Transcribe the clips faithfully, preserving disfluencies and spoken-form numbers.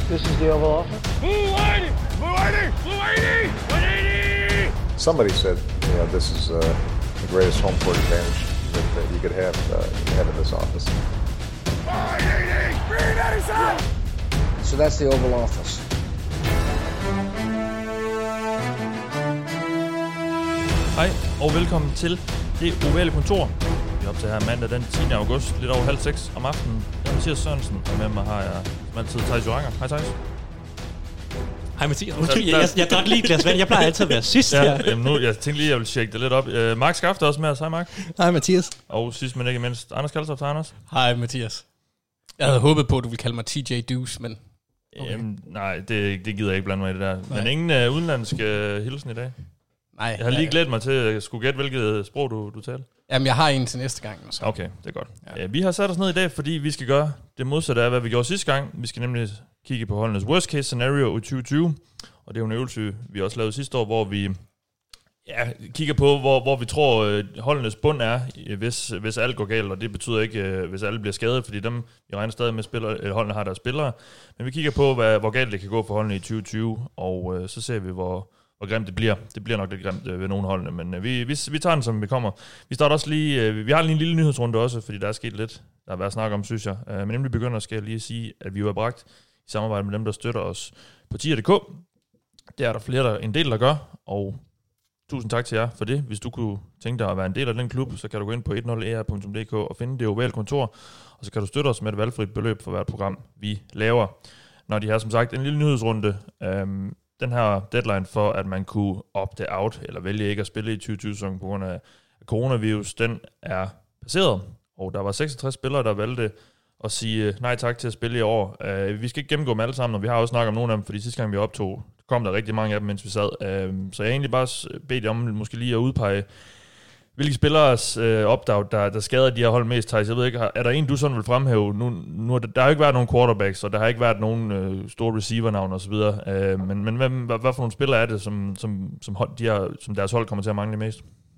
This is the Oval Office. Blue eighty! Blue eighty! Blue eighty! one eighty! Somebody said, you know, this is uh, the greatest home court advantage that, that you could have, uh, have in this office. one eighty! three ninety-seven! So that's the Oval Office. Hej og velkommen til det ovale kontor. Vi er op til her mandag den tiende august, lidt over halv seks om aftenen. Jeg er Mathias Sørensen, og med mig har jeg som altid Thijs Joranger. Hej Thijs. Hej Mathias. Undskyld, jeg, jeg, jeg drak lige et glas vand. Jeg plejer altid at være sidst ja, her. Jamen nu, jeg tænkte lige, at jeg ville tjekke det lidt op. Uh, Mark Skaft er også med os. Hej Mark. Hej Mathias. Og sidst men ikke mindst, Anders Kaltoft. Hej Anders. Hej Mathias. Jeg havde håbet på, at du ville kalde mig T J Deuce, men... Okay. Jamen, nej, det, det gider jeg ikke blande mig i det der. Nej. Men ingen uh, udenlandske uh, hilsen i dag. Nej. Jeg har lige glædet mig til at skulle gætte, hvilket sprog du, du taler. Jamen, jeg har en til næste gang. Så. Okay, det er godt. Ja. Ja, vi har sat os ned i dag, fordi vi skal gøre det modsatte af, hvad vi gjorde sidste gang. Vi skal nemlig kigge på holdenes worst case scenario i tyve tyve. Og det er jo en øvelse, vi også lavede sidste år, hvor vi ja, kigger på, hvor, hvor vi tror, holdenes bund er, hvis, hvis alt går galt. Og det betyder ikke, hvis alle bliver skadet, fordi dem, vi regner stadig med, spillere, holdene har deres spillere. Men vi kigger på, hvad, hvor galt det kan gå for holdene i tyve tyve, og øh, så ser vi, hvor... hvor grimt det bliver. Det bliver nok lidt grimt øh, ved nogle holdene, men øh, vi, vi, vi tager den, som vi kommer. Vi starter også lige, øh, vi har lige en lille nyhedsrunde også, fordi der er sket lidt, der er været snak om, synes jeg. Øh, men nemlig begynder, skal jeg lige sige, at vi jo er bragt i samarbejde med dem, der støtter os på tier punktum d k. Det er der flere, der en del, der gør, og tusind tak til jer for det. Hvis du kunne tænke dig at være en del af den klub, så kan du gå ind på ti e r punktum d k og finde det ovale kontor, og så kan du støtte os med et valgfrit beløb for hvert program, vi laver. Når de har som sagt en lille nyhedsrunde, øh, den her deadline for, at man kunne opte out, eller vælge ikke at spille i tyve tyve-sæsonen på grund af coronavirus, den er passeret. Og der var seksogtres spillere, der valgte at sige nej tak til at spille i år. Uh, vi skal ikke gennemgå dem alle sammen, og vi har også snakket om nogle af dem, fordi sidste gang vi optog, kom der rigtig mange af dem, mens vi sad. Uh, så jeg har egentlig bare bedt om måske lige at udpege, hvilke spilleres øh, opt-out, der, der skader de her hold mest, Thijs? Jeg ved ikke, er der en, du sådan vil fremhæve? Nu, nu, der har jo ikke været nogen quarterbacks, og der har ikke været nogen øh, store receiver-navn og så videre. Øh, men men hvad, hvad, hvad for nogle spillere er det, som, som, som, hold, de her, som deres hold kommer til at mangle mest?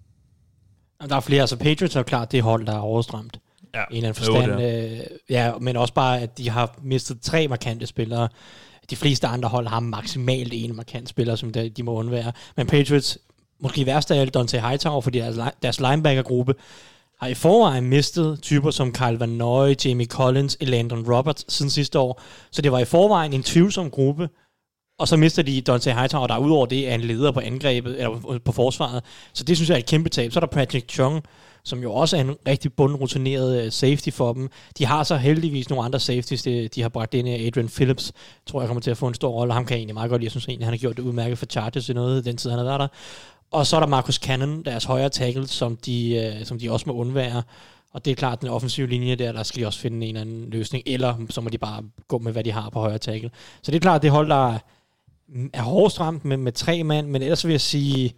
Der er flere, altså Patriots er klart det hold, der er overstrømt. Ja. En eller anden forstand. Jo, øh, ja, men også bare, at de har mistet tre markante spillere. De fleste andre hold har maksimalt en markant spiller, som de, de må undvære. Men Patriots... Måske værst af alt Dante Hightower, fordi deres, deres linebacker-gruppe har i forvejen mistet typer som Kyle Van Noy, Jamie Collins, Elandon Roberts siden sidste år. Så det var i forvejen en tvivlsom gruppe. Og så mister de Dante Hightower, der udover det er en leder på angrebet, eller på forsvaret. Så det synes jeg er et kæmpe tab. Så er der Patrick Chung, som jo også er en rigtig bundrutineret safety for dem. De har så heldigvis nogle andre safeties, de, de har bragt ind i Adrian Phillips, tror jeg kommer til at få en stor rolle. Ham kan jeg egentlig meget godt lide. Jeg synes egentlig, han har gjort det udmærket for Chargers i noget den tid, han har været der. Og så er der Marcus Cannon, deres højre tackle, som de, øh, som de også må undvære. Og det er klart, den offensive linje der, der skal de også finde en eller anden løsning. Eller så må de bare gå med, hvad de har på højre tackle. Så det er klart, det hold, der er, er hårdest ramt med, med tre mand. Men ellers vil jeg sige,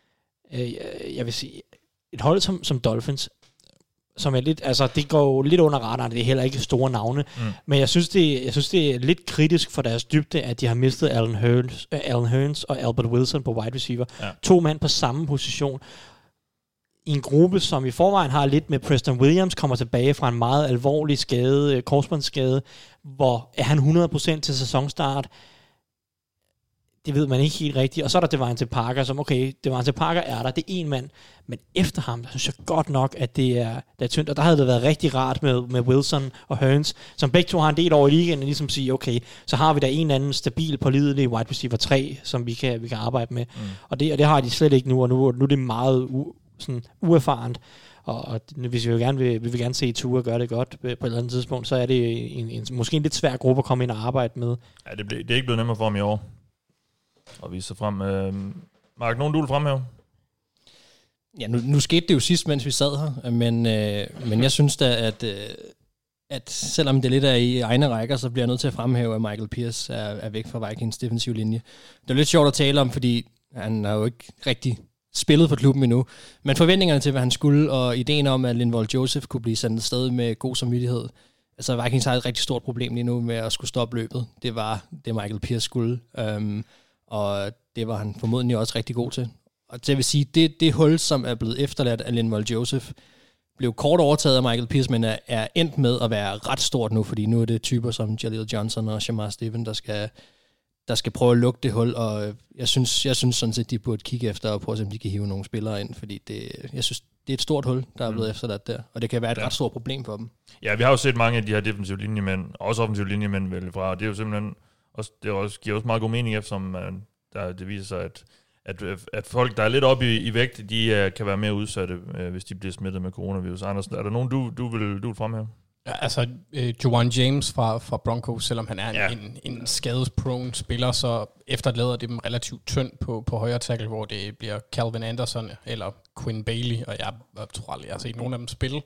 øh, jeg vil sige, et hold som, som Dolphins, som er lidt, altså det går jo lidt under radaren, det er heller ikke store navne, mm. men jeg synes, det, jeg synes, det er lidt kritisk for deres dybde, at de har mistet Allen Hurns, uh, Allen Hurns og Albert Wilson på wide receiver. Ja. To mand på samme position. I en gruppe, som i forvejen har lidt med Preston Williams, kommer tilbage fra en meget alvorlig skade, korsbåndsskade, hvor er han hundrede procent til sæsonstart. Det ved man ikke helt rigtigt. Og så er der Devante Parker, som okay, Devante Parker er der, det er en mand, men efter ham, der synes jeg godt nok, at det er, det er tyndt, og der havde det været rigtig rart med, med Wilson og Hurns, som begge to har en del over i ligaen, og ligesom sige, okay, så har vi der en anden stabil, pålidelig wide receiver tre, som vi kan, vi kan arbejde med. Mm. Og, det, og det har de slet ikke nu, og nu, nu er det meget u, sådan, uerfarent. Og, og hvis vi vil gerne vil, vi vil gerne se Tua gøre det godt på et eller andet tidspunkt, så er det en, en, måske en lidt svær gruppe at komme ind og arbejde med. Ja, det, ble, det er ikke blevet nemmere for ham i år. Og vi så frem. Øh, Mark, nogen du vil fremhæve? Ja, nu, nu skete det jo sidst, mens vi sad her, men, øh, men jeg synes da, at, øh, at selvom det lidt er i egne rækker, så bliver jeg nødt til at fremhæve, at Michael Pierce er, er væk fra Vikings defensive linje. Det er lidt sjovt at tale om, fordi han har jo ikke rigtig spillet for klubben endnu, men forventningerne til, hvad han skulle, og ideen om, at Linval Joseph kunne blive sendt afsted med god samvittighed. Altså Vikings har et rigtig stort problem lige nu med at skulle stoppe løbet. Det var det, Michael Pierce skulle. Um, Og det var han formodentlig også rigtig god til. Og det vil sige, det, det hul, som er blevet efterladt af Linval Joseph, blev kort overtaget af Michael Pierce, men er, er endt med at være ret stort nu, fordi nu er det typer som Jaleel Johnson og Shamar Stephen, der skal, der skal prøve at lukke det hul, og jeg synes, jeg synes sådan set, de burde kigge efter og prøve at se, om de kan hive nogle spillere ind, fordi det, jeg synes, det er et stort hul, der er blevet mm. efterladt der, og det kan være et ja. ret stort problem for dem. Ja, vi har jo set mange af de her defensive linjemænd, også offensive linjemænd vælge fra, og det er jo simpelthen også, det også, giver også meget god mening, eftersom man, der, det viser sig, at At, at folk, der er lidt oppe i, i vægt, de uh, kan være mere udsatte, uh, hvis de bliver smittet med coronavirus. Andersen, er der nogen, du, du, vil, du vil fremhæve? Ja, altså, uh, Juwan James fra, fra Broncos, selvom han er ja. en, en skadesprone spiller, så efterlader det dem relativt tyndt på, på højre tackle, hvor det bliver Calvin Anderson eller Quinn Bailey, og jeg, jeg tror aldrig, jeg har set nogen af dem spille.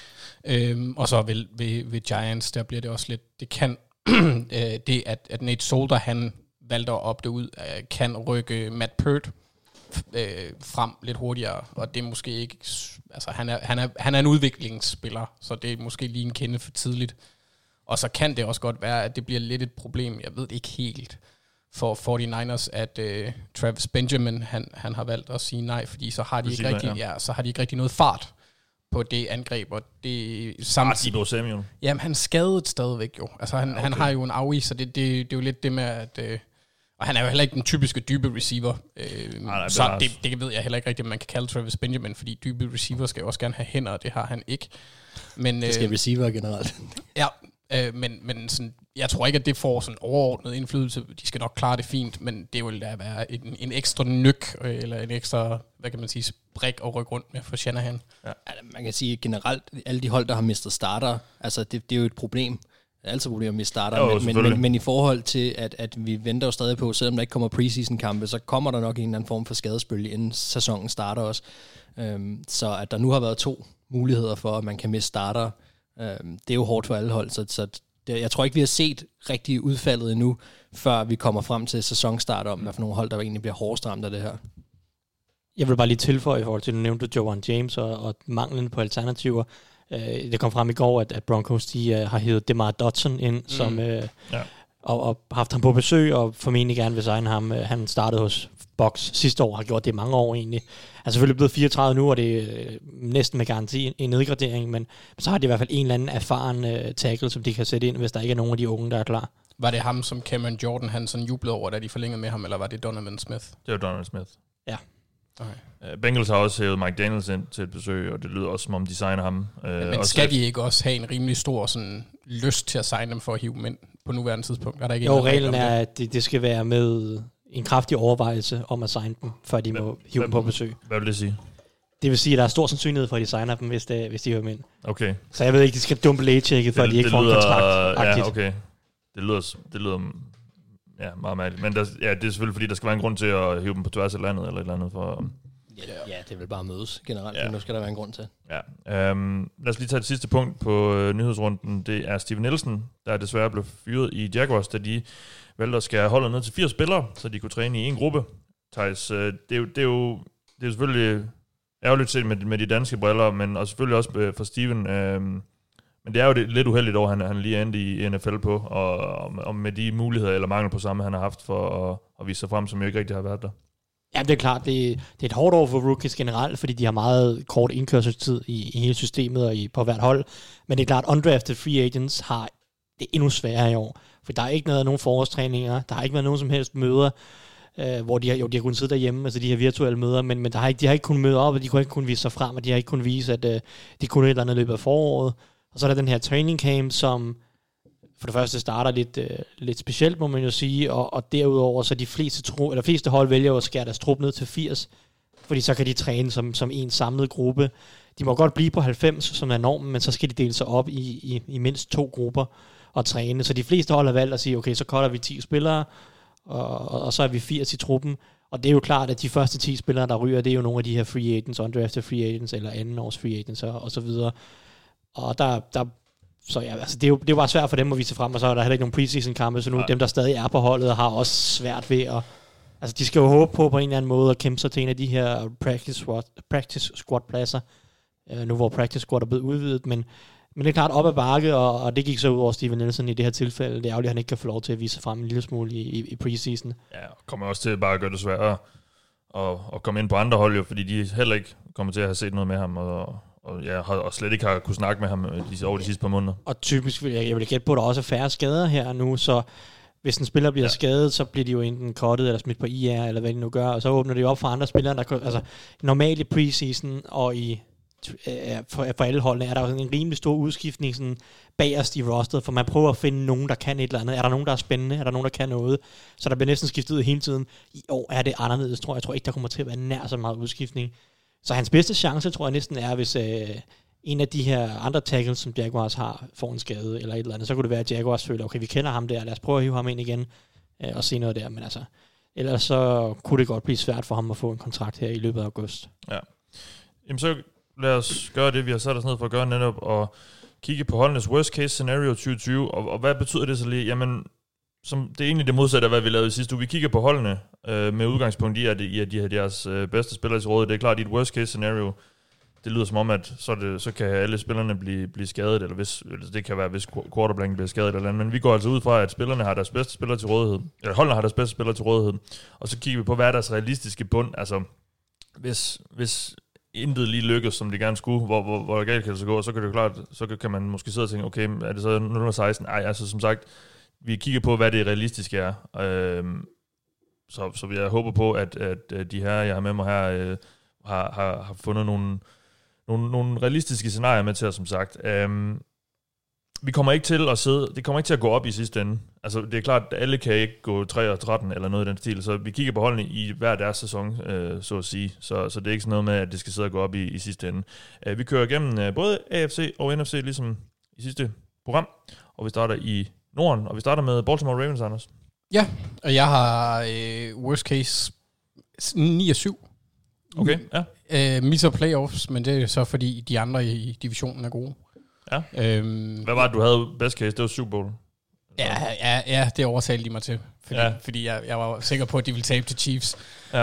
Um, og så ved, ved, ved Giants, der bliver det også lidt, det kan, uh, det at, at Nate Solder, han valgte at opte ud, øh, kan rykke Matt Peart øh, frem lidt hurtigere, og det er måske ikke, altså han er, han er, han er en udviklingsspiller, så det er måske lige en kende for tidligt. Og så kan det også godt være, at det bliver lidt et problem, jeg ved det ikke helt, for forty-niners, at øh, Travis Benjamin, han, han har valgt at sige nej, fordi så har de ikke rigtig, ja. Ja, så har de ikke rigtig noget fart på det angreb, og det samtidig... Ah, Samuel. Jamen, han skadet stadigvæk jo. Altså, han, okay. han har jo en afvig, så det, det, det er jo lidt det med, at... Øh, og han er jo heller ikke den typiske dybe receiver. Øh, nej, nej, så det, det ved jeg heller ikke rigtigt, om man kan kalde Travis Benjamin, fordi dybe receiver skal jo også gerne have hænder, og det har han ikke. Men, det skal øh, receiver generelt. Ja, øh, men, men sådan, jeg tror ikke, at det får sådan overordnet indflydelse. De skal nok klare det fint, men det vil da være en, en ekstra nyk, øh, eller en ekstra, hvad kan man sige, brik at rykke rundt med for Shanahan. Ja. Altså, man kan sige generelt, alle de hold, der har mistet starter, altså det, det er jo et problem. Det er altid problemer med starter, jo, men, men, men, men i forhold til, at, at vi venter jo stadig på, selvom der ikke kommer preseason-kampe, så kommer der nok en eller anden form for skadesbølge, inden sæsonen starter også. Øhm, så at der nu har været to muligheder for, at man kan miste starter, øhm, det er jo hårdt for alle hold, så, så det, jeg tror ikke, vi har set rigtig udfaldet endnu, før vi kommer frem til sæsonstart om, hvad for nogle hold, der egentlig bliver hårdest ramt af det her. Jeg vil bare lige tilføje i forhold til, at du nævnte Juwan James og, og manglen på alternativer. Det kom frem i går, at, at Broncos de, uh, har hævet DeMar Dotson ind, mm. som, uh, ja. og, og haft ham på besøg, og formentlig gerne vil signe ham. Uh, han startede hos Bucs sidste år, har gjort det i mange år egentlig. Han er selvfølgelig blevet fireogtredive nu, og det er uh, næsten med garanti en nedgradering, men så har de i hvert fald en eller anden erfaren uh, tackle, som de kan sætte ind, hvis der ikke er nogen af de unge, der er klar. Var det ham, som Cameron Jordan han sådan jublede over, da de forlængede med ham, eller var det Donovan Smith? Det var Donovan Smith. Ja. Okay. Bengals har også hævet Mike Daniels ind til et besøg, og det lyder også, som om de signer ham. Ja, men skal efter... de ikke også have en rimelig stor sådan, lyst til at signe dem for at hive dem ind på nuværende tidspunkt? Er der ikke jo, reglen er, at det, det skal være med en kraftig overvejelse om at signe dem, før de hvad, må hive hvad, dem på besøg. Hvad vil det sige? Det vil sige, at der er stor sandsynlighed for, at de signer dem, hvis, det, hvis de hiver dem ind. Okay. Så jeg ved ikke, de skal dumpe lægetjekket, for at de ikke får en kontrakt. Ja, okay. Det lyder... Det lyder ja, meget mærkeligt. Men der, ja, det er selvfølgelig, fordi der skal være en grund til at hive dem på tværs af landet, eller et eller andet for... Ja, det vil bare mødes generelt, ja. Nu skal der være en grund til. Ja. Um, lad os lige tage det sidste punkt på uh, nyhedsrunden. Det er Steven Nelson, der desværre blev fyret i Jaguars, da de valgte at skære holdet ned til fire spillere, så de kunne træne i en gruppe. Thijs, uh, det, er jo, det, er jo, det er selvfølgelig ærgerligt set med, med de danske briller, men og selvfølgelig også uh, for Steven. Uh, men det er jo det, lidt uheldigt over, han, han lige endte i N F L på, og, og, og med de muligheder eller mangel på samme, han har haft for at, at vise sig frem, som jo ikke rigtig har været der. Ja, det er klart. Det er, det er et hårdt år for rookies generelt, fordi de har meget kort indkørselstid i, i hele systemet og i, på hvert hold. Men det er klart, undrafted free agents har det endnu sværere i år. For der er ikke noget af nogen forårstræninger. Der har ikke været nogen som helst møder, øh, hvor de har, jo, de har kunnet sidde derhjemme, altså de her virtuelle møder, men, men der har ikke, de har ikke kunnet møde op, og de kunne ikke kunne vise sig frem, og de har ikke kunnet vise, at øh, de kunne et eller andet løbet af foråret. Og så er der den her training camp, som for det første starter lidt, øh, lidt specielt, må man jo sige, og, og derudover så de fleste, tro, eller fleste hold vælger at skære deres trup ned til firs, fordi så kan de træne som, som en samlet gruppe. De må godt blive på halvfems, som er normen, men så skal de dele sig op i, i, i mindst to grupper og træne. Så de fleste hold har valgt at sige, okay, så cutter vi ti spillere, og, og, og så er vi firs i truppen. Og det er jo klart, at de første ti spillere, der ryger, det er jo nogle af de her free agents, undrafted free agents, eller anden års free agents, og, og så videre. Og der, der Så ja, altså det, er jo, det er jo bare svært for dem at vise frem, og så er der heller ikke nogen preseason-kampe, så nu dem, der stadig er på holdet, har også svært ved at... Altså, de skal jo håbe på på en eller anden måde at kæmpe sig til en af de her practice squad, practice squad-pladser, øh, nu hvor practice squad er blevet udvidet, men, men det er klart op ad bakke, og, og det gik så ud over Steven Nelson i det her tilfælde. Det er ærgerligt, at han ikke kan få lov til at vise sig frem en lille smule i, i, i preseason. Ja, kommer også til bare at gøre det sværere at, at komme ind på andre hold, jo, fordi de heller ikke kommer til at have set noget med ham, og, og, ja, og slet ikke har kunne snakke med ham de, over de sidste par måneder. Og typisk vil jeg, jeg vil gætte på, at der også er færre skader her nu, så hvis en spiller bliver ja. skadet, så bliver de jo enten cuttet eller smidt på I R, eller hvad de nu gør, og så åbner de op for andre spillere, der altså normalt i preseason og i for, for alle holdene er der jo sådan en rimelig stor udskiftning sådan bagerst i rosteret, for man prøver at finde nogen, der kan et eller andet. Er der nogen, der er spændende? Er der nogen, der kan noget? Så der bliver næsten skiftet ud hele tiden. I år er det anderledes, tror jeg. Jeg tror ikke, der kommer til at være nær så meget udskiftning. Så hans bedste chance, tror jeg næsten er, hvis øh, en af de her andre tackles, som Jaguars har, får en skade eller et eller andet, så kunne det være, at Jaguars føler, okay, vi kender ham der, lad os prøve at hive ham ind igen øh, og se noget der. Men altså, ellers så kunne det godt blive svært for ham at få en kontrakt her i løbet af august. Ja. Jamen så lad os gøre det, vi har sat os ned for at gøre netop, og kigge på holdenes worst case scenario tyve tyve, og, og hvad betyder det så lige? Jamen, som, det er egentlig det modsatte af, hvad vi lavede i sidste uge. Vi kigger på holdene øh, med udgangspunkt i, at, i, at de har deres øh, bedste spillere til råd. Det er klart, at i et worst case scenario, det lyder som om, at så, det, så kan alle spillerne blive, blive skadet, eller hvis, det kan være, hvis quarterbacken bliver skadet eller andet, men vi går altså ud fra, at spillerne har deres bedste spillere til rådighed, eller holdene har deres bedste spillere til rådighed, og så kigger vi på, hvad er deres realistiske bund, altså hvis, hvis intet lige lykkes, som de gerne skulle, hvor, hvor, hvor galt kan det så gå, så kan det jo klart, så kan man måske sidde og tænke, okay, er det så nul seksten? Ej, altså som sagt, vi kigger på, hvad det realistiske er. Øhm, så, så jeg håber på, at, at de her, jeg har med mig her, øh, har, har, har fundet nogle, nogle, nogle realistiske scenarier med til os, som sagt. Øhm, vi kommer ikke til at sidde, det kommer ikke til at gå op i sidste ende. Altså, det er klart, at alle kan ikke gå tre og tretten eller noget i den stil, så vi kigger på holdene i hver deres sæson, øh, så at sige. Så, så det er ikke sådan noget med, at det skal sidde og gå op i, i sidste ende. Øh, vi kører igennem øh, både A F C og N F C, ligesom i sidste program, og vi starter i Norden, og vi starter med Baltimore Ravens, Anders. Ja, og jeg har øh, worst case ni og syv. Okay, ja. Øh, misser playoffs, men det er så fordi de andre i divisionen er gode. Ja. Øhm, Hvad var det, du havde best case? Det var Super Bowl. Ja, ja, ja, det overtalte de mig til. Fordi, ja. fordi jeg, jeg var sikker på, at de ville tabe til Chiefs. Ja.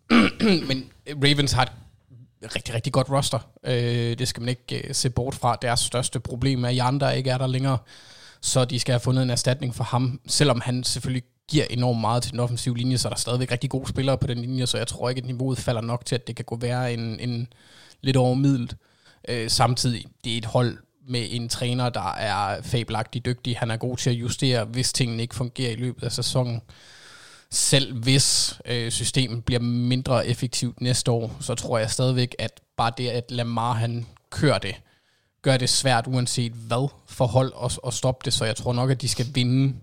Men Ravens har et rigtig, rigtig godt roster. Øh, det skal man ikke uh, se bort fra. Deres største problem er, at andre ikke er der længere. Så de skal have fundet en erstatning for ham. Selvom han selvfølgelig giver enormt meget til den offensive linje, så er der stadigvæk rigtig gode spillere på den linje, så jeg tror ikke, at niveauet falder nok til, at det kan gå være en, en lidt overmiddelt. Øh, samtidig, det er et hold med en træner, der er fabelagtigt dygtig. Han er god til at justere, hvis tingene ikke fungerer i løbet af sæsonen. Selv hvis øh, systemet bliver mindre effektivt næste år, så tror jeg stadigvæk, at bare det, at Lamar han kører det, gør det svært, uanset hvad for hold at, at stoppe det. Så jeg tror nok, at de skal vinde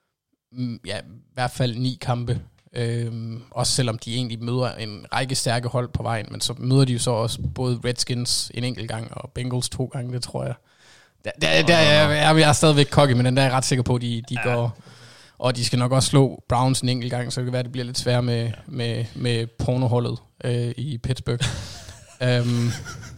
ja, i hvert fald ni kampe. Øhm, også selvom de egentlig møder en række stærke hold på vejen, men så møder de jo så også både Redskins en enkelt gang og Bengals to gange, det tror jeg. Der, der, der jeg, jeg, jeg er stadigvæk cocky, men den der er jeg ret sikker på, at de, de ja. går. Og de skal nok også slå Browns en enkelt gang, så det kan være, at det bliver lidt svært med, ja. med, med pornoholdet øh, i Pittsburgh. um,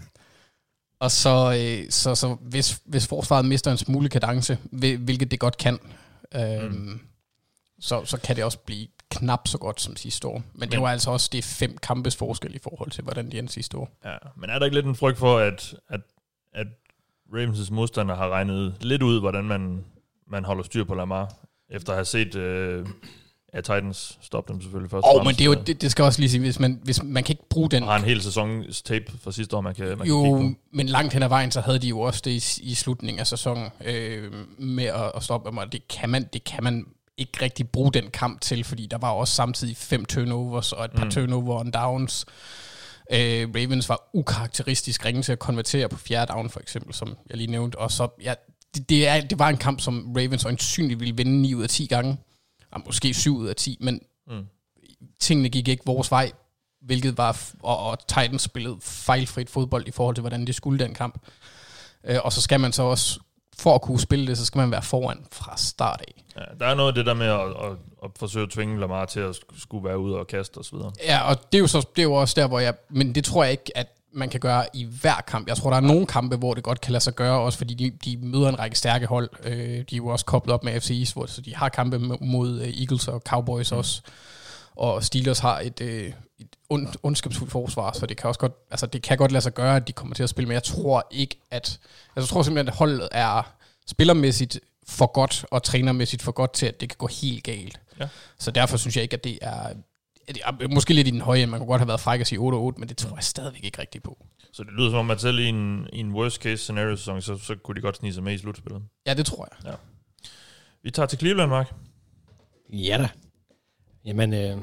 og så, øh, så, så hvis, hvis forsvaret mister en smule kadence, hvilket det godt kan, øh, mm. så, så kan det også blive knap så godt som sidste år. Men, men det var altså også det fem kampes forskel i forhold til, hvordan de endte sidste år. Ja, men er der ikke lidt en frygt for, at, at, at Ravens' modstander har regnet lidt ud, hvordan man, man holder styr på Lamar, efter at have set øh, ja, Titans stoppe dem selvfølgelig først. Åh, oh, men det, er jo, det, det skal også lige sige, hvis man, hvis man kan ikke bruge den... Og har en hel sæsons tape fra sidste år, man kan, man jo, kan kigge på. Men langt hen ad vejen, så havde de jo også det i, i slutningen af sæsonen øh, med at, at stoppe dem, og det kan man, det kan man ikke rigtig bruge den kamp til, fordi der var også samtidig fem turnovers og et par mm. turnover on downs. Øh, Ravens var ukarakteristisk ringe til at konvertere på fjerde down, for eksempel, som jeg lige nævnte, og så, ja, det, det, er, det var en kamp, som Ravens øjensynligt ville vinde ni ud af ti gange, og måske syv ud af ti, men mm. tingene gik ikke vores vej, hvilket var, og, og Titans spillede fejlfrit fodbold i forhold til, hvordan det skulle den kamp. Øh, og så skal man så også, for at kunne spille det, så skal man være foran fra start af. Ja, der er noget af det der med at, at, at forsøge at tvinge Lamar til at skulle være ude og kaste og så videre. Ja, og det er jo, så, det er jo også der, hvor jeg... Men det tror jeg ikke, at man kan gøre i hver kamp. Jeg tror, der er nogle kampe, hvor det godt kan lade sig gøre, også fordi de, de møder en række stærke hold. Øh, de er jo også koblet op med F C East, hvor, så de har kampe mod uh, Eagles og Cowboys mm. også. Og Steelers har et, øh, et ond, ondskabsfuldt forsvar, så det kan også godt, altså det kan godt lade sig gøre, at de kommer til at spille, men jeg tror ikke, at... Altså jeg tror simpelthen, at holdet er spillermæssigt for godt, og trænermæssigt for godt til, at det kan gå helt galt. Ja. Så derfor synes jeg ikke, at det er... Det er måske lidt i den høje, man kunne godt have været fræk at sige otte og otte, men det tror jeg stadigvæk ikke rigtigt på. Så det lyder som om, at selv i en, i en worst case scenario sæson, så, så kunne de godt snige sig med i slutspillet. Ja, det tror jeg. Ja. Vi tager til Cleveland, Mark. Ja da. Jamen, øh,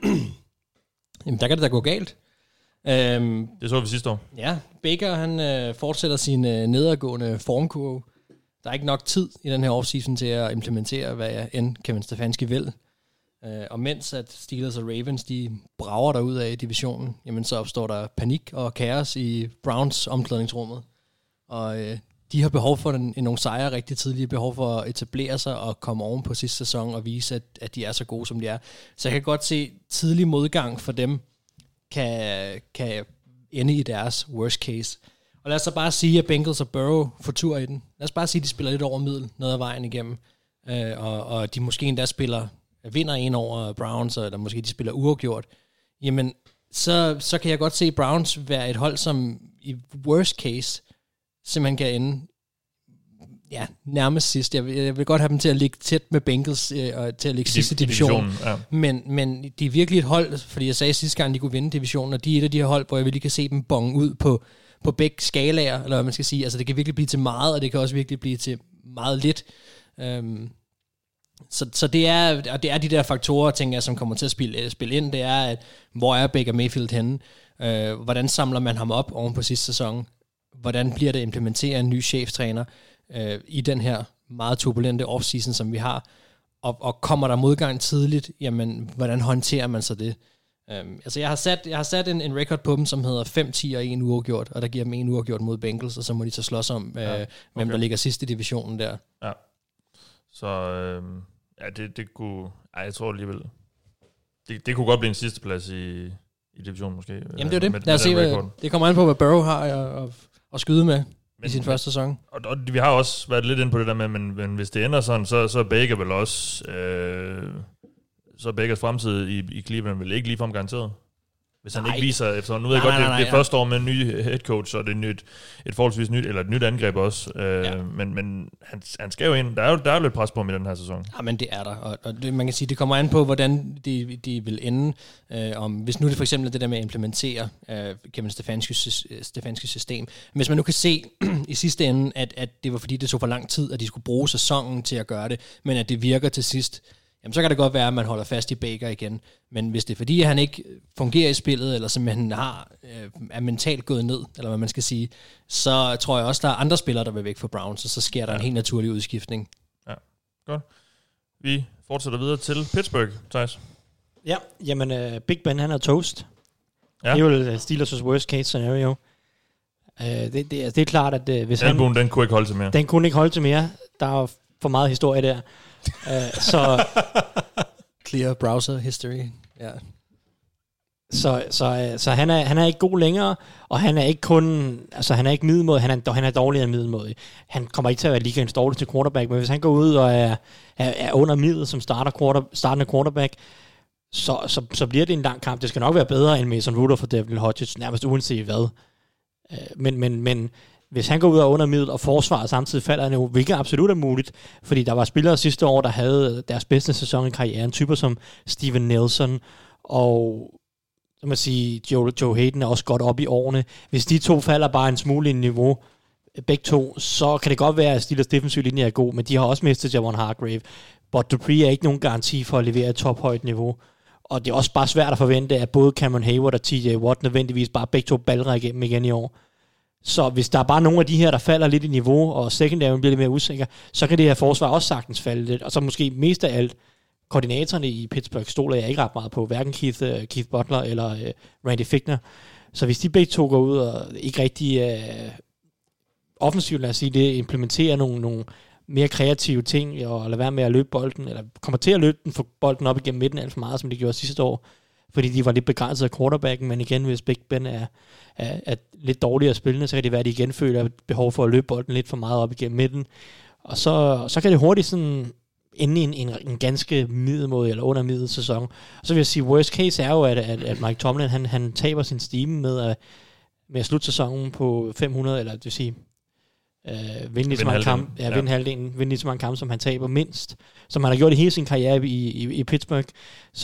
jamen der kan det da gå galt. Øhm, det så vi sidste år. Ja, Baker han øh, fortsætter sin øh, nedadgående formkurve. Der er ikke nok tid i den her offseason til at implementere, hvad jeg end Kevin Stefanski vil. Øh, og mens at Steelers og Ravens, de brager derud af divisionen, jamen så opstår der panik og kaos i Browns omklædningsrummet. Og øh, de har behov for en, en nogle sejre rigtig tidligt, behov for at etablere sig og komme oven på sidste sæson og vise, at, at de er så gode, som de er. Så jeg kan godt se tidlig modgang for dem, kan, kan ende i deres worst case. Og lad os så bare sige, at Bengals og Burrow får tur i den. Lad os bare sige, at de spiller lidt over middel, noget af vejen igennem. Øh, og, og de måske endda spiller, vinder en over Browns, eller måske de spiller uafgjort. Jamen, så, så kan jeg godt se Browns være et hold, som i worst case simpelthen kan ende ja, nærmest sidst. Jeg vil, jeg vil godt have dem til at ligge tæt med Bengals øh, og til at ligge sidste division. Ja. Men, men de er virkelig et hold, fordi jeg sagde sidste gang, de kunne vinde divisionen, og de er et af de her hold, hvor jeg virkelig kan se dem bonge ud på, på begge skalaer, eller hvad man skal sige. Altså det kan virkelig blive til meget, og det kan også virkelig blive til meget lidt. Um, så, så det er, og det er de der faktorer, tænker jeg, som kommer til at spille, spille ind. Det er, at hvor er Baker Mayfield henne? Uh, hvordan samler man ham op oven på sidste sæson? Hvordan bliver det at implementere en ny cheftræner øh, i den her meget turbulente offseason, som vi har, og, og kommer der modgang tidligt, jamen, hvordan håndterer man så det? Um, altså, jeg har sat, jeg har sat en, en record på dem, som hedder fem ti og en uafgjort, og der giver dem en uafgjort mod Bengals, og så må de så slås om, øh, ja, okay. hvem der ligger sidst i divisionen der. Ja, så øh, ja, det, det kunne, ej, jeg tror alligevel, det, det kunne godt blive en sidste plads i, i divisionen måske. Jamen det er det. Med, Lad os se, hvad, det kommer an på, hvad Burrow har at, at, at skyde med men, i sin første sæson. Og, og vi har også været lidt inde på det der med, men, men hvis det ender sådan, så, så er Baker vel også, øh, så er Bakers fremtid i, i Cleveland vel ikke ligefrem garanteret. Hvis han nej. ikke viser, efter nu ved jeg nej, godt, nej, nej, det, det er første år med en ny head coach, og det er nyt, et forholdsvis nyt, eller et nyt angreb også. Øh, ja. Men, men han, han skal jo ind. Der er jo, der er jo lidt pres på ham i den her sæson. Ja, men det er der. Og, og det, man kan sige, det kommer an på, hvordan de, de vil ende. Øh, om, hvis nu det for eksempel er det der med at implementere øh, Kevin Stefanskis, Stefanskis system. Hvis man nu kan se i sidste ende, at, at det var fordi, det så for lang tid, at de skulle bruge sæsonen til at gøre det, men at det virker til sidst, jamen så kan det godt være, at man holder fast i Baker igen. Men hvis det er fordi, at han ikke fungerer i spillet, eller simpelthen har, øh, er mentalt gået ned, eller hvad man skal sige, så tror jeg også, der er andre spillere, der vil væk fra Browns, og så sker der ja. en helt naturlig udskiftning. Ja, godt. Vi fortsætter videre til Pittsburgh, Thijs. Ja, jamen uh, Big Ben, han er toast. Ja. Det er jo Steelers' worst case scenario. Uh, det, det, det er klart, at uh, hvis Albuen, han... den kunne ikke holde til mere. Den kunne ikke holde til mere. Der er for meget historie der. Uh, så clear browser history. Ja. Yeah. Så så så han er han er ikke god længere, og han er ikke kun altså han er ikke middelmådig, han er han er dårligere end middelmådig. Han kommer ikke til at være ligaens dårligste quarterback, men hvis han går ud og er er, er under middel som starter quarter startende quarterback, så så så bliver det en lang kamp. Det skal nok være bedre end Mason Rudolph og Devlin Hodges, nærmest uanset hvad. Uh, men men men hvis han går ud og under middel og forsvarer samtidig falder han jo, hvilket absolut er muligt, fordi der var spillere sidste år, der havde deres bedste sæson i karrieren, typer som Steven Nelson og så man sige, Joe, Joe Hayden er også godt op i årene. Hvis de to falder bare en smule i niveau, begge to, så kan det godt være, at Steelers defensiv linje er god, men de har også mistet Javon Hargrave. But Dupree er ikke nogen garanti for at levere et tophøjt niveau. Og det er også bare svært at forvente, at både Cameron Hayward og T J Watt nødvendigvis bare begge to balrer igennem igen i år. Så hvis der er bare nogle af de her, der falder lidt i niveau, og secondary bliver lidt mere usikker, så kan det her forsvar også sagtens falde lidt. Og så måske mest af alt, koordinatorerne i Pittsburgh stoler jeg ikke ret meget på, hverken Keith, uh, Keith Butler eller uh, Randy Fichtner. Så hvis de begge to går ud og ikke rigtig uh, offensivt, lad os sige det, implementerer nogle, nogle mere kreative ting, og lade være med at løbe bolden, eller kommer til at løbe den for bolden op igennem midten alt for meget, som de gjorde sidste år, fordi de var lidt begrænset af quarterbacken, men igen, hvis Big Ben er, er, er lidt dårligere spillende, så kan det være, at de igen føler behov for at løbe bolden lidt for meget op igennem midten. Og så, så kan det hurtigt sådan inde i en, en, en ganske middelmåde eller under middel sæson. Og så vil jeg sige, worst case er jo, at, at, at Mike Tomlin, han, han taber sin stime med at, med at slutte sæsonen på fem hundrede, eller det vil sige, øh, vinde lige så mange kampe, ja, ja. vinde halvdelen, vinde lige så mange kampe, som han taber mindst, som han har gjort i hele sin karriere i, i, i Pittsburgh. Så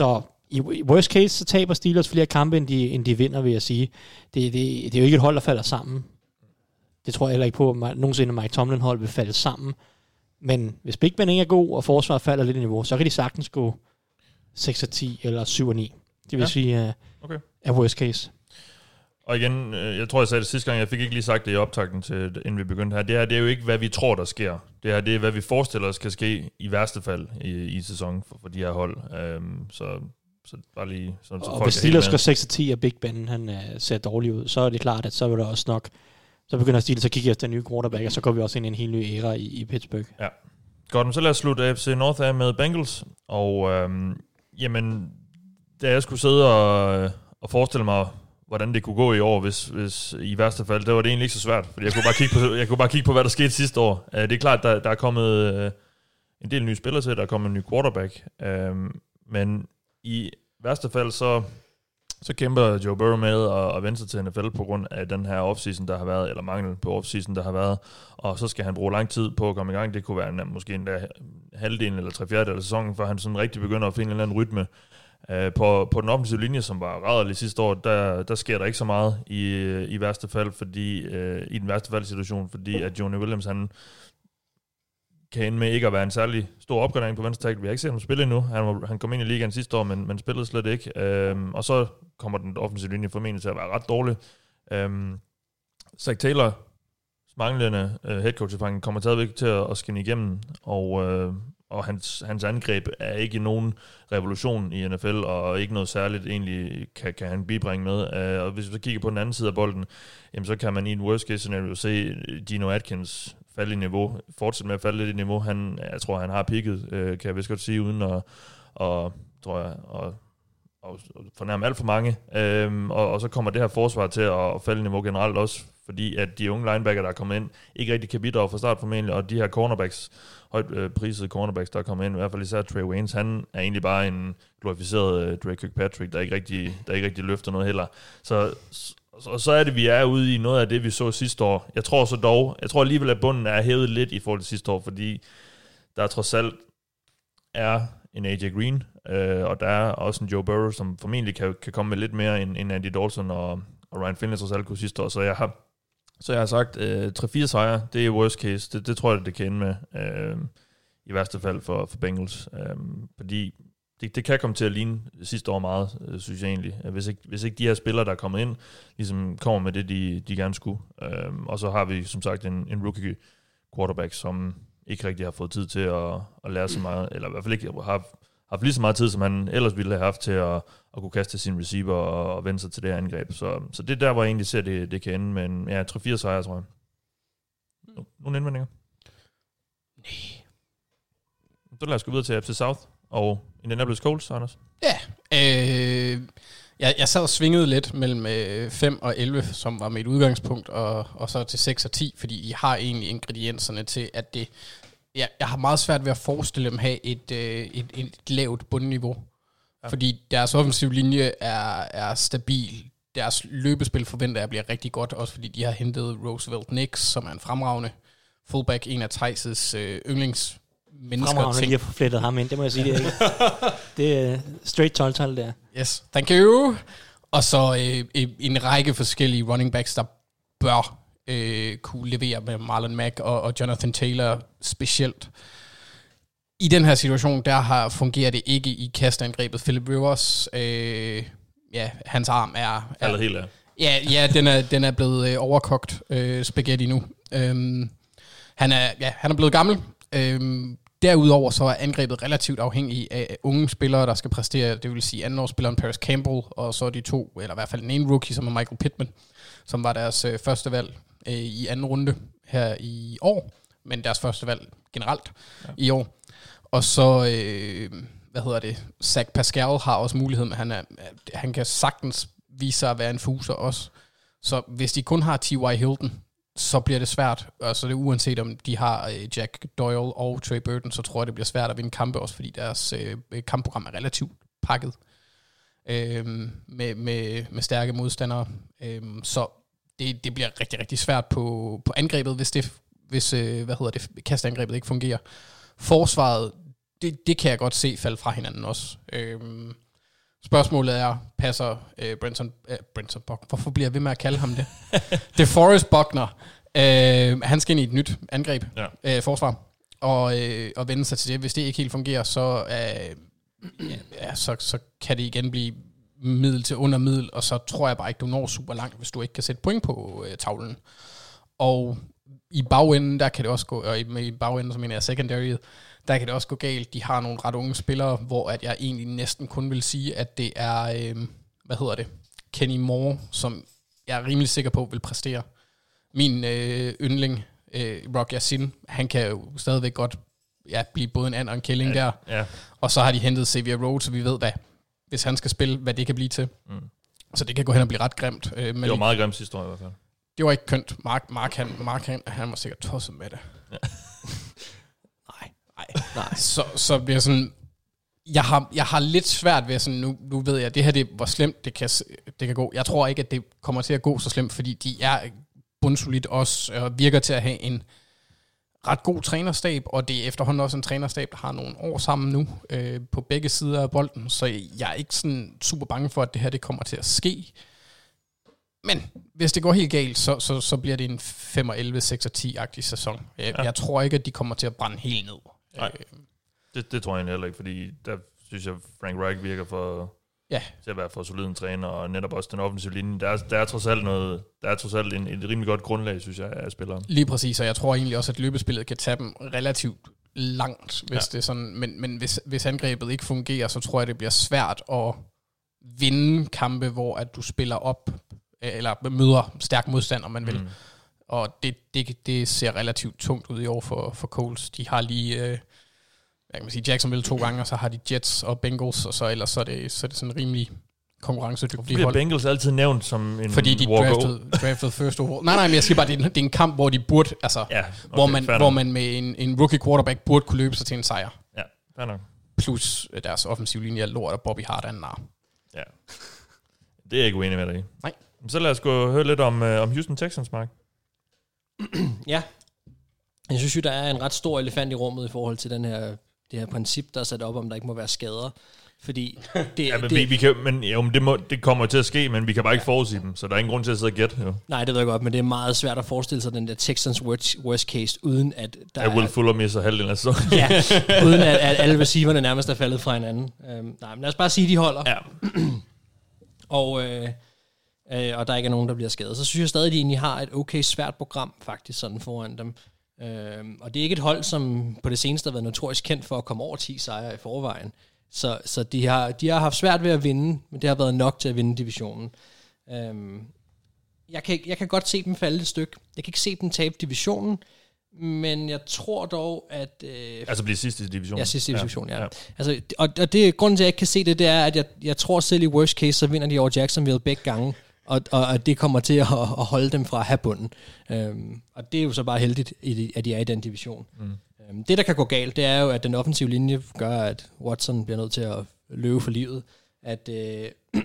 i worst case, så taber Steelers flere kampe, end de, end de vinder, vil jeg sige. Det, det, det er jo ikke et hold, der falder sammen. Det tror jeg heller ikke på, at nogensinde Mike Tomlin hold vil falde sammen. Men hvis Big Ben ikke er god, og forsvaret falder lidt i niveau, så kan de sagtens gå seks og ti eller syv og ni. Det vil ja. sige, uh, okay. er worst case. Og igen, jeg tror, jeg sagde det sidste gang, jeg fik ikke lige sagt det i optakten til, inden vi begyndte her. Det her, det er jo ikke, hvad vi tror, der sker. Det her, det er, hvad vi forestiller os kan ske i værste fald i, i sæsonen for, for de her hold. Um, så, så bare lige... Så, så og hvis Steelers går seks og ti, og Big Ben han, uh, ser dårlig ud, så er det klart, at så vil der også nok... Så begynder Steelers at kigge efter en ny quarterback, og så går vi også ind i en helt ny æra i, i Pittsburgh. Ja. Godt, så lad os slutte A F C North af med Bengals. Og øhm, jamen, da jeg skulle sidde og, og forestille mig, hvordan det kunne gå i år, hvis, hvis i værste fald, der var det egentlig ikke så svært. Fordi jeg kunne bare kigge på, jeg kunne bare kigge på hvad der skete sidste år. Uh, det er klart, der, der er kommet uh, en del nye spillere til, der er kommet en ny quarterback. Uh, men i værste fald, så... Så kæmper Joe Burrow med at, at vende sig til N F L på grund af den her offseason, der har været, eller mangel på offseason, der har været, og så skal han bruge lang tid på at komme i gang. Det kunne være en, måske endda halvdelen eller tre fjerde af sæsonen, før han sådan rigtig begynder at finde en eller anden rytme. Uh, på, på den offensive linje, som var rædderlig sidste år, der, der sker der ikke så meget i, i værste fald, fordi, uh, i den værste fald situation, fordi at Jonah Williams, han kan ende med ikke at være en særlig stor opgradering på venstre tackle. Vi har ikke set ham spille endnu. Han, var, han kom ind i ligaen sidste år, men, men spillede slet ikke. Øhm, og så kommer den offensive linje formentlig til at være ret dårlig. Øhm, Zach Taylor, manglende uh, headcoach-erfaring, kommer stadigvæk til at, at skinne igennem, og, uh, og hans, hans angreb er ikke nogen revolution i N F L, og ikke noget særligt egentlig kan, kan han bibringe med. Uh, og hvis vi så kigger på den anden side af bolden, jamen, så kan man i en worst case scenario se Geno Atkins falde i niveau, fortsætte med at falde lidt i niveau. Han, jeg tror, han har peaked, øh, kan jeg vist godt sige, uden at, og, tror jeg, og, og fornærme alt for mange. Øhm, og, og så kommer det her forsvar til at, at falde i niveau generelt også, fordi at de unge linebacker, der er kommet ind, ikke rigtig kan bidrage fra start formentlig, og de her cornerbacks, højt øh, prisede cornerbacks, der er kommet ind, i hvert fald især Trey Waynes, han er egentlig bare en glorificeret øh, Dre Kirkpatrick, der ikke rigtig, der ikke rigtig løfter noget heller. Så Og så er det, vi er ude i noget af det, vi så sidste år. Jeg tror så dog, jeg tror alligevel, at bunden er hævet lidt i forhold til sidste år, fordi der trods alt er en A J Green, øh, og der er også en Joe Burrow, som formentlig kan, kan komme med lidt mere end, end Andy Dalton og, og Ryan Finley trods alt kunne sidste år. Så jeg har, så jeg har sagt, øh, tre fire sejre, det er worst case. Det, det tror jeg, det kan ende med, øh, i værste fald for, for Bengals. Øh, fordi Det, det kan komme til at ligne sidste år meget, øh, synes jeg egentlig. Hvis ikke, hvis ikke de her spillere, der er kommet ind, ligesom kommer med det, de, de gerne skulle. Øhm, og så har vi som sagt en, en rookie quarterback, som ikke rigtig har fået tid til at, at lære så meget, eller i hvert fald ikke har haft lige så meget tid, som han ellers ville have haft til at, at kunne kaste sin receiver og, og vende sig til det her angreb. Så, så det er der, hvor jeg egentlig ser, det, det kan ende. Men ja, tre fire sejre, tror jeg. Nogle indvendinger? Nej. Så lad os gå videre til A F C South og Indianapolis Colts, Anders. Ja, øh, jeg, jeg sad og svingede lidt mellem øh, fem og elleve, som var mit udgangspunkt, og, og så til seks og ti, fordi I har egentlig ingredienserne til, at det... Ja, jeg har meget svært ved at forestille dem have et, øh, et, et lavt bundniveau, ja. Fordi deres offensive linje er, er stabil. Deres løbespil forventer jeg bliver rigtig godt, også fordi de har hentet Roosevelt Nix, som er en fremragende fullback, en af Theis' øh, yndlings mennesker. Fremragende lige at få flettet ham ind, det må jeg sige, det er ikke. Det er straight tolv-tal der. Yes, thank you. Og så øh, en række forskellige running backs, der bør øh, kunne levere med Marlon Mack og, og Jonathan Taylor specielt. I den her situation, der har fungerer det ikke i kastangrebet. Philip Rivers, øh, ja, hans arm er... er helt af. Ja, ja den, er, den er blevet øh, overkogt øh, spaghetti nu. Øhm, han, er, ja, han er blevet gammel. Øhm, derudover så er angrebet relativt afhængig af unge spillere, der skal præstere, det vil sige andenårsspilleren Paris Campbell, og så de to, eller i hvert fald den ene rookie, som er Michael Pittman, som var deres øh, første valg øh, i anden runde her i år, men deres første valg generelt ja. i år. Og så, øh, hvad hedder det, Zach Pascal har også muligheden, han, er, han kan sagtens vise sig at være en fuser også. Så hvis de kun har T Y Hilton, så bliver det svært. Altså det er uanset om de har øh, Jack Doyle og Trey Burton, så tror jeg, det bliver svært at vinde kampe, også fordi deres øh, kampprogram er relativt pakket øh, med, med, med stærke modstandere. Øh, så det, det bliver rigtig, rigtig svært på, på angrebet, hvis, det, hvis øh, hvad hedder det, kastangrebet ikke fungerer. Forsvaret, det, det kan jeg godt se falde fra hinanden også. Øh, Spørgsmålet er, passer øh, Brenton, øh, Brenton Buckner, hvorfor bliver jeg ved med at kalde ham det? DeForest Buckner, øh, han skal ind i et nyt angreb, ja. øh, forsvar, og, øh, og vende sig til det. Hvis det ikke helt fungerer, så, øh, ja, så, så kan det igen blive middel til under middel, og så tror jeg bare ikke, du når super langt, hvis du ikke kan sætte point på øh, tavlen. Og i bagenden, der kan det også gå, og i, i bagenden, som mener jeg secondary, der kan det også gå galt. De har nogle ret unge spillere, hvor at jeg egentlig næsten kun vil sige, at det er, øh, hvad hedder det, Kenny Moore, som jeg er rimelig sikker på vil præstere. Min øh, yndling, øh, Rock Ya-Sin, han kan jo stadigvæk godt ja, blive både en and og en killing ja, der. Ja. Og så har de hentet Xavier Rhodes, så vi ved, hvad, hvis han skal spille, hvad det kan blive til. Mm. Så det kan gå hen og blive ret grimt. Øh, det var meget grimt sidste år i hvert fald. Det var ikke kønt. Mark, Mark, han, Mark han, han var sikkert tosset med det. Ja. nej, nej, nej. Så, så bliver jeg sådan... Jeg har, jeg har lidt svært ved sådan, nu, nu ved jeg, det her det, hvor slemt det kan, det kan gå. Jeg tror ikke, at det kommer til at gå så slemt, fordi de er bundsolidt også, og virker til at have en ret god trænerstab, og det er efterhånden også en trænerstab, der har nogle år sammen nu, øh, på begge sider af bolden, så jeg er ikke sådan super bange for, at det her det kommer til at ske. Men hvis det går helt galt, så, så, så bliver det en fem og elleve, seks og ti-agtig sæson. Jeg, ja. jeg tror ikke, at de kommer til at brænde helt ned. Nej, det, det tror jeg heller ikke, fordi der synes jeg, Frank Reich virker for, ja. til at være for solid en træner, og netop også den offensive linje. Der er, der er trods alt, noget, der er trods alt en, et rimelig godt grundlag, synes jeg, af spillere. Lige præcis, og jeg tror egentlig også, at løbespillet kan tage dem relativt langt, hvis ja. det er sådan. Men, men hvis, hvis angrebet ikke fungerer, så tror jeg, det bliver svært at vinde kampe, hvor at du spiller op, eller møder stærk modstand, om man vil. Mm. Og det, det, det ser relativt tungt ud i år for, for Colts. De har lige, øh, hvad kan man sige, Jacksonville to gange, og så har de Jets og Bengals, og så ellers så er det, så er det sådan rimelig konkurrencedygtige hold. Hvorfor bliver Bengals altid nævnt som en Fordi de drafted, drafted first overall. Nej, nej, men jeg siger bare, det er, det er en kamp, hvor de burde, altså, ja, okay, hvor, man, hvor man med en, en rookie quarterback burde kunne løbe sig til en sejr. Ja, fair nok. Plus deres offensive linje er lort, og Bobby Hart er en nar. Ja, det er jeg ikke uenig med dig i. Nej. Så lad os gå og høre lidt om, uh, om Houston Texans, Mark. Ja. Jeg synes jo, der er en ret stor elefant i rummet i forhold til den her, det her princip, der er sat op, om der ikke må være skader. Fordi det, ja, men det, vi, vi kan, men, jo, men det, må, det kommer til at ske, men vi kan bare ikke forudsige dem, så der er ingen grund til at sidde og gætte. Jo. Nej, det ved jeg godt, men det er meget svært at forestille sig den der Texans worst, worst case, uden at der er... Will Fuller misser halvdelen af sæsonen. Ja, uden at, at alle receiverne nærmest er faldet fra hinanden. Øhm, nej, men lad os bare sige, at de holder. Ja. og... Øh, Øh, og der ikke er nogen, der bliver skadet. Så synes jeg stadig, at de egentlig har et okay svært program, faktisk, sådan foran dem. Øh, og det er ikke et hold, som på det seneste har været notorisk kendt for at komme over ti sejre i forvejen. Så, så de, har, de har haft svært ved at vinde, men det har været nok til at vinde divisionen. Øh, jeg, kan, jeg kan godt se dem falde et stykke. Jeg kan ikke se dem tabe divisionen, men jeg tror dog, at... Øh, altså blive sidste i divisionen. Ja, sidste i divisionen, ja. ja. Altså, og, og det grunden til, at jeg ikke kan se det, det er, at jeg, jeg tror selv i worst case, så vinder de over Jacksonville begge gange. Og, og, og det kommer til at, at holde dem fra at have bunden. Øhm, og det er jo så bare heldigt, at de er i den division. Mm. Øhm, det, der kan gå galt, det er jo, at den offensive linje gør, at Watson bliver nødt til at løbe for livet. At, øh,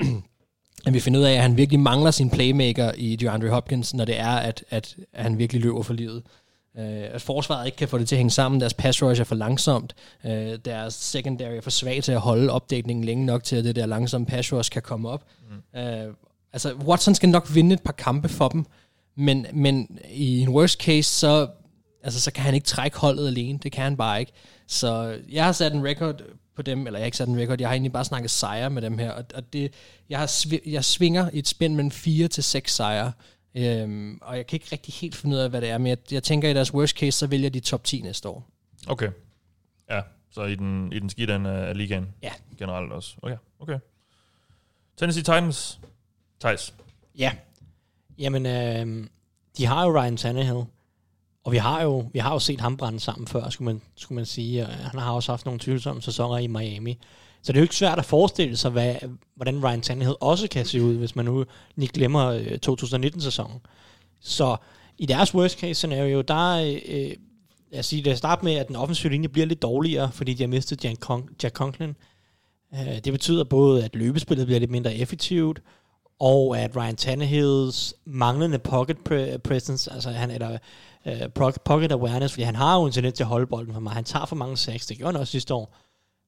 at vi finder ud af, at han virkelig mangler sin playmaker i DeAndre Hopkins, når det er, at, at, at han virkelig løber for livet. Øh, at forsvaret ikke kan få det til at hænge sammen. Deres pass rush er for langsomt. Øh, deres secondary er for svag til at holde opdækningen længe nok til, at det der langsomme pass rush kan komme op. Mm. Øh, Altså, Watson skal nok vinde et par kampe for dem, men, men i en worst case, så, altså, så kan han ikke trække holdet alene. Det kan han bare ikke. Så jeg har sat en record på dem, eller jeg har ikke sat en record, jeg har egentlig bare snakket sejre med dem her, og, og det, jeg, har sv- jeg svinger i et spænd mellem fire til seks sejre, øhm, og jeg kan ikke rigtig helt finde ud af, hvad det er, men jeg, jeg tænker, i deres worst case, så vælger de top ti næste år. Okay. Ja, så i den, i den skidan af ligaen? Ja. Generelt også. Okay, okay. Tennessee Titans... Thijs. Ja. Jamen, øh, de har jo Ryan Tannehill, og vi har jo, vi har jo set ham brænde sammen før, skulle man, skulle man sige. Og han har også haft nogle tvivlsomme sæsoner i Miami. Så det er jo ikke svært at forestille sig, hvad, hvordan Ryan Tannehill også kan se ud, hvis man nu lige glemmer øh, to tusind nitten-sæsonen. Så i deres worst case scenario, der øh, jeg siger, det starter med, at den offensive linje bliver lidt dårligere, fordi de har mistet Jack, Con- Jack Conklin. Øh, det betyder både, at løbespillet bliver lidt mindre effektivt, og at Ryan Tannehills manglende pocket pre- presence, altså han eller uh, pocket awareness, fordi han har jo en tendens til at holde bolden for mig. Han tager for mange sacks, det gjorde han også sidste år.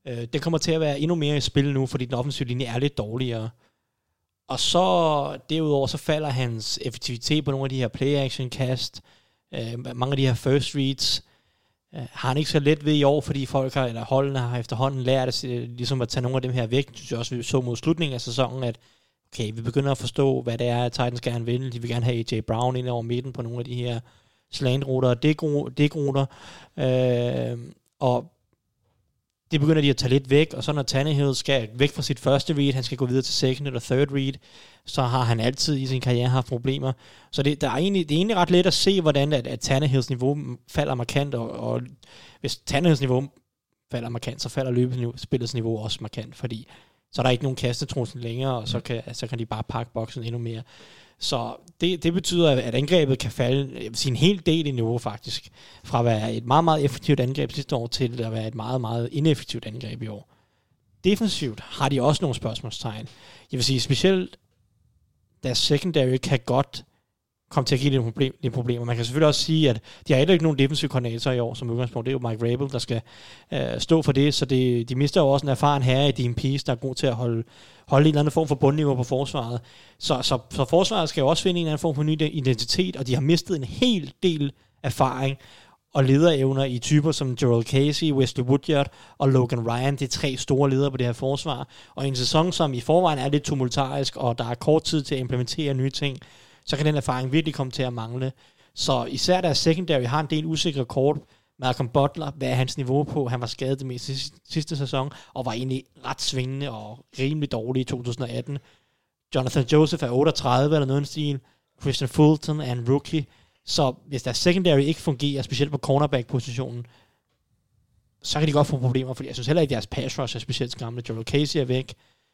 Øh, den kommer til at være endnu mere i spil nu, fordi den offensive linje er lidt dårligere. Og så derudover, så falder hans effektivitet på nogle af de her play-action-kast. Øh, mange af de her first reads øh, har han ikke så let ved i år, fordi folk har, eller holdene har efterhånden lært at, ligesom at tage nogle af dem her væk. Det synes jeg også, vi så mod slutningen af sæsonen, at okay, vi begynder at forstå, hvad det er, at Titans gerne vil. De vil gerne have A J Brown ind over midten på nogle af de her slant-ruter og dig-ruter. Øh, og det begynder de at tage lidt væk, og så når Tannehill skal væk fra sit første read, han skal gå videre til second eller third read, så har han altid i sin karriere haft problemer. Så det, der er egentlig, det er egentlig ret let at se, hvordan at, at Tannehills niveau falder markant, og, og hvis Tannehills niveau falder markant, så falder løbespillets niveau også markant, fordi så er der ikke nogen kastetrussel længere, og så kan, så kan de bare pakke boksen endnu mere. Så det, det betyder, at angrebet kan falde, jeg vil sige, en hel del i niveau faktisk, fra at være et meget, meget effektivt angreb sidste år, til at være et meget, meget ineffektivt angreb i år. Defensivt har de også nogle spørgsmålstegn. Jeg vil sige, specielt deres secondary kan godt komme til at give lidt, problem, lidt problemer. Man kan selvfølgelig også sige, at de har ikke nogen defensive koordinatorer i år, som udgangspunkt. Det er jo Mike Rabel, der skal øh, stå for det, så det, de mister jo også en erfaren herre i Dean Pease, der er god til at holde, holde en eller anden form for bundniveau på forsvaret. Så, så, så forsvaret skal jo også finde en eller anden form for ny identitet, og de har mistet en hel del erfaring og lederevner i typer som Gerald Casey, Wesley Woodyard og Logan Ryan. Det er tre store ledere på det her forsvar. Og en sæson, som i forvejen er lidt tumultarisk, og der er kort tid til at implementere nye ting, så kan den erfaring virkelig komme til at mangle. Så især deres secondary har en del usikre kort. Malcolm Butler, hvad er hans niveau på? Han var skadet det meste sidste sæson, og var egentlig ret svingende og rimelig dårlig i to tusind atten. Jonathan Joseph er otteogtredive eller noget i stil. Christian Fulton er en rookie. Så hvis deres secondary ikke fungerer, specielt på cornerback-positionen, så kan de godt få problemer, fordi jeg synes heller ikke, at deres pass rush er specielt skræmmende. Gerald Casey er væk.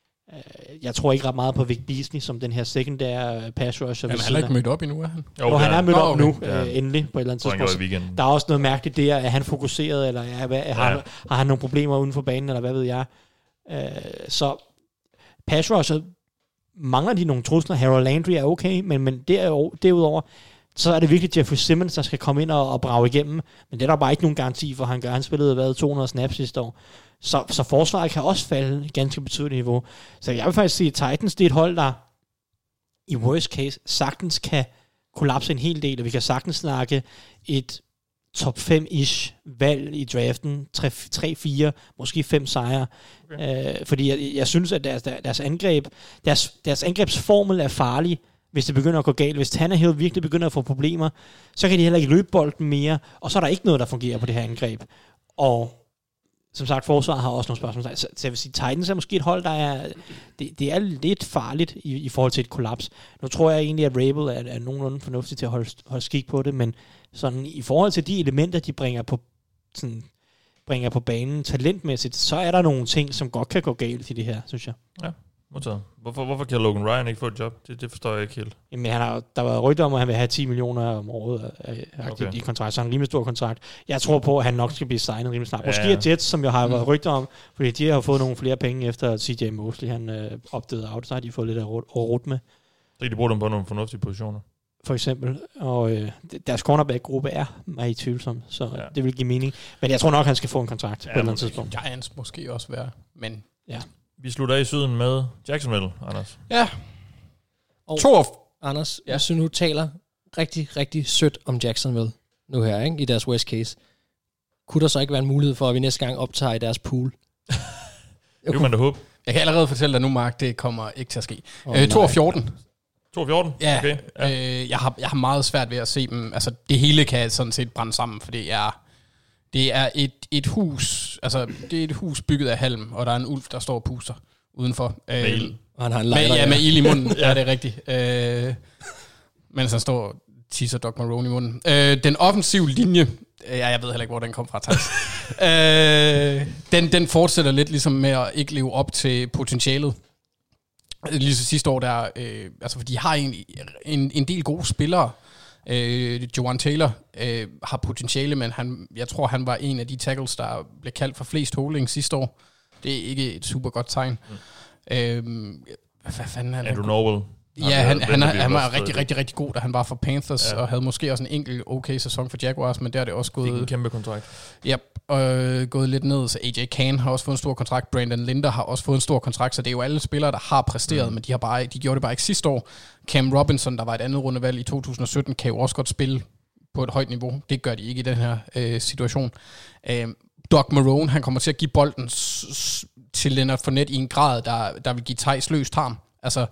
Jeg tror ikke ret meget på Vic Beasley som den her secondary pass rusher. Han er heller ikke mødt op endnu, er han? Jo, jo han er mødt op okay. nu, ja. øh, endelig, på et eller andet tidspunkt. Der er også noget mærkeligt der, er han fokuseret, eller er, hvad, ja. har, har han nogle problemer uden for banen, eller hvad ved jeg. Øh, så pass rusher mangler de nogle trusler. Harold Landry er okay, men, men derudover, så er det virkelig Jeffrey Simmons, der skal komme ind og, og brage igennem, men det er der bare ikke nogen garanti for, han gør. Han spillede hvad, to hundrede snaps sidste år. Så, så forsvaret kan også falde ganske betydeligt niveau. Så jeg vil faktisk sige, at Titans, det er et hold, der i worst case sagtens kan kollapse en hel del, og vi kan sagtens snakke et top fem-ish valg i draften, tre fire, måske fem sejre. Okay. Øh, fordi jeg, jeg synes, at deres, deres angreb, deres, deres angrebsformel er farlig, hvis det begynder at gå galt. Hvis Tannehill virkelig begynder at få problemer, så kan de heller ikke løbe bolden mere, og så er der ikke noget, der fungerer på det her angreb. Og som sagt, forsvaret har også nogle spørgsmål. Så, så jeg vil sige, Titans er måske et hold, der er, det, det er lidt farligt i, i forhold til et kollaps. Nu tror jeg egentlig, at Rabel er, er nogenlunde fornuftig til at holde, holde skik på det, men sådan, i forhold til de elementer, de bringer på, sådan, bringer på banen talentmæssigt, så er der nogle ting, som godt kan gå galt i det her, synes jeg. Ja, modtaget. Hvorfor, hvorfor kan Logan Ryan ikke få et job? Det, det forstår jeg ikke helt. Jamen, han har, der var rygter om, at han vil have ti millioner om året okay. i kontrakt, så han har en rimelig stor kontrakt. Jeg tror på, at han nok skal blive signet rimelig snart. Måske ja. Jets, som jo har været rygter om, fordi de har fået nogle flere penge efter, at C J Mosley han øh, opdagede out, så har de fået lidt at rute med. Så kan de bruge dem på nogle fornuftige positioner. For eksempel. Og øh, deres cornerback-gruppe er meget tvivlsom, så ja. Det vil give mening. Men jeg tror nok, han skal få en kontrakt ja, på et eller andet tidspunkt. Giants måske også være, men ja. Vi slutter af i syden med Jacksonville, Anders. Ja. Og to of Anders, ja. Hvis du nu taler rigtig, rigtig sødt om Jacksonville nu her, ikke, i deres worst case, kunne der så ikke være en mulighed for, at vi næste gang optager i deres pool? Det kunne man da håbe. Jeg kan allerede fortælle dig nu, Mark, det kommer ikke til at ske. Oh, øh, to og fjorten. to og fjorten? Ja, okay. ja. Øh, jeg, har, jeg har meget svært ved at se dem. Altså, det hele kan sådan set brænde sammen, for det er, det er et, et hus, altså, det er et hus bygget af halm, og der er en ulv, der står og puster udenfor. Med øh, ild. Og han har en med, lighter, ja, med ild i munden. ja. Ja, det er rigtigt. Øh, mens han står og tisser Doc Marrone i munden. Øh, den offensive linje, ja, jeg ved heller ikke, hvor den kom fra, Thijs. øh, den, den fortsætter lidt ligesom med at ikke leve op til potentialet. Lige så sidste år der, øh, altså for de har en, en, en del gode spillere. Øh, Jawan Taylor øh, har potentiale, men han, jeg tror, han var en af de tackles, der blev kaldt for flest holdings sidste år. Det er ikke et super godt tegn. Mm. Øh, hvad fanden er det? Andrew Norwell. Ja, han, han, han, han var rigtig, rigtig, rigtig god, da han var for Panthers, ja. og havde måske også en enkelt okay sæson for Jaguars, men der er det også gået... Fik en kæmpe kontrakt. Ja, og øh, gået lidt ned, så A J Cann har også fået en stor kontrakt, Brandon Linder har også fået en stor kontrakt, så det er jo alle spillere, der har præsteret, mm. men de, har bare, de gjorde det bare ikke sidste år. Cam Robinson, der var et andet rundevalg i to tusind og sytten, kan jo også godt spille på et højt niveau. Det gør de ikke i den her øh, situation. Øh, Doug Marrone, han kommer til at give bolden s- s- til Leonard Fournette i en grad, der, der vil give Theis løs tarm. Altså,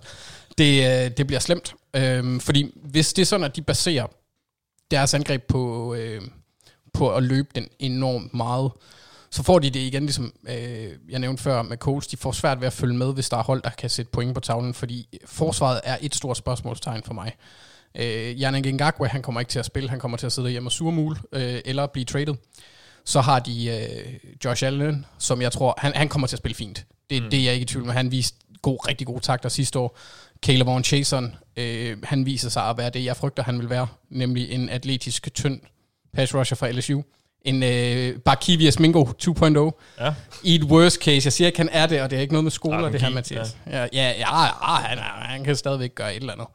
det, det bliver slemt. Øhm, fordi hvis det er sådan, at de baserer deres angreb på, øh, på at løbe den enormt meget, så får de det igen, ligesom øh, jeg nævnte før med Colts, de får svært ved at følge med, hvis der er hold, der kan sætte point på tavlen, fordi forsvaret er et stort spørgsmålstegn for mig. Øh, Yannick Ngakoue, han kommer ikke til at spille, han kommer til at sidde hjemme og surmule, øh, eller blive traded. Så har de øh, Josh Allen, som jeg tror, han, han kommer til at spille fint. Det, mm. det er jeg ikke i tvivl med. Han viste god, rigtig gode takter sidste år. Caleb Vaughn Chason, øh, han viser sig at være det, jeg frygter, han vil være. Nemlig en atletisk, tynd pass rusher fra L S U. En øh, Barkevious Mingo to punkt nul. Ja. I et worst case. Jeg siger ikke, han er det, og det er ikke noget med skoler, det her, Mathias. Ja, ja, ja, ja, ja han, han kan stadigvæk gøre et eller andet.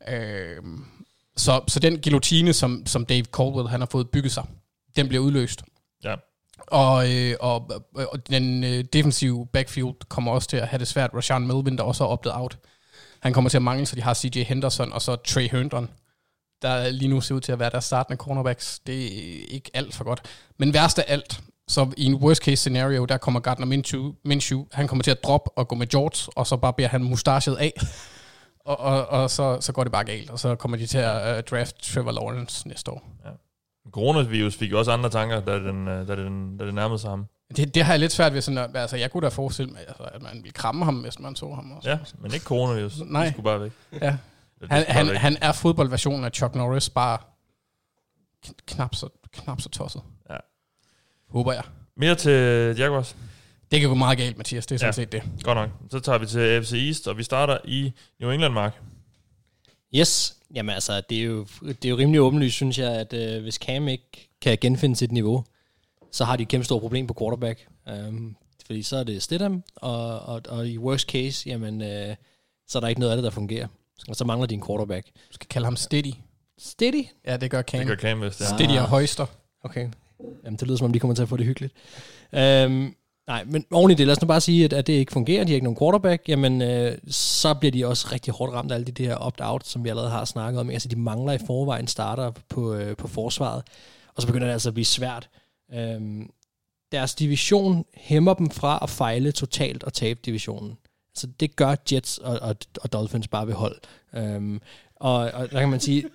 Øh, så, så den guillotine, som, som Dave Caldwell han har fået bygget sig, den bliver udløst. Ja. Og, øh, og, og den øh, defensive backfield kommer også til at have det svært. Rashaan Melvin, der også er opdaget out. Han kommer til at mangle, så de har C J Henderson og så Trey Herndon, der lige nu ser ud til at være deres startende cornerbacks. Det er ikke alt for godt. Men værst af alt, så i en worst case scenario, der kommer Gardner Minshew, Minshew han kommer til at droppe og gå med George, og så bare beder han mustachiet af. og og, og så, så går det bare galt, og så kommer de til at uh, draft Trevor Lawrence næste år. Ja. Coronavirus fik jo også andre tanker, da den, da den, da det nærmede sig ham. Det, det har jeg lidt svært ved, sådan at, altså jeg kunne da forestille mig, altså, at man ville kramme ham, hvis man så ham også. Ja, men ikke coronavirus. Nej. Det skulle bare væk. Ja. Han, han, han er fodboldversionen af Chuck Norris, bare knap så, knap så tosset. Ja. Håber jeg. Mere til Jaguars. Det kan gå meget galt, Mathias, det er sådan ja. set det. Godt nok. Så tager vi til A F C East, og vi starter i New England, Mark. Yes. Jamen altså, det er jo, det er jo rimelig åbenlyst, synes jeg, at øh, hvis Cam ikke kan genfinde sit niveau, så har de et kæmpe stort problem på quarterback. Um, fordi så er det Stidham, og, og, og i worst case, jamen, øh, så er der ikke noget af det, der fungerer. Og så mangler de en quarterback. Du skal kalde ham Steady. Steady? Ja, det gør Cam. Det gør Cam, hvis det er. Steady og højster. Okay. Jamen, det lyder som om, de kommer til at få det hyggeligt. Um, nej, men oven i det, lad os nu bare sige, at, at det ikke fungerer, de har ikke nogen quarterback, jamen, øh, så bliver de også rigtig hårdt ramt af alle de der opt-out, som vi allerede har snakket om. Altså, de mangler i forvejen starter på, øh, på forsvaret, og så begynder det altså at blive svært. Um, deres division hæmmer dem fra at fejle totalt og tabe divisionen. Så det gør Jets og, og, og Dolphins bare ved hold. Um, og, og der kan man sige,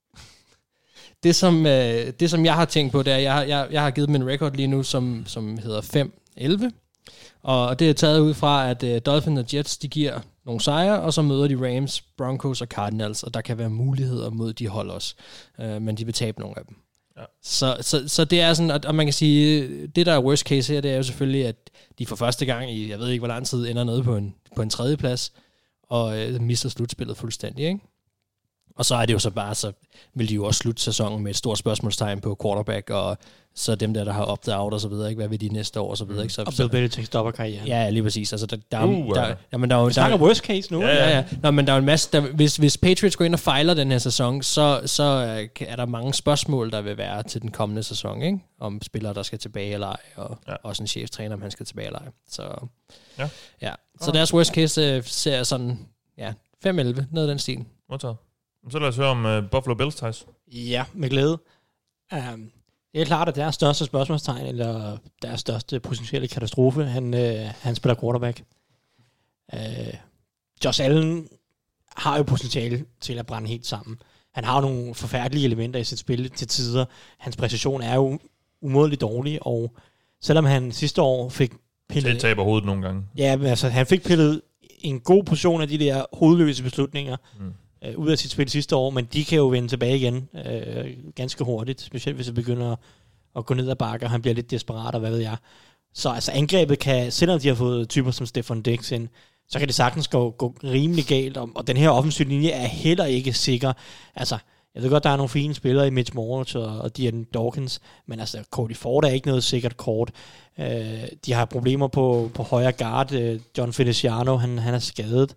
det som, øh, det som jeg har tænkt på, det er, jeg, jeg, jeg har givet dem en record lige nu, som, som hedder fem elleve. Og det er taget ud fra, at uh, Dolphins og Jets, de giver nogle sejre, og så møder de Rams, Broncos og Cardinals, og der kan være muligheder mod de hold også. Uh, men de vil tabe nogle af dem. Ja. Så, så, så det er sådan, at man kan sige, det der er worst case her, det er jo selvfølgelig, at de for første gang i, jeg ved ikke hvor lang tid, ender nede på en, på en tredje plads, og øh, mister slutspillet fuldstændig, ikke? Og så er det jo så bare, så vil de jo også slutte sæsonen med et stort spørgsmålstegn på quarterback, og så dem der, der har optet out og så videre, ikke? Hvad vil de næste år og så videre, ikke? Så, og Bill Belichick stopper karrieren. Ja, lige præcis. Altså, der, der, uh, der, der, men der, der, vi snakker der, worst case nu. Ja, ja. ja. Nå, men der er en masse, der, hvis, hvis Patriots går ind og fejler den her sæson, så, så er der mange spørgsmål, der vil være til den kommende sæson, ikke? Om spillere, der skal tilbage eller ej, og ja. også en cheftræner, om han skal tilbage eller ej. Så, ja. ja. så deres worst case uh, ser sådan, ja, fem elleve, noget af den stil. Modtaget. Så lad os høre om uh, Buffalo Bills, Theis. Ja, med glæde. Um, det er klart, at deres største spørgsmålstegn, eller deres største potentielle katastrofe, han, uh, han spiller quarterback. Uh, Josh Allen har jo potentiale til at brænde helt sammen. Han har nogle forfærdelige elementer i sit spil til tider. Hans præcision er jo umådeligt dårlig, og selvom han sidste år fik pillet... Det taber hovedet nogle gange. Ja, altså han fik pillet en god portion af de der hovedløse beslutninger, mm. øh, ud af sit spil sidste år, men de kan jo vende tilbage igen øh, ganske hurtigt, specielt hvis det begynder at gå ned ad bakke, og han bliver lidt desperat, og hvad ved jeg. Så altså angrebet kan, selvom de har fået typer som Stefan Diggs ind, så kan det sagtens gå, gå rimelig galt, og, og den her offensive linje er heller ikke sikker. Altså, jeg ved godt, der er nogle fine spillere i Mitch Morse og, og Dion Dawkins, men altså, Cody Ford er ikke noget sikkert kort. Øh, de har problemer på, på højre guard. Øh, John Feliciano, han, han er skadet.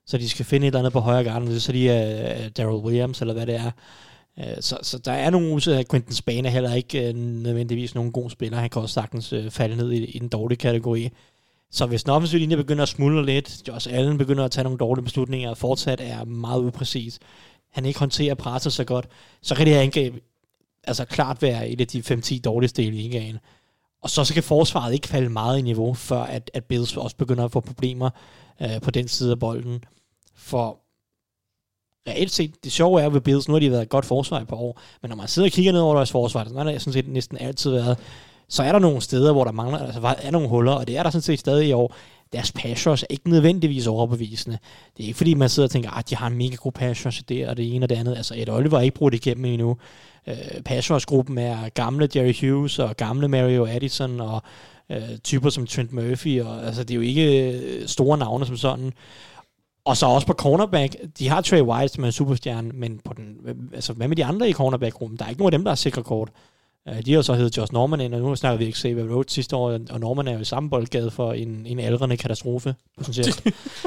så de skal finde et eller andet på højre garden, så de er uh, Darrell Williams, eller hvad det er. Uh, så, så der er nogle user, Quentin Spain er heller ikke uh, nødvendigvis nogen god spiller. Han kan også sagtens uh, falde ned i, i den dårlige kategori. Så hvis den offensive linje begynder at smuldre lidt, Josh Allen begynder at tage nogle dårlige beslutninger, og fortsat er meget upræcis, han ikke håndterer presset så godt, så kan det her angreb altså klart være et af de fem til ti dårligste i ligaen. Og så, så kan forsvaret ikke falde meget i niveau, før at, at Bills også begynder at få problemer øh, på den side af bolden. For reelt set, det sjove er ved Bills, nu har de været et godt forsvar i et par år, men når man sidder og kigger ned over deres forsvar, så har det sådan set næsten altid været, så er der nogle steder, hvor der mangler, altså er nogle huller, og det er der sådan set stadig i år. Deres pass rush er ikke nødvendigvis overbevisende. Det er ikke fordi, man sidder og tænker, at de har en mega god pass rush der, og det ene og det andet. Altså, Ed Oliver er ikke brugt igennem endnu. Uh, pass rush-gruppen er gamle Jerry Hughes og gamle Mario Addison og uh, typer som Trent Murphy. Og, altså, det er jo ikke store navne som sådan. Og så også på cornerback. De har Trey White, som er en superstjerne, men på den, altså, hvad med de andre i cornerback-gruppen? Der er ikke nogen af dem, der er sikre kort. De har jo så heddet Josh Norman ind, og nu snakker vi ikke Xavier Rhodes sidste år, og Norman er jo i samme boldgade for en, en aldrende katastrofe, potentielt.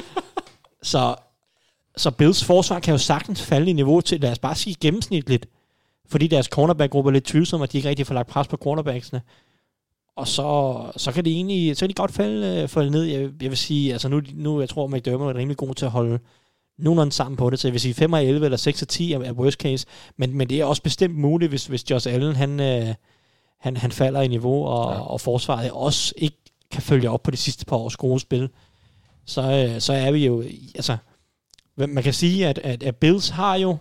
så, så Bills forsvar kan jo sagtens falde i niveau til, lad os bare sige gennemsnitligt, fordi deres cornerback-gruppe er lidt tvivlsom, og de ikke rigtig får lagt pres på cornerbacksene. Og så, så kan det egentlig, så kan de godt falde, falde ned. Jeg, jeg vil sige, altså nu, nu jeg tror, McDermott er rimelig god til at holde nogenlunde sammen på det, så jeg vil sige fem og elleve eller seks og ti er worst case, men, men det er også bestemt muligt, hvis, hvis Josh Allen han, øh, han, han falder i niveau, og, ja. og forsvaret også ikke kan følge op på de sidste par års gode spil, så, øh, så er vi jo, altså, man kan sige, at, at, at Bills har jo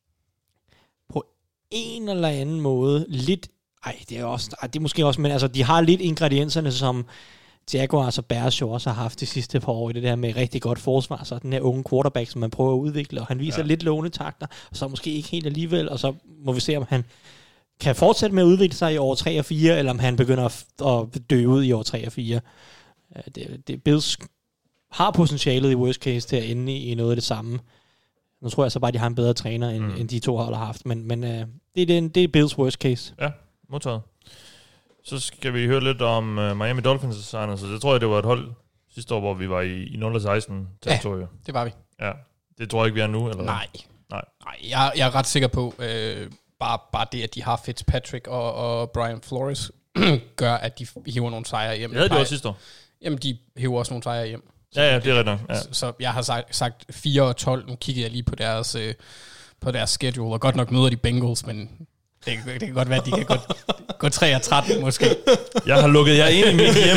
på en eller anden måde lidt, ej, det er også, ej, det er måske også, men altså, de har lidt ingredienserne, som Jaguars og Bears jo også har haft de sidste par år i det der med rigtig godt forsvar, så den her unge quarterback, som man prøver at udvikle, og han viser ja. lidt lovende takter, og så måske ikke helt alligevel, og så må vi se, om han kan fortsætte med at udvikle sig i år tre og fire, eller om han begynder at, at dø ud i år tre og fire. Det, det, Bills har potentialet i worst case til at ende i noget af det samme. Nu tror jeg så bare, at de har en bedre træner, end, mm. end de to hold har haft, men, men uh, det, er, det er Bills worst case. Ja, modtaget. Så skal vi høre lidt om uh, Miami Dolphins, Anders. Så det tror jeg, det var et hold sidste år, hvor vi var i, i nul seksten territoriet. Ja, det var vi. Ja, det tror jeg ikke, vi er nu, eller? Nej. Nej. Nej, jeg, jeg er ret sikker på, øh, bare, bare det, at de har Fitzpatrick og, og Brian Flores, gør, at de hiver nogle sejre hjem. Det havde de også sidste år. Jamen, de hiver også nogle sejre hjem. Så, ja, ja, det er rigtigt nok. Ja. Så, så jeg har sagt, sagt fire og tolv. Nu kiggede jeg lige på deres, øh, på deres schedule, og godt nok møder de Bengals, men det, det kan godt være, at de kan gå, gå tre og tretten måske. Jeg har lukket jer ind i mit hjem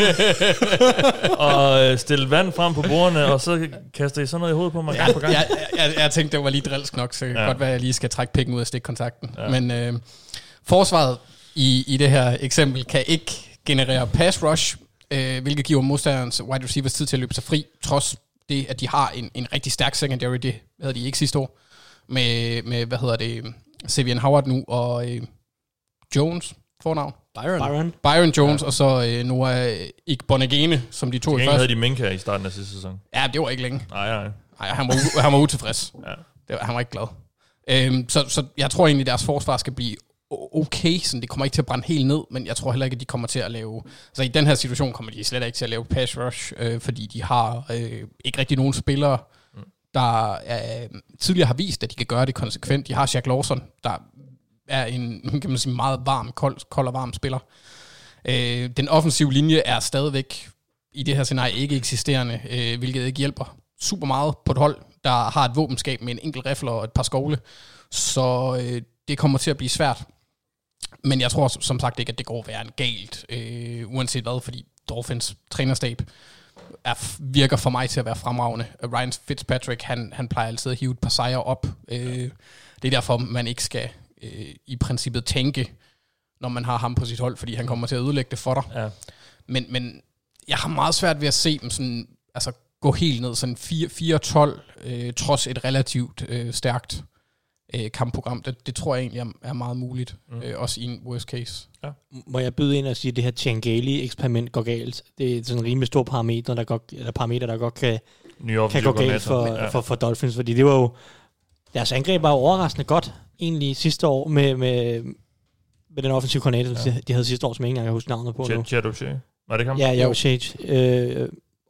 og stillet vand frem på bordene, og så kaster I sådan noget i hovedet på mig gang på gang. Jeg, jeg, jeg, jeg tænkte, det var lige drilsk nok, så det kan ja. godt være, at jeg lige skal trække pikken ud af stikkontakten. Ja. Men øh, forsvaret i, i det her eksempel kan ikke generere pass rush, øh, hvilket giver modstanderens wide receivers tid til at løbe sig fri, trods det, at de har en, en rigtig stærk secondary. Det havde de ikke sidste år. Med, med hvad hedder det, Xavier Howard nu, og øh, Jones, fornavn. Byron. Byron, Byron Jones, ja. Og så øh, Noah Igbonagene, som de to i første. havde de Minka i starten af sidste sæson. Ja, det var ikke længe. Nej, nej. Nej, han var, han var utilfreds. Ja. Det var, han var ikke glad. Øhm, så, så jeg tror egentlig, at deres forsvar skal blive okay, så det kommer ikke til at brænde helt ned, men jeg tror heller ikke, at de kommer til at lave, altså i den her situation kommer de slet ikke til at lave pass rush, øh, fordi de har øh, ikke rigtig nogen spillere, mm. der øh, tidligere har vist, at de kan gøre det konsekvent. De har Shaq Lawson, der er en, kan man sige, meget varm, kold, kold og varm spiller. Øh, den offensive linje er stadigvæk i det her scenarie ikke eksisterende, øh, hvilket ikke hjælper super meget på et hold, der har et våbenskab med en enkelt rifle og et par skovle. Så øh, det kommer til at blive svært. Men jeg tror som sagt ikke, at det går værre galt, øh, uanset hvad, fordi Dolphins trænerstab er, virker for mig til at være fremragende. Ryan Fitzpatrick, han, han plejer altid at hive et par sejre op. Øh, det er derfor, man ikke skal øh, i princippet tænke, når man har ham på sit hold, fordi han kommer til at ødelægge det for dig. Ja. Men, men jeg har meget svært ved at se dem sådan, altså, gå helt ned, sådan fire tolv, øh, trods et relativt øh, stærkt øh, kampprogram. Det, det tror jeg egentlig er, er meget muligt, mm. øh, også i en worst case. Ja. Må jeg byde ind og sige, at det her Chengali-eksperiment går galt? Det er sådan en rimelig stor parameter, der godt, eller parameter, der godt kan, kan gå galt for, ja. for, for Dolphins, fordi det var jo, deres angreb var jo overraskende godt, egentlig sidste år, med, med, med den offensive koordinator, ja. de havde sidste år, som jeg ikke engang kan huske navnet på nu. Chad O'Shea. Var det ikke ham? Ja, ja, O'Shea. Øh,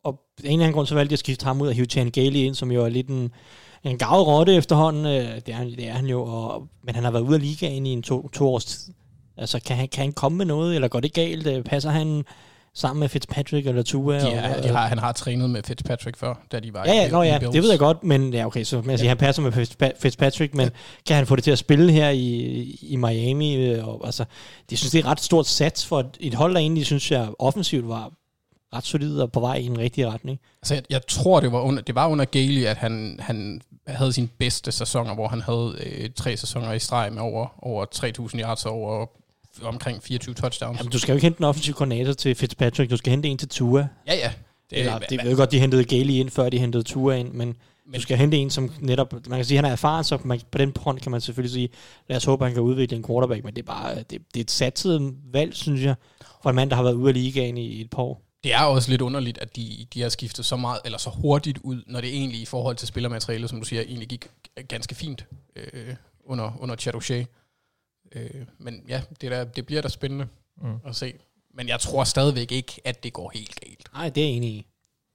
og af en eller anden grund, så valgte jeg at skifte ham ud og hive Chan Gailey ind, som jo er lidt en, en gavet rotte efterhånden. Det er, det er han jo, og, men han har været ude af ligaen i en to, to års tid. Altså, kan han, kan han komme med noget, eller går det galt? Passer han sammen med Fitzpatrick eller Tua? De er, og, de har, han har trænet med Fitzpatrick før, da de var ja, ja, i, nå, i ja, Bills. det ved jeg godt, men ja, okay, så man siger, ja. han passer med Fitzpatrick, men ja. kan han få det til at spille her i, i Miami? Og, altså, det synes det er et ret stort sats for et, et hold, der egentlig, synes jeg, offensivt var ret solid og på vej i en rigtig retning. Altså, jeg, jeg tror, det var under, det var under Gailey, at han, han havde sin bedste sæsoner, hvor han havde øh, tre sæsoner i streg med over, over tre tusind yards og over omkring fireogtyve touchdowns. Jamen, du skal jo ikke hente en offensiv koordinator til Fitzpatrick, du skal hente en til Tua. Ja, ja. Det, Eller, det ved godt, de hentede Gailey ind, før de hentede Tua ind, men, men du skal hente en, som netop, man kan sige, han er erfaren, så man, på den front kan man selvfølgelig sige, lad os håbe, han kan udvikle en quarterback, men det er bare, det, det er et satset valg, synes jeg, for en mand, der har været ude af ligaen i, i et par år. Det er også lidt underligt, at de, de har skiftet så meget, eller så hurtigt ud, når det egentlig i forhold til spillermaterialet, som du siger, egentlig gik ganske fint øh, under, under Chad O'Shea. Øh, men ja, det, der, det bliver da spændende mm. at se. Men jeg tror stadigvæk ikke, at det går helt galt. Nej, det er jeg enig i.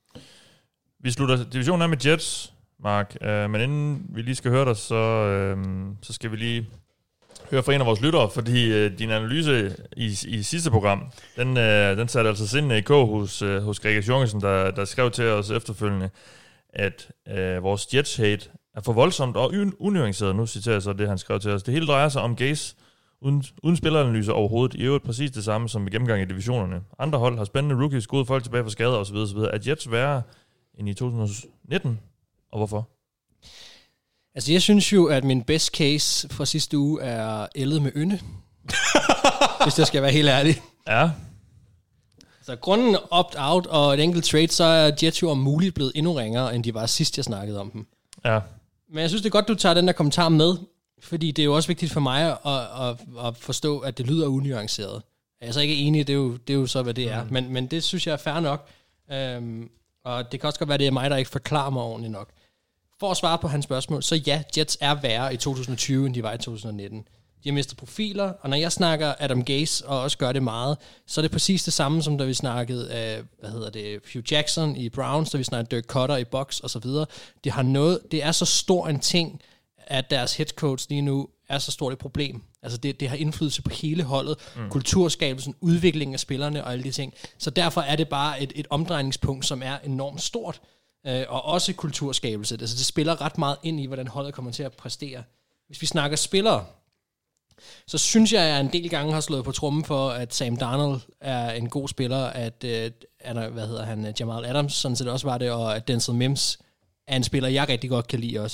Vi slutter divisionen af med Jets, Mark. Uh, men inden vi lige skal høre dig, så, uh, så skal vi lige høre fra en af vores lyttere, fordi uh, din analyse i, i sidste program, den, uh, den satte altså sindene i kog hos, uh, hos Gregers Jørgensen, der, der skrev til os efterfølgende, at uh, vores Jets-hate er for voldsomt og un- unuanceret. Nu citerer jeg så det, han skrev til os. Det hele drejer sig om Gase uden, uden spilleranalyse overhovedet. I øvrigt præcis det samme som med gennemgang i divisionerne. Andre hold har spændende rookies, gode folk tilbage fra skader osv. osv. Er Jets værre end i to tusind nitten? Og hvorfor? Altså, jeg synes jo, at min best case fra sidste uge er ældet med ynde. Hvis jeg skal være helt ærlig. Ja. Så grunden opt-out og et enkelt trade, så er Jets jo om muligt blevet endnu ringere, end de var sidst, jeg snakkede om dem. Ja. Men jeg synes, det er godt, du tager den der kommentar med, fordi det er jo også vigtigt for mig at, at, at forstå, at det lyder unuanceret. Jeg er så ikke enig, det er jo, det er jo så, hvad det er. Mm. Men, men det synes jeg er fair nok. Um, og det kan også godt være, det er mig, der ikke forklarer mig ordentligt nok. For at svare på hans spørgsmål, så ja, Jets er værre i to tusind tyve, end de var i to tusind nitten. De har mistet profiler, og når jeg snakker Adam Gase, og også gør det meget, så er det præcis det samme, som da vi snakkede af, hvad hedder det, Hugh Jackson i Browns, da vi snakkede Dirk Koetter i Bucks, og så videre. Det har noget, det er så stor en ting, at deres head coach lige nu er så stort et problem. Altså det, det har indflydelse på hele holdet, mm. kulturskabelsen, udviklingen af spillerne og alle de ting. Så derfor er det bare et, et omdrejningspunkt, som er enormt stort, øh, og også kulturskabelse. Altså det spiller ret meget ind i, hvordan holdet kommer til at præstere. Hvis vi snakker spillere, så synes jeg, at jeg en del gange har slået på trommen for, at Sam Darnold er en god spiller, at, øh, at hvad hedder han, Jamal Adams, sådan set også var det, og at Denzel Mims er en spiller, jeg rigtig godt kan lide også.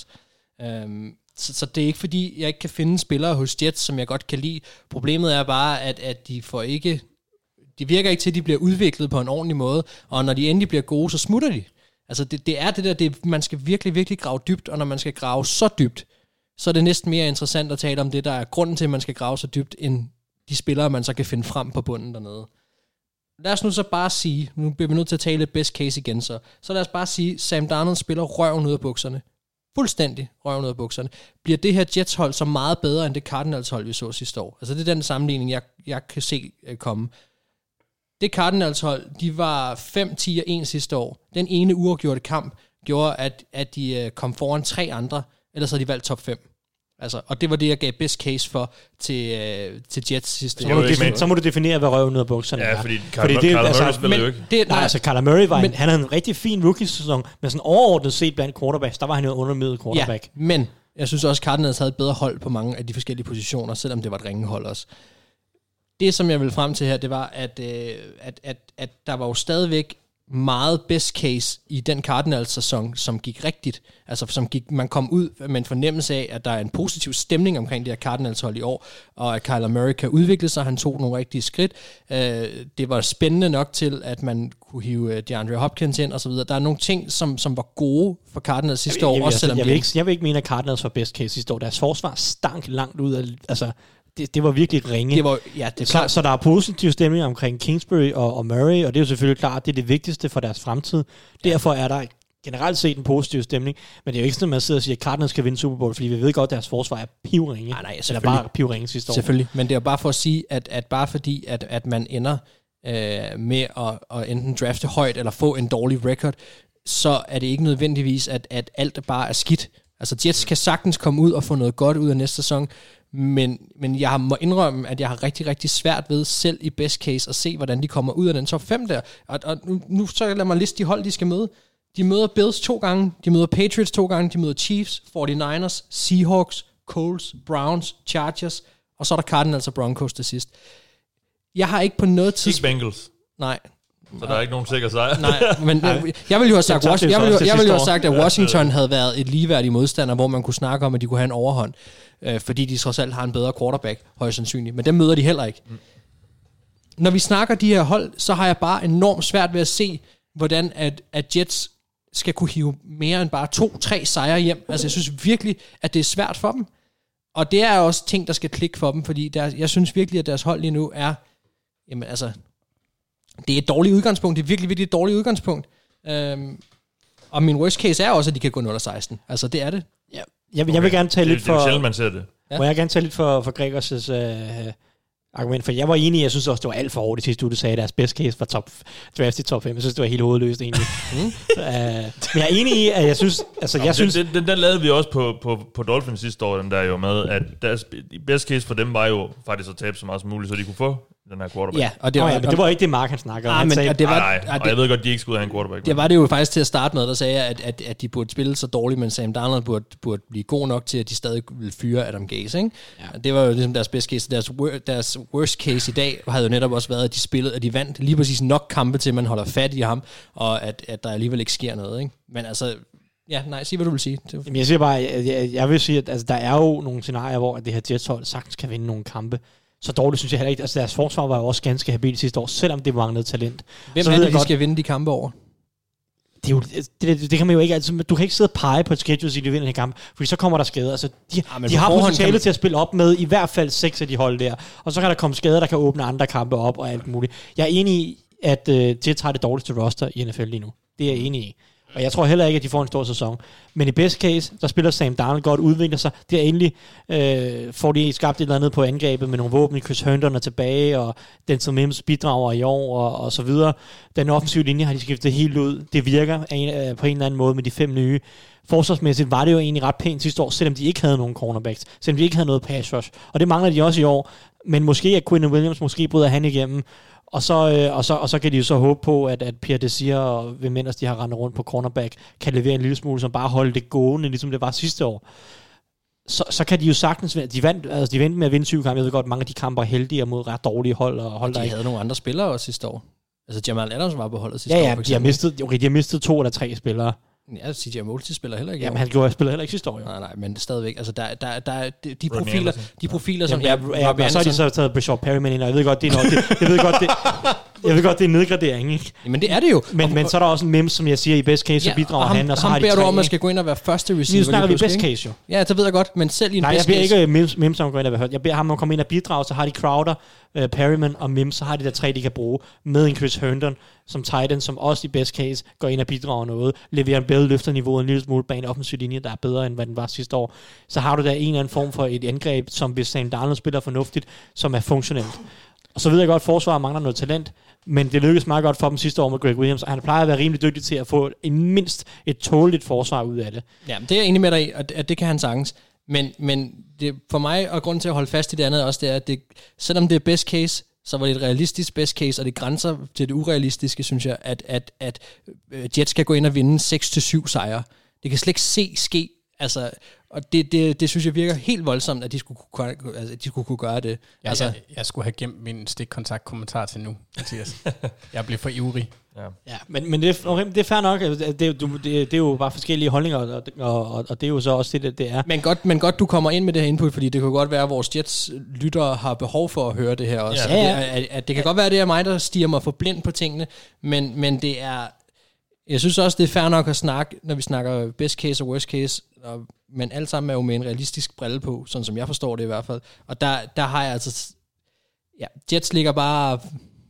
Um, så, så det er ikke fordi, jeg ikke kan finde spillere hos Jets, som jeg godt kan lide. Problemet er bare, at, at de får ikke, de virker ikke til, at de bliver udviklet på en ordentlig måde, og når de endelig bliver gode, så smutter de. Altså det, det er det der, det, man skal virkelig, virkelig grave dybt, og når man skal grave så dybt, så er det næsten mere interessant at tale om det, der er grunden til, at man skal grave så dybt, end de spillere, man så kan finde frem på bunden dernede. Lad os nu så bare sige, nu bliver vi nødt til at tale et best case igen så, så lad os bare sige, Sam Darnold spiller røven ud af bukserne. Fuldstændig røven ud af bukserne. Bliver det her Jets-hold så meget bedre, end det Cardinals-hold, vi så sidste år? Altså det er den sammenligning, jeg, jeg kan se komme. Det Cardinals-hold, de var fem ti og en sidste år. Den ene uafgjorte kamp gjorde, at, at de kom foran tre andre, ellers havde de valgt top fem. Altså, og det var det, jeg gav best case for til, øh, til Jets sidste så, må defin- så må du definere, hvad røven ud af bukserne ja, er. fordi Kyler Murray altså, spillede jo ikke. Det, nej, altså Kyler Murray var men, en, han havde en rigtig fin rookie-sæson, men sådan overordnet set blandt quarterbacks, der var han jo undermiddel quarterback. Ja, men jeg synes også, Cardinals havde et bedre hold på mange af de forskellige positioner, selvom det var et ringehold også. Det, som jeg ville frem til her, det var, at, øh, at, at, at der var jo stadigvæk meget best case i den Cardinals-sæson, som gik rigtigt. Altså, som gik, man kom ud med en fornemmelse af, at der er en positiv stemning omkring det her Cardinals-hold i år, og at Kyler Murray kan udvikle sig. Han tog nogle rigtige skridt. Øh, det var spændende nok til, at man kunne hive DeAndre Hopkins ind, og så videre. Der er nogle ting, som, som var gode for Cardinals sidste jeg, år, jeg, også jeg, selvom jeg, de... vil ikke, jeg vil ikke mene, at Cardinals var best case sidste år. Deres forsvar stank langt ud af... Altså, Det, det var virkelig et ringe. Det var, ja, det er så, så der er positiv stemning omkring Kingsbury og, og Murray, og det er jo selvfølgelig klart, det er det vigtigste for deres fremtid. Derfor er der generelt set en positiv stemning, men det er jo ikke sådan, at man sidder og siger, at Cardinals skal vinde Super Bowl, fordi vi ved godt, at deres forsvar er pivringe. Nej, nej, eller bare pivringe sidste år. Selvfølgelig, men det er jo bare for at sige, at, at bare fordi, at, at man ender øh, med at, at enten drafte højt eller få en dårlig record, så er det ikke nødvendigvis, at, at alt bare er skidt. Altså Jets kan sagtens komme ud og få noget godt ud af næste sæson, men, men jeg må indrømme, at jeg har rigtig, rigtig svært ved selv i best case at se, hvordan de kommer ud af den top fem der. Og, og nu, nu så lad mig liste de hold, de skal møde. De møder Bills to gange, de møder Patriots to gange, de møder Chiefs, forty-niners, Seahawks, Colts, Browns, Chargers, og så er der Cardinals og Broncos til sidst. Jeg har ikke på noget tidspunkt... Ikke Bengals. Nej. Så der er ikke nogen sikker sejr. Nej, men jeg, jeg ville jo have sagt, jeg ville, jeg ville, jeg ville jo have sagt, at Washington havde været et ligeværdig modstander, hvor man kunne snakke om, at de kunne have en overhånd, øh, fordi de trods alt har en bedre quarterback, højst sandsynligt. Men dem møder de heller ikke. Mm. Når vi snakker de her hold, så har jeg bare enormt svært ved at se, hvordan at, at Jets skal kunne hive mere end bare to-tre sejre hjem. Altså jeg synes virkelig, at det er svært for dem. Og det er også ting, der skal klikke for dem, fordi der, jeg synes virkelig, at deres hold lige nu er, jamen altså, det er et dårligt udgangspunkt. Det er virkelig, virkelig et dårligt udgangspunkt. Øhm, og min worst case er også, at de kan gå nul seksten. Altså, det er det. Ja. Jeg, vil, jeg vil gerne tage det, lidt for... Det er jo sjældent, man ser det. Ja. Må jeg gerne tage lidt for, for Gregers' øh, argument? For jeg var enig, jeg synes også, det var alt for hårdt i sidste uge, du sagde, at deres best case var top, draft i top fem. Jeg synes, det var helt hovedløst egentlig. mm. uh, men jeg er enig i, at jeg synes... Altså, jeg ja, synes den, den, den lavede vi også på, på, på Dolphins sidste år, den der jo med, at deres best case for dem var jo faktisk at tabe så meget som muligt, så de kunne få den her quarterback. Ja, og det var, oh, ja, men det var ikke det, Mark han snakker om. Ah, han men, sagde, og det var, nej, nej, og jeg ved godt, de ikke skulle have en quarterback. Det var det jo faktisk til at starte med, der sagde jeg, at, at, at de burde spille så dårligt, men Sam Darnold burde, burde blive god nok til, at de stadig ville fyre Adam Gase, ikke? Ja. Det var jo ligesom deres best case. Deres, deres worst case i dag havde jo netop også været, at de spillede, at de vandt lige præcis nok kampe til, at man holder fat i ham, og at, at der alligevel ikke sker noget, ikke? Men altså... Ja, nej, sig hvad du vil sige. Jamen, jeg siger bare, jeg, jeg, jeg vil sige, at altså, der er jo nogle scenarier, hvor det her Jets-hold sagtens kan vinde nogle kampe. Så dårligt synes jeg heller ikke. Altså deres forsvar var jo også ganske habilt sidste år, selvom det manglede talent. Hvem så er det, de godt, skal vinde de kampe over? Det, er jo, det, det, det kan man jo ikke altid... Du kan ikke sidde og pege på et schedule og sige, at de vinder en kamp, fordi så kommer der skader. Altså, de, ja, de har potentiale man... til at spille op med i hvert fald seks af de hold der. Og så kan der komme skader, der kan åbne andre kampe op og alt muligt. Jeg er enig i, at uh, Jets har det dårligste roster i N F L lige nu. Det er jeg enig i. Og jeg tror heller ikke, at de får en stor sæson. Men i best case, der spiller Sam Darnold godt, udvikler sig. Det er endelig, øh, får de skabt et eller andet på angrebet med nogle våben. Chris Herndon er tilbage, og Denzel Mims bidrager i år, og, og så videre. Den offensive linje har de skiftet helt ud. Det virker en, øh, på en eller anden måde med de fem nye. Forsvarsmæssigt var det jo egentlig ret pænt sidste år, selvom de ikke havde nogen cornerbacks. Selvom de ikke havde noget pass rush. Og det mangler de også i år. Men måske er Quinn Williams, måske bryder han igennem. Og så, øh, og, så, og så kan de jo så håbe på, at, at Pierre Desir og hvem ellers de har rendt rundt på cornerback, kan levere en lille smule, som bare holde det gående, ligesom det var sidste år. Så, så kan de jo sagtens... De vandt, altså de vendte med at vinde syv kampe. Jeg ved godt, mange af de kampe er heldige mod ret dårlige hold. Og, hold og de der havde ikke. nogle andre spillere også sidste år. Altså Jamal Adams var på holdet sidste ja, år. Ja, ja, de har mistet, okay, de har mistet to eller tre spillere. Ja, C J Mosley spiller heller ikke. Jamen, han gjorde, spiller heller ikke sidste år, jo. Nej, nej, men stadigvæk. Altså, der, der, der, de, de profiler, de profiler som... Jamen, ja, ja, ja, så har de så taget Brashard Perryman ind, og jeg ved godt, det er noget, det, jeg ved godt, det, jeg ved godt, det er en nedgradering, ikke? Jamen, det er det jo. Men, men så er der også en Mims, som jeg siger, i best case, ja, så bidrager og ham, han, og så ham har de tre. Ham beder du om, at skal gå ind og være første receiver. Nu snakker vi best case, jo. Ja, det ved jeg godt, men selv i en nej, best case... Nej, jeg beder ikke Mims, Mims om at gå ind og være hørt. Jeg beder ham om at komme ind og bidrage, så har de Crowder, uh, Perryman og Mims, så har de der tre, de kan bruge, med en Chris Herndon som tight end, som også i best case går ind og bidrager noget, leverer en bedre løfterniveau, en lille smule bag en offensiv linje, der er bedre, end hvad den var sidste år. Så har du der en eller anden form for et angreb, som hvis Sam Darnold spiller fornuftigt, som er funktionelt. Og så ved jeg godt, at forsvaret mangler noget talent, men det lykkedes meget godt for dem sidste år med Greg Williams, og han plejer at være rimelig dygtig til at få en mindst et tåleligt forsvar ud af det. Ja, det er jeg enig med dig i, at det kan han sagtens. Men, men det, for mig, og grunden til at holde fast i det andet også, det er, at det, selvom det er best case, så var det et realistisk best case, og det grænser til det urealistiske, synes jeg, at, at, at Jets skal gå ind og vinde seks til syv sejre. Det kan slet ikke se ske. Altså, og det, det, det synes jeg virker helt voldsomt, at de skulle, altså, de skulle kunne gøre det. Ja, altså, jeg, jeg skulle have gemt min stikkontakt-kommentar til nu, Mathias. Jeg blev for ivrig. Ja, ja men, men det, er, det er fair nok. Det, det, det, det er jo bare forskellige holdninger, og, og, og det er jo så også det, det er. Men godt, men godt, du kommer ind med det her input, fordi det kan godt være, at vores Jets-lyttere har behov for at høre det her også. Ja, ja. At, at, at det kan ja. godt være, at det er mig, der stiger mig for blind på tingene, men, men det er... Jeg synes også, det er fair nok at snakke, når vi snakker best case og worst case, og, men alt sammen er jo med en realistisk brille på, sådan som jeg forstår det i hvert fald. Og der, der har jeg altså... Ja, Jets ligger bare...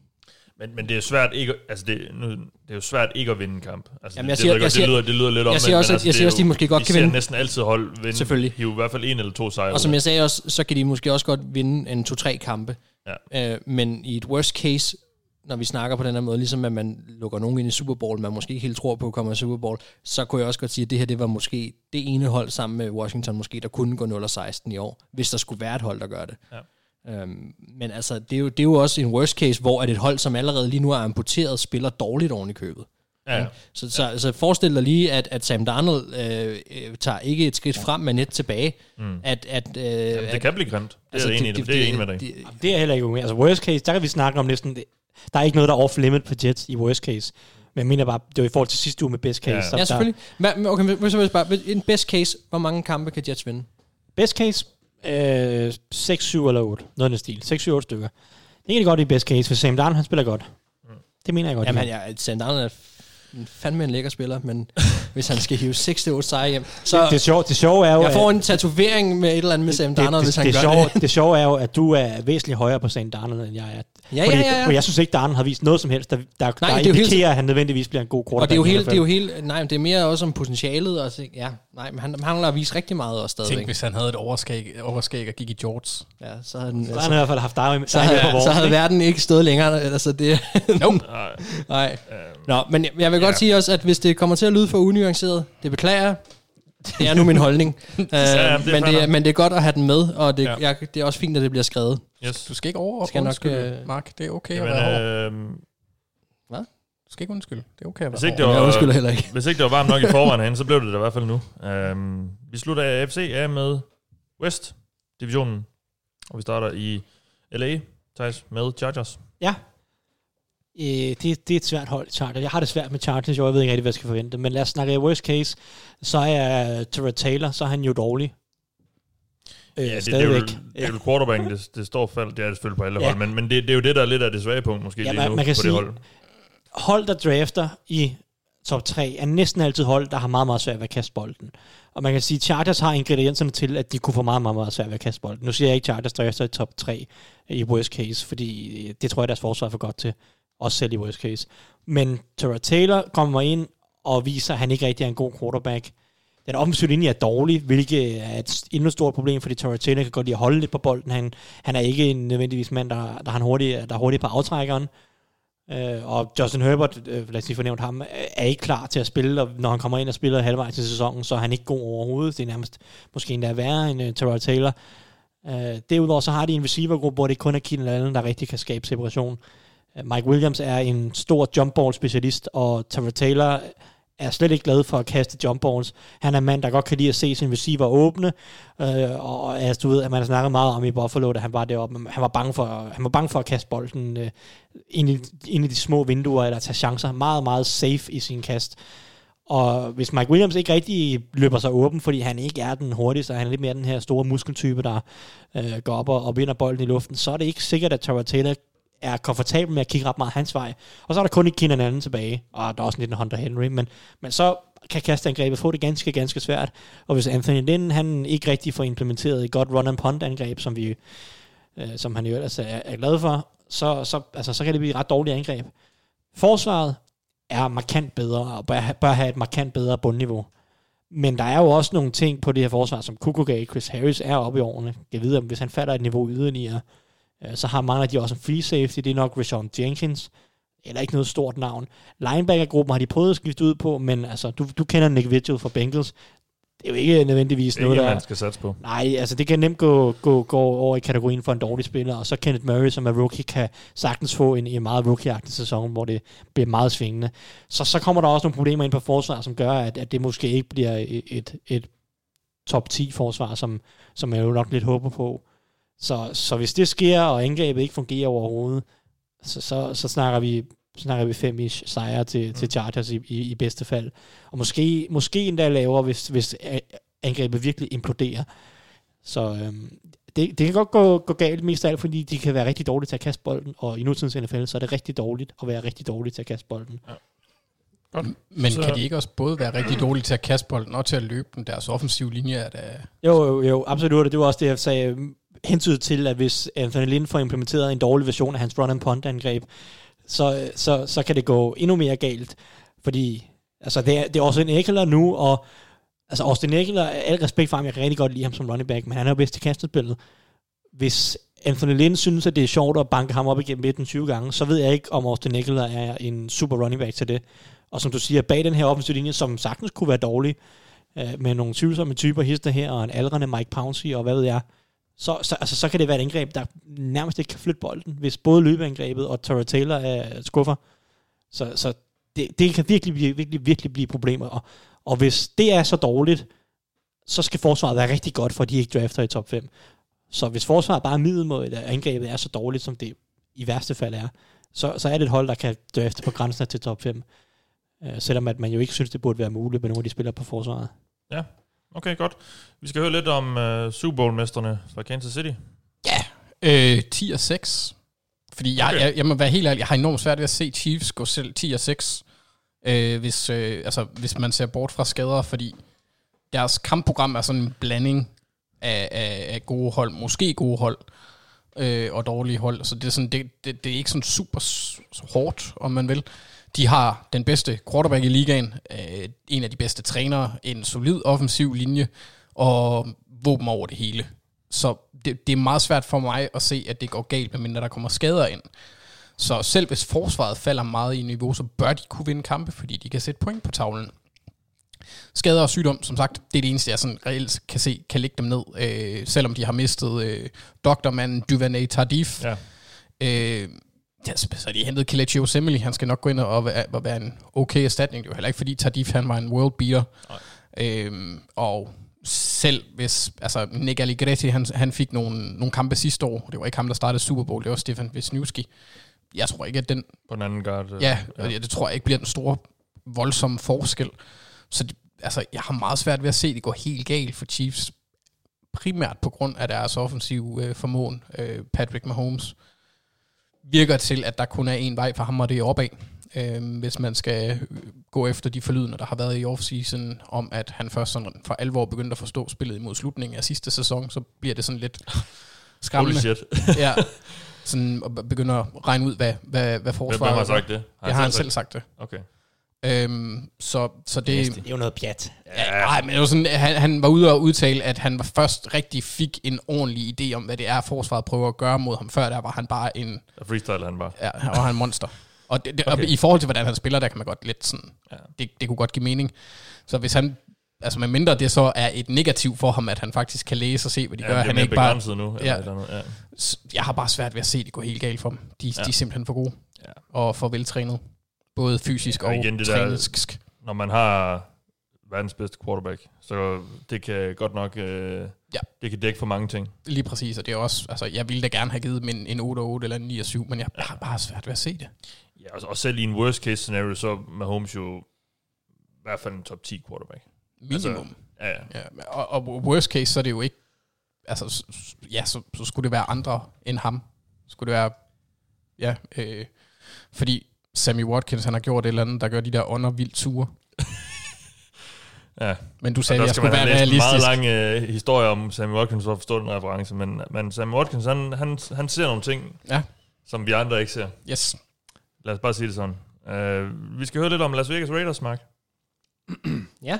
Men, men det er jo svært ikke, altså det, nu, det er jo svært ikke at vinde en kamp. Altså Jamen, det, siger, det, godt, siger, det, lyder, det lyder lidt om, jeg siger også, men altså, jeg siger også, de måske godt kan vinde. næsten altid hold vinde. Selvfølgelig. Hive i hvert fald en eller to sejre. Og som jeg sagde også, så kan de måske også godt vinde en to-tre kampe. Ja. Øh, men i et worst case, når vi snakker på den her måde, ligesom at man lukker nogen ind i Super Bowl, man måske ikke helt tror på kommer i Super Bowl, så kunne jeg også godt sige, at det her, det var måske det ene hold sammen med Washington, måske der kunne gå nul og seksten i år, hvis der skulle være et hold, der gør det. Ja. Øhm, men altså, det er, jo, det er jo også en worst case, hvor at et hold, som allerede lige nu er amputeret, spiller dårligt oven i købet. Ja. Så, så, ja. så forestil dig lige, at, at Sam Darnold øh, tager ikke et skridt frem, men et tilbage. Mm. At, at, øh, Jamen, det at, kan blive grimt. Det altså, er jeg enig, det, det, det er enig med dig. Det, det er heller ikke ude. Altså worst case, der kan vi snakke om næsten... Der er ikke noget, der er off-limit på Jets i worst case. Men jeg mener bare, det var i forhold til sidste uge med best case. Ja, ja selvfølgelig. Men, okay, hvis jeg bare, en best case, hvor mange kampe kan Jets vinde? Best case, øh, seks, syv eller otte. Noget af den stil. seks, syv, otte stykker. Det er egentlig godt i best case, for Sam Darnold, han spiller godt. Mm. Det mener jeg godt. Jamen, ja, Sam Darnold er fandme en lækker spiller, men hvis han skal hive seks til otte sejre hjem, så... Det, det, sjove, det sjove er jo... Jeg får en tatovering med et eller andet med Sam Darnold, hvis han det gør sjove, det. Det sjove er jo, at du er væsentligt højere på Sam Darnold, end jeg er. Ja, ja, ja, ja. For jeg synes ikke, Darnold har vist noget som helst, der, der, nej, der indikerer, helt... at han nødvendigvis bliver en god quarterback. Og det er jo helt, det er jo helt, nej, det er mere også om potentialet. Og så, ja, nej, men han mangler at vise rigtig meget også stadigvæk. Tænk, hvis han havde et overskæg, overskæg og gik i jorts. Ja, så havde han, så altså, han i hvert fald haft dig, så, havde, på vores, så havde verden ikke stået længere. Altså det, nope. Nej. Nå, men jeg, jeg vil godt ja. sige også, at hvis det kommer til at lyde for unuanceret, det beklager det er nu min holdning. uh, ja, det men, det er, men det er godt at have den med, og det, ja. jeg, det er også fint, at det bliver skrevet. Yes. Du skal ikke overundskylde, Mark. Det er okay Jamen, at være hård. Øh, Hvad? Du skal ikke undskylde. Det er okay at være hård. Jeg undskylder heller ikke. Hvis ikke det var varmt nok i forvejen herinde, så blev det da i hvert fald nu. Um, vi slutter af F C af med West-divisionen, og vi starter i L A, Thijs, med Chargers. Ja. Øh, det, det er et svært hold, Chargers. Jeg har det svært med Chargers, jeg ved ikke rigtig, hvad jeg skal forvente. Men lad os snakke i worst case, så er Tyrod Taylor, så er han jo dårlig. Øh, ja, det, det, er jo, det er jo quarterbacken, det, det står fald, det er det selvfølgelig på alle ja. hold, men, men det, det er jo det, der er lidt af det svage punkt, måske ja, lige man, nu man kan på sige, det hold. Hold, der drafter i top tre, er næsten altid hold, der har meget, meget svært ved at kaste bolden. Og man kan sige, at Chargers har ingredienserne til, at de kunne få meget, meget, meget svært ved at kaste bolden. Nu siger jeg ikke, Chargers drafter i top tre i worst case, fordi det tror jeg, deres forsvar er for godt til. Også selv i worst case. Men Tyrod Taylor kommer ind og viser, at han ikke rigtig er en god quarterback. Den offensive linje er dårlig, hvilket er et endnu stort problem, fordi Tyrod Taylor kan godt lide at holde lidt på bolden. Han, han er ikke en nødvendigvis mand, der, der, er hurtig, der er hurtig på aftrækkeren. Uh, og Justin Herbert, uh, lad os lige fornævne ham, er ikke klar til at spille, og når han kommer ind og spiller halvvejs til sæsonen, så er han ikke god overhovedet. Det er nærmest måske endda værre end uh, Tyrod Taylor. Uh, derudover så har de en receivergruppe, hvor det kun er Keenan Allen, der rigtig kan skabe separation. Mike Williams er en stor jumpball specialist, og Tyrod Taylor er slet ikke glad for at kaste jumpballs. Han er en mand, der godt kan lide at se sin receiver åbne, øh, og altså, du ved, at man har snakket meget om i Buffalo, da han var deroppe, han var bange for, han var bange for at kaste bolden øh, ind, i, ind i de små vinduer, eller tage chancer. Meget, meget safe i sin kast. Og hvis Mike Williams ikke rigtig løber sig åben, fordi han ikke er den hurtigste, og han er lidt mere den her store muskeltype, der øh, går op og, og vinder bolden i luften, så er det ikke sikkert, at Tyrod Taylor er komfortabel med at kigge ret meget hans vej. Og så er der kun ikke Keenan Allen tilbage, og der er også lidt en Hunter Henry, men, men så kan kasteangrebet få det ganske, ganske svært. Og hvis Anthony Lynn, han ikke rigtig får implementeret et godt run-and-punt-angreb, som, vi, øh, som han jo ellers er, er glad for, så, så, altså, så kan det blive et ret dårligt angreb. Forsvaret er markant bedre, og bør, bør have et markant bedre bundniveau. Men der er jo også nogle ting på det her forsvar, som Kukoc, Chris Harris er oppe i årene. Jeg ved, at hvis han falder et niveau yderligere, så har mange af de også en free safety. Det er nok Rashawn Jenkins, eller ikke noget stort navn. Linebacker-gruppen har de prøvet at skifte ud på, men altså, du, du kender Nick Vigil fra Bengals. Det er jo ikke nødvendigvis det er noget, ikke, der... man skal satse på. Nej, altså det kan nemt gå, gå, gå over i kategorien for en dårlig spiller, og så Kenneth Murray, som er rookie, kan sagtens få en, en meget rookie-agtig sæson, hvor det bliver meget svingende. Så, så kommer der også nogle problemer ind på forsvar, som gør, at, at det måske ikke bliver et, et, et top ti forsvar, som, som jeg jo nok lidt håber på. Så, så hvis det sker, og angrebet ikke fungerer overhovedet, så, så, så snakker vi snakker vi fem-ish sejre til, mm. til Chargers i, i, i bedste fald. Og måske, måske endda lavere, hvis, hvis angrebet virkelig imploderer. Så øhm, det, det kan godt gå, gå galt mest af alt, fordi de kan være rigtig dårlige til at kaste bolden, og i nutidens N F L, så er det rigtig dårligt at være rigtig dårlig til at kaste bolden. Ja. Men så kan de ikke også både være rigtig dårlige til at kaste bolden, og til at løbe den? Deres offensive linje er da... Jo, jo, jo, absolut. Det var også det, jeg sagde, hentydet til, at hvis Anthony Lynn får implementeret en dårlig version af hans run-and-punt-angreb, så, så, så kan det gå endnu mere galt. Fordi altså, det, er, det er Austin Ekeler nu, og altså, Austin Ekeler, al respekt for ham, jeg kan rigtig godt lide ham som running back, men han er jo bedst i kastespillet. Hvis Anthony Lynn synes, at det er sjovt at banke ham op igennem midten tyve gange, så ved jeg ikke, om Austin Eckler er en super running back til det. Og som du siger, bag den her offensive linje, som sagtens kunne være dårlig, øh, med nogle tvivlsomme typer hister her, og en aldrende Mike Pouncey, og hvad ved jeg, så, så, altså, så kan det være et angreb, der nærmest ikke kan flytte bolden, hvis både løbeangrebet og Tyrod Taylor er skuffer. Så, så det, det kan virkelig, virkelig, virkelig blive problemer. Og, og hvis det er så dårligt, så skal forsvaret være rigtig godt, for at de ikke drafter i top fem. Så hvis forsvaret bare er middelmådigt, og angrebet er så dårligt, som det i værste fald er, så, så er det et hold, der kan drafte på grænsen til top fem. Uh, selvom at man jo ikke synes, det burde være muligt med nogle af de spillere på forsvaret. Ja, okay, godt. Vi skal høre lidt om uh, Super Bowl-mesterne fra Kansas City. Ja, øh, ti og seks. Fordi jeg, okay. jeg, jeg må være helt ærlig, jeg har enormt svært ved at se Chiefs gå selv ti og seks, øh, hvis, øh, altså, hvis man ser bort fra skader, fordi deres kampprogram er sådan en blanding af, af, af gode hold, måske gode hold, øh, og dårlige hold. Så det er, sådan, det, det, det er ikke sådan super hårdt, om man vil. De har den bedste quarterback i ligaen, øh, en af de bedste trænere, en solid offensiv linje, og våben over det hele. Så det, det er meget svært for mig at se, at det går galt, medmindre der kommer skader ind. Så selv hvis forsvaret falder meget i niveau, så bør de kunne vinde kampe, fordi de kan sætte point på tavlen. Skader og sygdom, som sagt, det er det eneste, jeg sådan reelt kan se, kan lægge dem ned, øh, selvom de har mistet øh, doktormanden Duvernay Tardif. Ja. Øh, ja, så de hentet Kelechi Osemele, han skal nok gå ind og være, og være en okay erstatning. Det var heller ikke, fordi Tardif, han var en world beater. Øh, og selv hvis, altså Nick Allegretti, han, han fik nogle, nogle kampe sidste år, det var ikke ham, der startede Super Bowl, det var Stefan Wisniewski. Jeg tror ikke, at den... På den anden guard. Ja, ja. Det tror jeg ikke bliver den store, voldsomme forskel. Så det, altså, jeg har meget svært ved at se, at det går helt galt for Chiefs, primært på grund af deres offensive øh, formåen. Øh, Patrick Mahomes virker til, at der kun er en vej for ham, og det er opad. Øh, hvis man skal gå efter de forlydende, der har været i offseason, om at han først sådan for alvor begyndte at forstå spillet imod slutningen af sidste sæson, så bliver det sådan lidt skræmmende. Holy shit. Ja, sådan og begynder at regne ud, hvad, hvad, hvad forsvaret... Hvem har sagt det? Har jeg har han selv sagt det. Okay. Øhm, så, så det... Det er jo noget pjat. Ja, nej, men det var sådan, han, han var ude og udtale, at han var først rigtig fik en ordentlig idé om, hvad det er, forsvaret prøver at gøre mod ham. Før der var han bare en... Freestyle han var. Ja, han var en monster. Og, det, det, okay. og i forhold til, hvordan han spiller, der kan man godt lidt sådan... Ja. Det, det kunne godt give mening. Så hvis han... Altså med mindre det så er et negativ for ham, at han faktisk kan læse og se, hvad de ja, gør. Han er ikke bare... nu. Ja. Eller noget, ja. Jeg har bare svært ved at se, at det går helt galt for dem. De, ja. de er simpelthen for gode. Ja. Og for veltrænet. Både fysisk ja, og, og træningsk. Når man har verdens bedste quarterback, så det kan godt nok øh, ja. det kan dække for mange ting. Lige præcis, og det er også, altså jeg ville da gerne have givet dem en, en otte otte eller en ni syv, men jeg har bare svært ved at se det. Ja, og, og selv i en worst case scenario, så Mahomes jo i hvert fald en top ti quarterback. Minimum. Altså, ja, ja. ja og, og worst case, så er det jo ikke, altså ja, så, så skulle det være andre end ham. Skulle det være, ja, øh, fordi Sammy Watkins, han har gjort et eller andet, der gør de der undervildt sure. Ja. Men du sagde, at jeg skulle være realistisk. Der skal man have en meget lang uh, historie om Sammy Watkins for at forstå den reference, men, men Sammy Watkins, han, han, han ser nogle ting, ja. som vi andre ikke ser. Yes. Lad os bare sige det sådan. Uh, vi skal høre lidt om Las Vegas Raiders, Mark. Ja.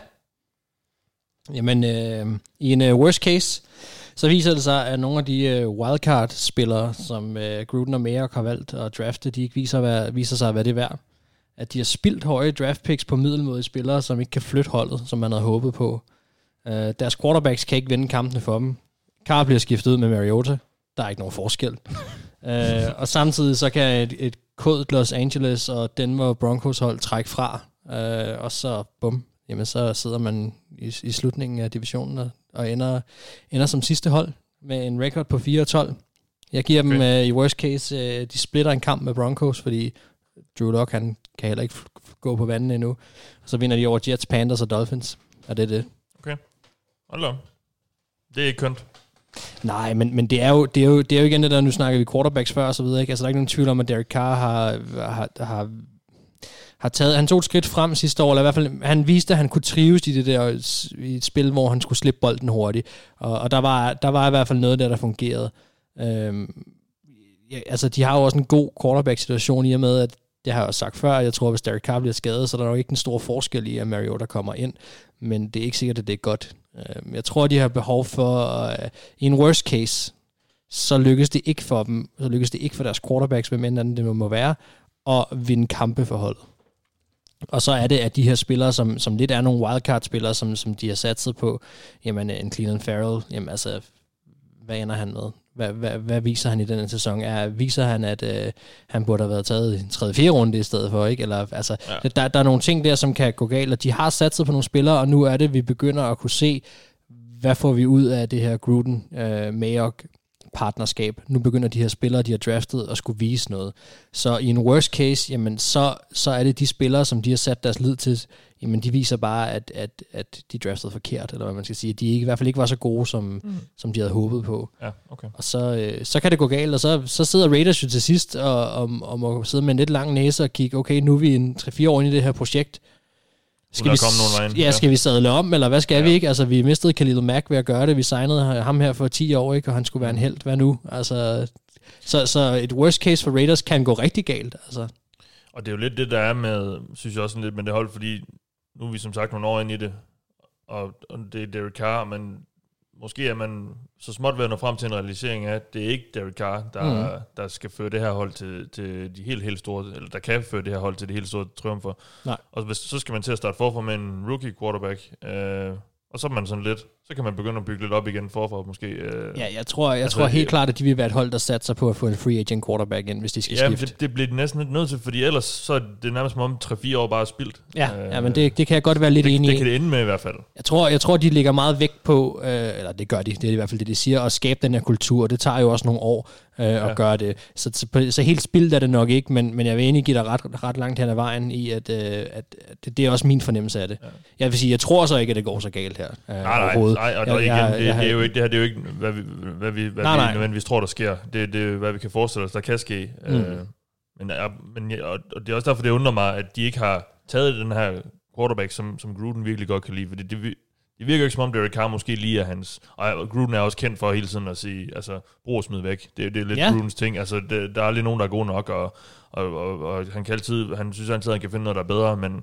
Jamen, øh, i en uh, worst case, så viser det sig, at nogle af de uh, wildcard-spillere, som uh, Gruden og Mayock har valgt at drafte, de ikke viser, hvad, viser sig, hvad det er værd. At de har spildt høje draft picks på middelmådige spillere, som ikke kan flytte holdet, som man havde håbet på. Uh, deres quarterbacks kan ikke vinde kampene for dem. Carr bliver skiftet ud med Mariota. Der er ikke nogen forskel. uh, og samtidig så kan et, et kodet Los Angeles og Denver Broncos hold trække fra. Uh, og så bum. Jamen så sidder man i, i slutningen af divisionen og, og ender, ender som sidste hold med en record på fire og tolv. Jeg giver okay. dem uh, i worst case, uh, de splitter en kamp med Broncos, fordi Drew Lock, han kan heller ikke f- gå på vandet endnu. Og så vinder de over Jets, Panthers og Dolphins. Og det er det. Okay. Hold da. Det er ikke kønt. Nej, men, men det, er jo, det, er jo, det er jo igen det der, nu snakker vi quarterbacks før og så videre, ikke? Altså der er ikke nogen tvivl om, at Derek Carr har... har, har har taget, han tog et skridt frem sidste år, eller i hvert fald, han viste, at han kunne trives i det der, i et spil, hvor han skulle slippe bolden hurtigt, og, og der, var, der var i hvert fald noget der, der fungerede. Øhm, ja, altså, de har jo også en god quarterback-situation i og med, at det har jeg også sagt før, jeg tror, hvis Derek Carr bliver skadet, så er der jo ikke en stor forskel i, at Mariota kommer ind, men det er ikke sikkert, at det er godt. Øhm, jeg tror, de har behov for, uh, i en worst case, så lykkes det ikke for dem, så lykkes det ikke for deres quarterbacks, hvem end det må være, at vinde kampe for holdet. Og så er det, at de her spillere, som, som lidt er nogle wildcard-spillere, som, som de har satset på, jamen en Cleveland Farrell, jamen altså, hvad ender han med? Hvad, hvad, hvad viser han i den sæson? Er, viser han, at øh, han burde have været taget i en tredje fjerde runde i stedet for, ikke? Eller, altså, ja. der, der er nogle ting der, som kan gå galt, og de har satset på nogle spillere, og nu er det, vi begynder at kunne se, hvad får vi ud af det her Gruden, øh, Mayock partnerskab. Nu begynder de her spillere, de har draftet, at skulle vise noget. Så i en worst case, jamen, så, så er det de spillere, som de har sat deres lid til, jamen, de viser bare, at, at, at de draftede forkert, eller hvad man skal sige. De ikke, i hvert fald ikke var så gode, som, mm. som de havde håbet på. Ja, okay. Og så, øh, så kan det gå galt, og så, så sidder Raiders jo til sidst og, og, og må sidde med en lidt lang næse og kigge, okay, nu er vi en tre fire år inde i det her projekt. Skal vi, nogen ja, skal vi sadle om, eller hvad skal ja. vi ikke? Altså, vi mistede Khalil Mack ved at gøre det. Vi signede ham her for ti år, ikke? Og han skulle være en helt. Hvad nu? Altså, så, så et worst case for Raiders kan gå rigtig galt. Altså. Og det er jo lidt det, der er med, synes jeg også lidt med det hold, fordi nu er vi som sagt nogle år inde i det, og, og det er Derek Carr, men måske er man så småt ved at nå frem til en realisering af, at det er ikke Derek Carr, der, mm. der skal føre det her hold til, til de helt, helt store, eller der kan føre det her hold til de helt store triumfer. Nej. Og hvis, så skal man til at starte forfra med en rookie quarterback, øh, og så er man sådan lidt, så kan man begynde at bygge lidt op igen forfra måske. Øh, ja, jeg tror, jeg altså, tror helt klart, at de vil være et hold, der satser på at få en free agent quarterback ind, hvis de skal ja, skifte. Det, det bliver de næsten lidt nødt til, fordi ellers så er det nærmest som om tre fire år bare er spildt. Ja, øh, ja men det, det kan jeg godt være lidt det, enig i. Det kan det ende med i hvert fald. Jeg tror, jeg tror de ligger meget vægt på, øh, eller det gør de, det er i hvert fald det, de siger, at skabe den her kultur, og det tager jo også nogle år øh, ja. at gøre det. Så, så, så helt spildt er det nok ikke, men, men jeg vil egentlig give dig ret, ret langt hen ad vejen i, at, øh, at det, det er også min fornemmelse af det. Ja. Jeg vil sige, jeg tror så ikke, at det går så galt her. Øh, nej, nej, nej, og jeg, igen, jeg, det, jeg, det, er jo ikke, det her det er jo ikke, hvad vi, hvad vi, hvad nej, vi nødvendigvis tror, der sker. Det, det er, hvad vi kan forestille os, der kan ske. Mm. Øh, men, men, og det er også derfor, det undrer mig, at de ikke har taget den her quarterback, som, som Gruden virkelig godt kan lide. Fordi det, det virker ikke som om, Derek Carr måske lige er hans... Og Gruden er også kendt for hele tiden at sige, altså, brug og smid væk. Det, det er lidt ja. Grudens ting. Altså, det, der er aldrig nogen, der er gode nok, og, og, og, og han kan altid... Han synes altid, at han kan finde noget, der er bedre, men...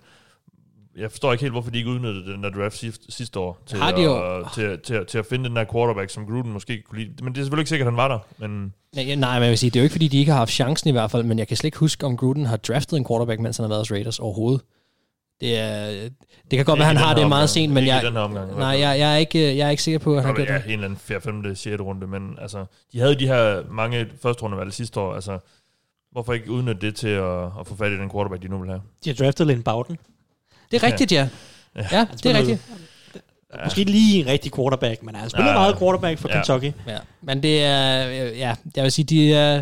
Jeg forstår ikke helt, hvorfor de ikke udnyttede den der draft sidste, sidste år til, at, til, til, til at finde den der quarterback, som Gruden måske kunne lide. Men det er selvfølgelig ikke sikkert, at han var der. Men nej, nej, men jeg vil sige, det er jo ikke, fordi de ikke har haft chancen i hvert fald, men jeg kan slet ikke huske, om Gruden har draftet en quarterback, mens han har været hos Raiders overhovedet. Det, er, det kan godt være, han har det meget sent, men jeg, omgang, nej, jeg, jeg, er ikke, jeg er ikke sikker på, at han gør det. Ja, en eller anden fjerde, femte, sjette runde, men altså, de havde de her mange første rundevalg sidste år, altså, hvorfor ikke udnytte det til at, at få fat i den quarterback, de nu vil have? De har draftet Lynn Bowden. Det er rigtigt, ja. Ja, ja det er rigtigt. Ja. Måske lige en rigtig quarterback, men han spiller ja, meget quarterback for ja. Kentucky. Ja, men det er, ja, jeg vil sige, de er,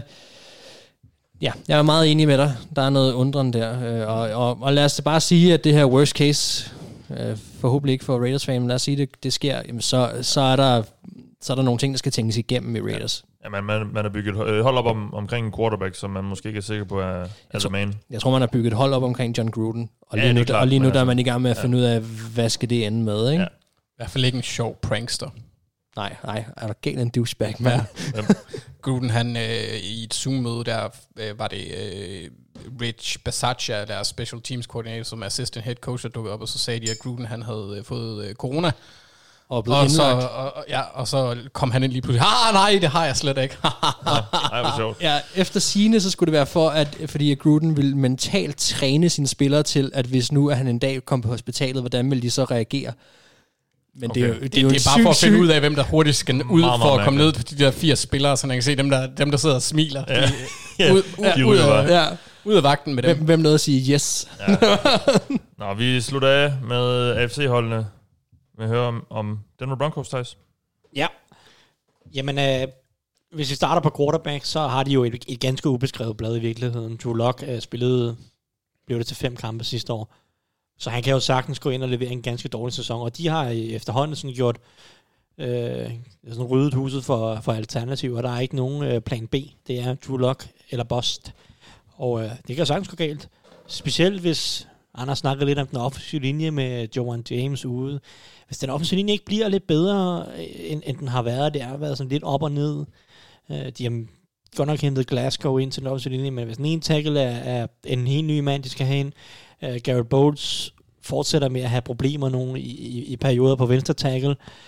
ja, jeg er meget enig med dig. Der er noget undren der, og, og, og lad os bare sige, at det her worst case, forhåbentlig ikke for Raiders-fan, lad os sige, det, det sker, jamen så, så, er der, så er der nogle ting, der skal tænkes igennem i Raiders. Ja, man, man, man har bygget et hold op om, omkring en quarterback, som man måske ikke er sikker på er altså man. Jeg tror, man har bygget et hold op omkring John Gruden. Og lige ja, nu, klart, og lige nu der er man i gang med at finde ja. ud af, hvad skal det ende med, ikke? Ja. I hvert fald ikke en sjov prankster. Nej, nej, er der galt en douchebag, man? Ja. Gruden, han øh, i et Zoom-møde, der øh, var det øh, Rich Bisaccia, der er special teams coordinator, som er assistant head coach, der dukkede op, og så sagde de, at Gruden, han havde øh, fået øh, corona. Og, og, så, og, ja, og så kom han ind lige pludselig, ah nej, det har jeg slet ikke. Nej, hvor sjovt. Ja, efter sigende, så skulle det være for, at fordi Gruden ville mentalt træne sine spillere til, at hvis nu at han en dag kom på hospitalet, hvordan ville de så reagere? Men okay. det, er jo, det, det, er jo det er bare for at finde ud af, hvem der hurtigt skal ud meget, for at komme ned på de der firs spillere, så man kan se dem, der, dem, der sidder og smiler. Ja. De, ja. Ud, ud, de ud, af, ja, ud af vagten med dem. Hvem, hvem nåede at sige yes? Ja. Nå, vi slutter af med A F C-holdene. Vi hører om, om Denver Broncos, Thijs. Ja. Jamen, øh, hvis vi starter på quarterback, så har de jo et, et ganske ubeskrevet blad i virkeligheden. Drew Lock øh, spillede, blev det til fem kampe sidste år. Så han kan jo sagtens gå ind og levere en ganske dårlig sæson. Og de har efterhånden sådan gjort øh, sådan ryddet huset for, for alternativer. Der er ikke nogen øh, plan B. Det er Drew Lock eller bust. Og øh, det kan sagtens gå galt. Specielt hvis Anders snakkede lidt om den offensive linje med Joan James ude. Hvis den offensive linje ikke bliver lidt bedre, end, end den har været, det har været sådan lidt op og ned. Øh, de har godt nok hentet Glasgow ind til den offensive linje, men hvis den ene tackle er, er en helt ny mand, de skal have ind, uh, Garrett Bowles fortsætter med at have problemer nogle i, i, i perioder på venstre tackle.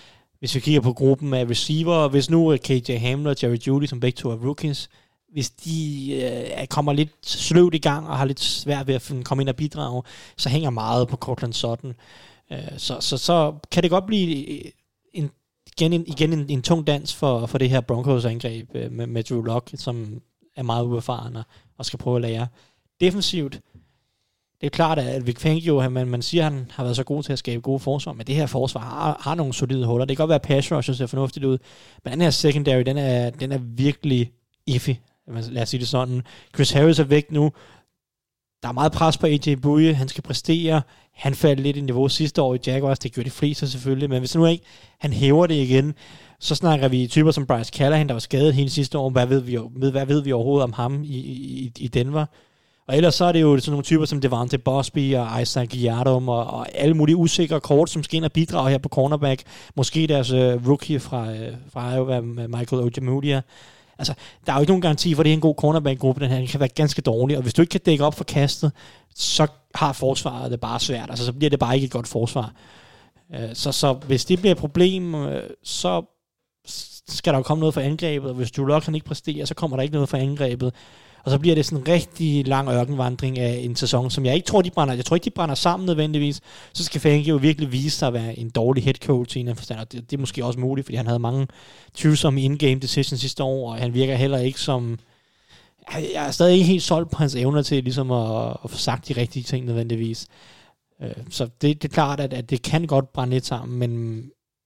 hvis vi kigger på gruppen af receiver, hvis nu K J Hamler og Jerry Jeudy, som begge to er rookies, hvis de øh, kommer lidt sløvt i gang og har lidt svært ved at komme ind og bidrage, så hænger meget på Courtland Sutton. Øh, så, så, så kan det godt blive en, igen, en, igen en, en tung dans for, for det her Broncos-angreb øh, med, med Drew Lock, som er meget uerfaren og skal prøve at lære. Defensivt, det er klart, at Vic Fangio, man, man siger, at han har været så god til at skabe gode forsvar, men det her forsvar har, har nogle solide huller. Det kan godt være, at pass rush ser fornuftigt ud, men den her secondary, den er, den er virkelig iffy. Lad os sige det sådan. Chris Harris er væk nu. Der er meget pres på A J Bouye. Han skal præstere. Han faldt lidt i niveau sidste år i Jaguars. Det gjorde de fleste selvfølgelig, men hvis nu ikke han hæver det igen, så snakker vi typer som Bryce Callahan, der var skadet hele sidste år. Hvad ved vi, hvad ved vi overhovedet om ham i, i, i Denver? Og ellers så er det jo sådan nogle typer som Devante Bosby og Isaac Yiadom og, og alle mulige usikre kort, som skal ind og bidrage her på cornerback. Måske deres uh, rookie fra, uh, fra Iowa, Michael Ojemudia. Altså, der er jo ikke nogen garanti for, at det er en god cornerback-gruppe. Den her den kan være ganske dårlig, og hvis du ikke kan dække op for kastet, så har forsvaret det bare svært. Altså, så bliver det bare ikke et godt forsvar. Uh, så, så hvis det bliver et problem, uh, så skal der jo komme noget for angrebet, og hvis Drew Lock kan ikke præstere, så kommer der ikke noget for angrebet. Og så bliver det sådan en rigtig lang ørkenvandring af en sæson, som jeg ikke tror, de brænder. Jeg tror ikke, de brænder sammen nødvendigvis. Så skal Fangio virkelig vise sig at være en dårlig head coach i en forstand. Og det, det er måske også muligt, fordi han havde mange tvivlsomme in-game decisions sidste år, og han virker heller ikke som... Jeg er stadig ikke helt solgt på hans evner til ligesom at, at få sagt de rigtige ting nødvendigvis. Så det, det er klart, at, at det kan godt brænde lidt sammen, men...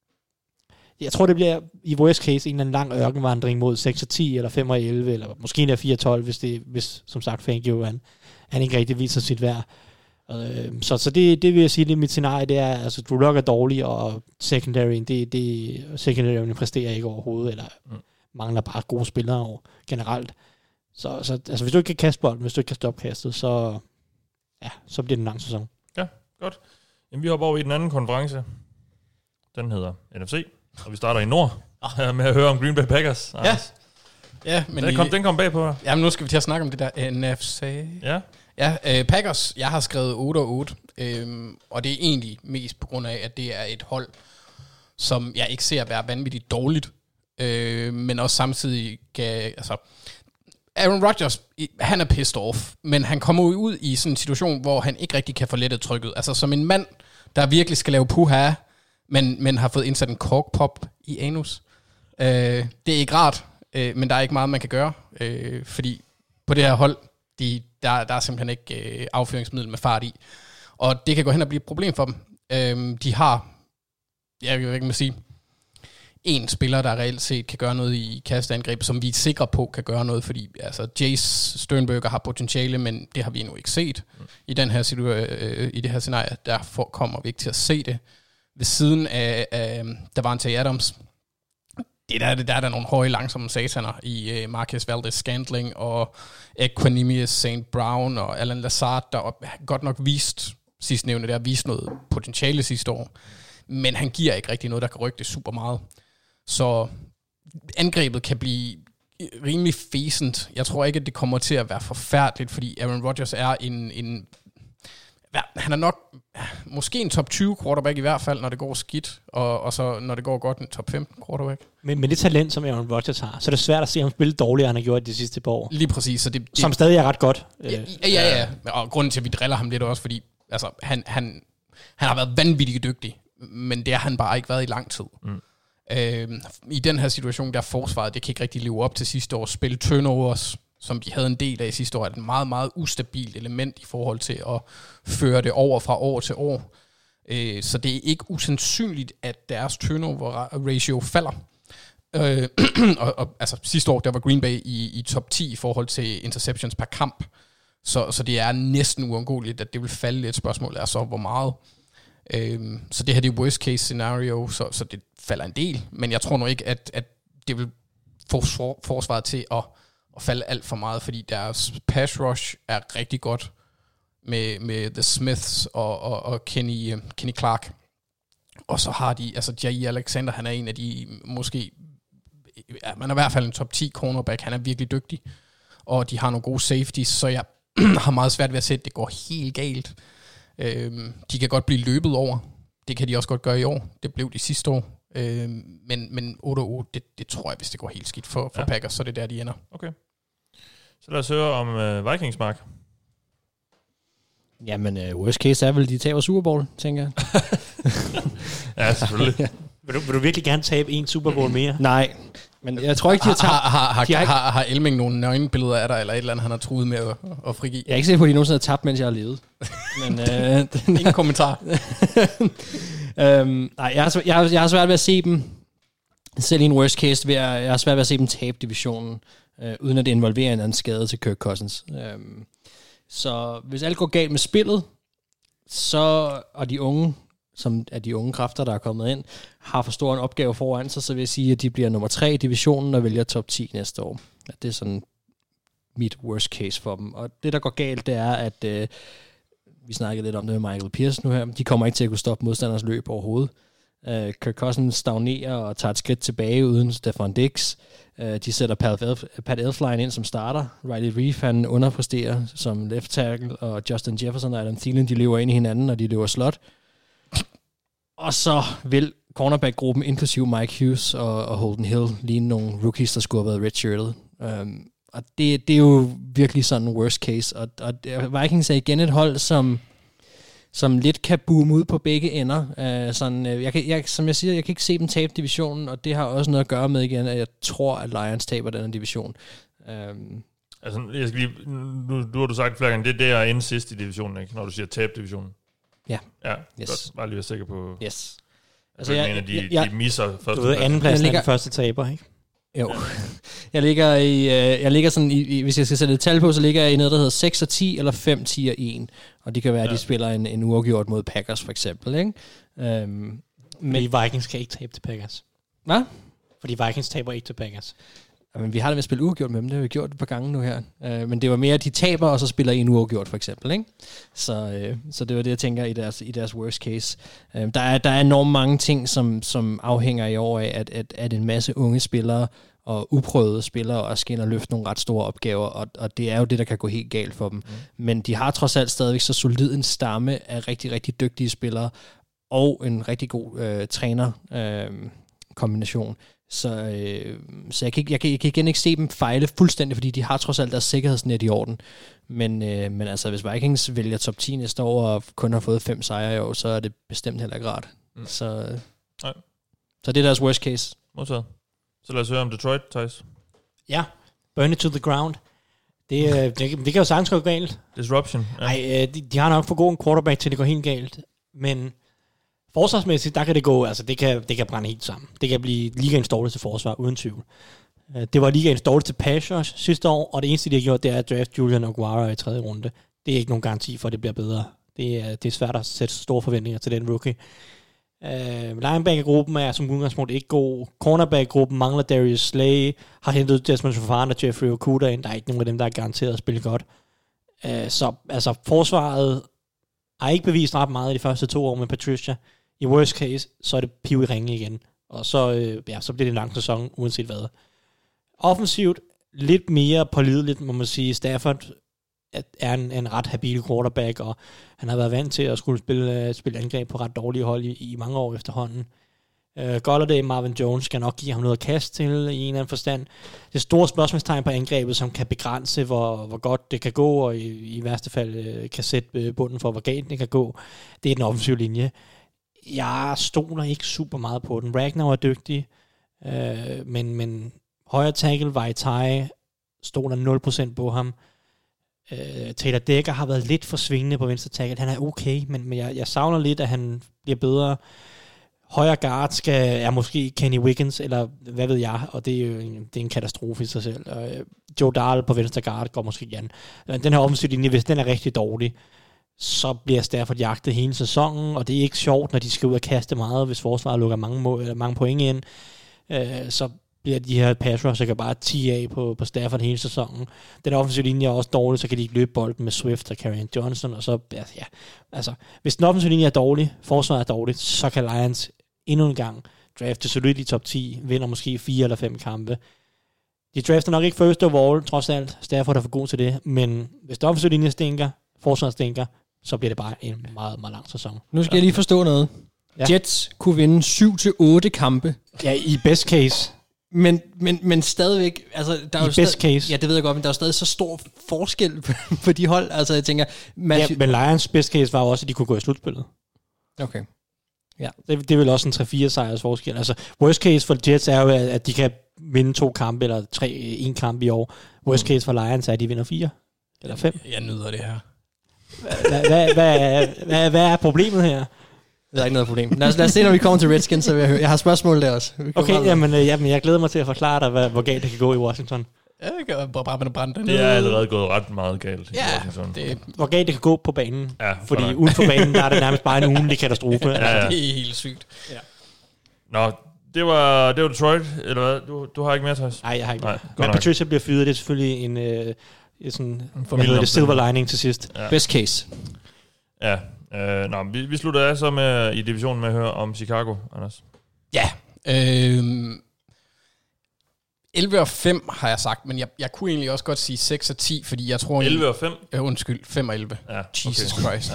Jeg tror, det bliver i worst case en eller anden lang ørkenvandring mod seks og ti, eller fem og elleve, eller måske endda fire og tolv, hvis, det, hvis som sagt, Fangio, han, han ikke rigtig viser sit værd. Øh, så så det, det vil jeg sige, det er mit scenarie, det er, altså Drew Lock er dårlig, og secondary, det, det, secondary præsterer ikke overhovedet, eller mm. mangler bare gode spillere over, generelt. Så, så altså, hvis du ikke kan kaste bolden, hvis du ikke kan stoppe kastet, så, ja, så bliver det en lang sæson. Ja, godt. Jamen, vi hopper over i den anden konference. Den hedder N F C. Og vi starter i nord med at høre om Green Bay Packers. Ja, ja men den kom, I, den kom bag på her. Jamen nu skal vi til at snakke om det der N F C. Ja. Ja, øh, Packers, jeg har skrevet otte og otte, øhm, og det er egentlig mest på grund af, at det er et hold, som jeg ikke ser være vanvittigt dårligt, øh, men også samtidig kan, altså, Aaron Rodgers, han er pissed off, men han kommer ud i sådan en situation, hvor han ikke rigtig kan få lettet trykket. Altså som en mand, der virkelig skal lave puha, men, men har fået indsat en korkpop i anus. Øh, det er ikke rart, øh, men der er ikke meget, man kan gøre, øh, fordi på det her hold, de, der, der er simpelthen ikke øh, affyringsmiddel med fart i. Og det kan gå hen og blive et problem for dem. Øh, de har, jeg vil ikke må sige, en spiller, der reelt set kan gøre noget i kasteangreb, som vi er sikre på kan gøre noget, fordi altså, Jace Sternberger har potentiale, men det har vi endnu ikke set. Mm. I, den her situ- øh, I det her scenarie, der kommer vi ikke til at se det. Ved siden af, af Davante Adams, det der, det der er der nogle høje, langsomme sataner i uh, Marcus Valdes-Scantling og Equanimous Saint Brown og Alan Lazard, der godt nok vist, sidstnævnte der, vist noget potentiale sidste år, men han giver ikke rigtig noget, der kan rykke det super meget. Så angrebet kan blive rimelig fæsent. Jeg tror ikke, at det kommer til at være forfærdeligt, fordi Aaron Rodgers er en... en han er nok måske en top tyve quarterback i hvert fald, når det går skidt, og, og så når det går godt, en top femten quarterback. Men med det talent, som Aaron Rodgers har, så er det svært at se ham spille dårligere, end han har gjort de sidste par år. Lige præcis. Så det, det, som stadig er ret godt. Ja, ja, ja, ja. Og grunden til, at vi driller ham lidt også, fordi altså, han, han, han har været vanvittigt dygtig, men det har han bare ikke været i lang tid. Mm. Øhm, I den her situation, der forsvaret, det kan ikke rigtig leve op til sidste års spil. Turnovers, som de havde en del af sidste år, er et meget, meget ustabilt element i forhold til at føre det over fra år til år. Øh, så det er ikke usandsynligt, at deres turnover-ratio falder. Øh, og, og, altså sidste år, der var Green Bay i, i top ti i forhold til interceptions per kamp. Så, så det er næsten uundgåeligt, at det vil falde. Et spørgsmål er så, hvor meget. Øh, så det her det er worst case scenario, så, så det falder en del. Men jeg tror nu ikke, at, at det vil få for, forsvaret til at og falde alt for meget, fordi deres pass rush er rigtig godt med, med The Smiths og, og, og Kenny, uh, Kenny Clark. Og så har de, altså Jair Alexander, han er en af de, måske, ja, man er i hvert fald en top ti cornerback, han er virkelig dygtig. Og de har nogle gode safeties, så jeg har meget svært ved at se, at det går helt galt. Øhm, de kan godt blive løbet over. Det kan de også godt gøre i år. Det blev de sidste år. Øh, men, men otte og otte, det, det tror jeg, hvis det går helt skidt for, for ja. Packers, så er det der, de ender. Okay. Så lad os høre om uh, Vikings, Mark. Jamen, uh, worst case er vel, de taber Super Bowl, tænker jeg. Ja, selvfølgelig. Ja. Vil du, vil du virkelig gerne tabe en Super Bowl mere? Nej, men jeg tror ikke, de har tabt... Har, har, har, de har, ikke... har, har Elming nogle nøgenbilleder af dig, eller et eller andet, han har truet med at, at frigive? Jeg er ikke sikker på, at de nogensinde har tabt, mens jeg har levet. Men, øh, ingen kommentar. øhm, nej, jeg har, jeg, har, jeg har svært ved at se dem, selv i en worst case, ved at, jeg har svært ved at se dem tabe divisionen, øh, uden at det involverer en anden skade til Kirk Cousins. Øhm, så hvis alt går galt med spillet, så og de unge, som er de unge kræfter, der er kommet ind, har for stor en opgave foran sig, så vil jeg sige, at de bliver nummer tre i divisionen og vælger top ti næste år. Ja, det er sådan mit worst case for dem. Og det, der går galt, det er, at øh, vi snakkede lidt om det med Michael Pierce nu her, de kommer ikke til at kunne stoppe modstanders løb overhovedet. Uh, Kirk Cousins stagnerer og tager et skridt tilbage uden Stefan Diggs. Uh, de sætter Pat, Elf- Pat Elflein ind som starter. Riley Reef, han underpresterer som left tackle, og Justin Jefferson og Adam Thielen, de løber ind i hinanden, og de løber slot. Og så vil cornerback-gruppen, inklusive Mike Hughes og, og Holden Hill, ligne nogle rookies, der skulle have været redshirtet. Um, og det, det er jo virkelig sådan en worst case. Og, og Vikings er igen et hold, som... som lidt kan boome ud på begge ender. Uh, sådan, uh, jeg kan, jeg, som jeg siger, jeg kan ikke se dem tabe divisionen, og det har også noget at gøre med igen, at jeg tror, at Lions taber den division. Um, altså, jeg skal lige, nu, nu har du sagt flere gange, det er det, jeg ender sidst i divisionen, ikke? Når du siger tab divisionen. Ja. Ja, yes. Godt. Bare lige være sikker på... Yes. Altså, jeg, jeg mener, de, jeg, jeg, de misser første Du ved, anden pladsen er den første taber, ikke? Jo. jeg ligger i, øh, jeg ligger sådan i, i, hvis jeg skal sætte et tal på, så ligger jeg i noget, der hedder seks og ti, eller fem, ti og en. Og det kan være, ja. at de spiller en, en uafgjort mod Packers, for eksempel, ikke? Øhm, men Fordi Vikings kan ikke tabe til Packers. Hvad? Fordi Vikings taber ikke til Packers. Jamen, vi har det med at spille uafgjort med dem, det har vi gjort et par gange nu her. Øh, men det var mere, at de taber, og så spiller en uafgjort, for eksempel, ikke? Så, øh, så det var det, jeg tænker i deres, i deres worst case. Øh, der, er, der er enormt mange ting, som, som afhænger i år af, at, at, at en masse unge spillere og uprøvede spillere også skal ind og løfte nogle ret store opgaver, og, og det er jo det, der kan gå helt galt for dem. Mm. Men de har trods alt stadigvæk så solid en stamme af rigtig, rigtig dygtige spillere, og en rigtig god øh, træner-kombination. Øh, så øh, så jeg, kan ikke, jeg, kan, jeg kan igen ikke se dem fejle fuldstændig, fordi de har trods alt deres sikkerhedsnet i orden. Men, øh, men altså, hvis Vikings vælger top ti næste år, og kun har fået fem sejre i år, så er det bestemt heller ikke rart. Mm. Så, Nej. så det er deres worst case. Modtaget. Så lad os høre om Detroit, Thijs. Ja, burn it to the ground. Det, øh, det, det kan jo sagtens gå galt. Disruption. Nej, ja. øh, de, de har nok for god en quarterback til, det går helt galt. Men forsvarsmæssigt, der kan det gå, altså det kan, det kan brænde helt sammen. Det kan blive ligaens dårligste forsvar, uden tvivl. Øh, det var ligaens dårligste pass rush sidste år, og det eneste, de har gjort, det er at draft Julian Oguara i tredje runde. Det er ikke nogen garanti for, at det bliver bedre. Det er, det er svært at sætte store forventninger til den rookie. Uh, linebacker-gruppen er som udgangspunkt ikke god. Cornerback-gruppen mangler Darius Slay, har hentet Desmond Fafana og Jeffrey Okuda ind. Der er ikke nogen af dem, der er garanteret at spille godt. Uh, så altså, forsvaret har ikke bevist ret meget i de første to år med Patricia. I worst case, så er det piv i ringe igen. Og så, uh, ja, så bliver det en lang sæson, uanset hvad. Offensivt, lidt mere pålideligt, må man sige. Stafford er en, en ret habil quarterback, og han har været vant til at skulle spille, spille angreb på ret dårlige hold i, i mange år efterhånden. Uh, Golladay, Marvin Jones skal nok give ham noget at kaste til i en eller anden forstand. Det store spørgsmålstegn på angrebet, som kan begrænse, hvor, hvor godt det kan gå, og i, i værste fald uh, kan sætte bunden for, hvor galt det kan gå, det er den offensive linje. Jeg stoler ikke super meget på den. Ragnar er dygtig, uh, men, men højre tackle, Vaitai, stoler nul procent på ham. Uh, Taylor Decker har været lidt for svingende på venstre tackle. Han er okay, men, men jeg, jeg savner lidt, at han bliver bedre. Højre guard skal, er måske Kenny Wiggins, eller hvad ved jeg, og det er jo en, det er en katastrofe i sig selv. Uh, Joe Dahl på venstre guard går måske igen. Uh, den her offensive linje, hvis den er rigtig dårlig, så bliver Stafford jagtet hele sæsonen, og det er ikke sjovt, når de skal ud og kaste meget, hvis forsvaret lukker mange, må, mange point ind. Uh, så bliver de her pass rush, så kan bare ti af på, på Stafford hele sæsonen. Den offensive linje er også dårlig, så kan de ikke løbe bolden med Swift og Kerryon Johnson, og så, ja, ja, altså, hvis den offensive linje er dårlig, forsvaret er dårligt, så kan Lions endnu en gang drafte solidt i top ti, vinder måske fire eller fem kampe. De drafter nok ikke first overall, trods alt. Stafford er for god til det, men hvis den offensive linje stinker, forsvaret stinker, så bliver det bare en meget, meget lang sæson. Nu skal ja. jeg lige forstå noget. Ja. Jets kunne vinde syv til otte kampe. Ja, i best case. Men, men, men stadigvæk... Altså, der er I jo best stadig, case. Ja, det ved jeg godt, men der er jo stadig så stor forskel på, på de hold. Altså, jeg tænker... Matthew, ja, men Lions best case var jo også, at de kunne gå i slutspillet. Okay. Ja. Det, det er vel også en tre fire sejrs forskel. Altså, worst case for Jets er jo, at de kan vinde to kampe, eller tre, en kamp i år. Worst case for Lions er, at de vinder fire. Eller fem. Jeg nyder det her. Hvad, hvad, hvad, hvad, hvad er problemet her? Det er ikke noget problem. Lad os, lad os se, når vi kommer til Redskins, så vil jeg høre. Jeg har spørgsmål der også. Okay, jamen, jamen, jeg glæder mig til at forklare dig, hvad, hvor galt det kan gå i Washington. Ja, det kan bare med brænde. Det er allerede gået ret meget galt ja, i Washington. Det, hvor galt det kan gå på banen. Ja, fordi uden for banen, der er det nærmest bare en ugenlig katastrofe. Ja, ja. Det er helt sygt. Ja. Nå, det var, det var Detroit, eller hvad? Du, du har ikke mere, Thijs? Nej, jeg har ikke mere. Men Patricia bliver fyret, det er selvfølgelig en, øh, sådan, hvad hedder det, silver lining til sidst. Ja. Best case. Ja. Uh, nå, vi, vi slutter af så med, i divisionen med at høre om Chicago, Anders. Ja. Øh, elleve og fem har jeg sagt, men jeg, jeg kunne egentlig også godt sige seks og ti, fordi jeg tror... elleve og fem? Øh, undskyld, fem og elleve. Ja, Jesus okay. Christ.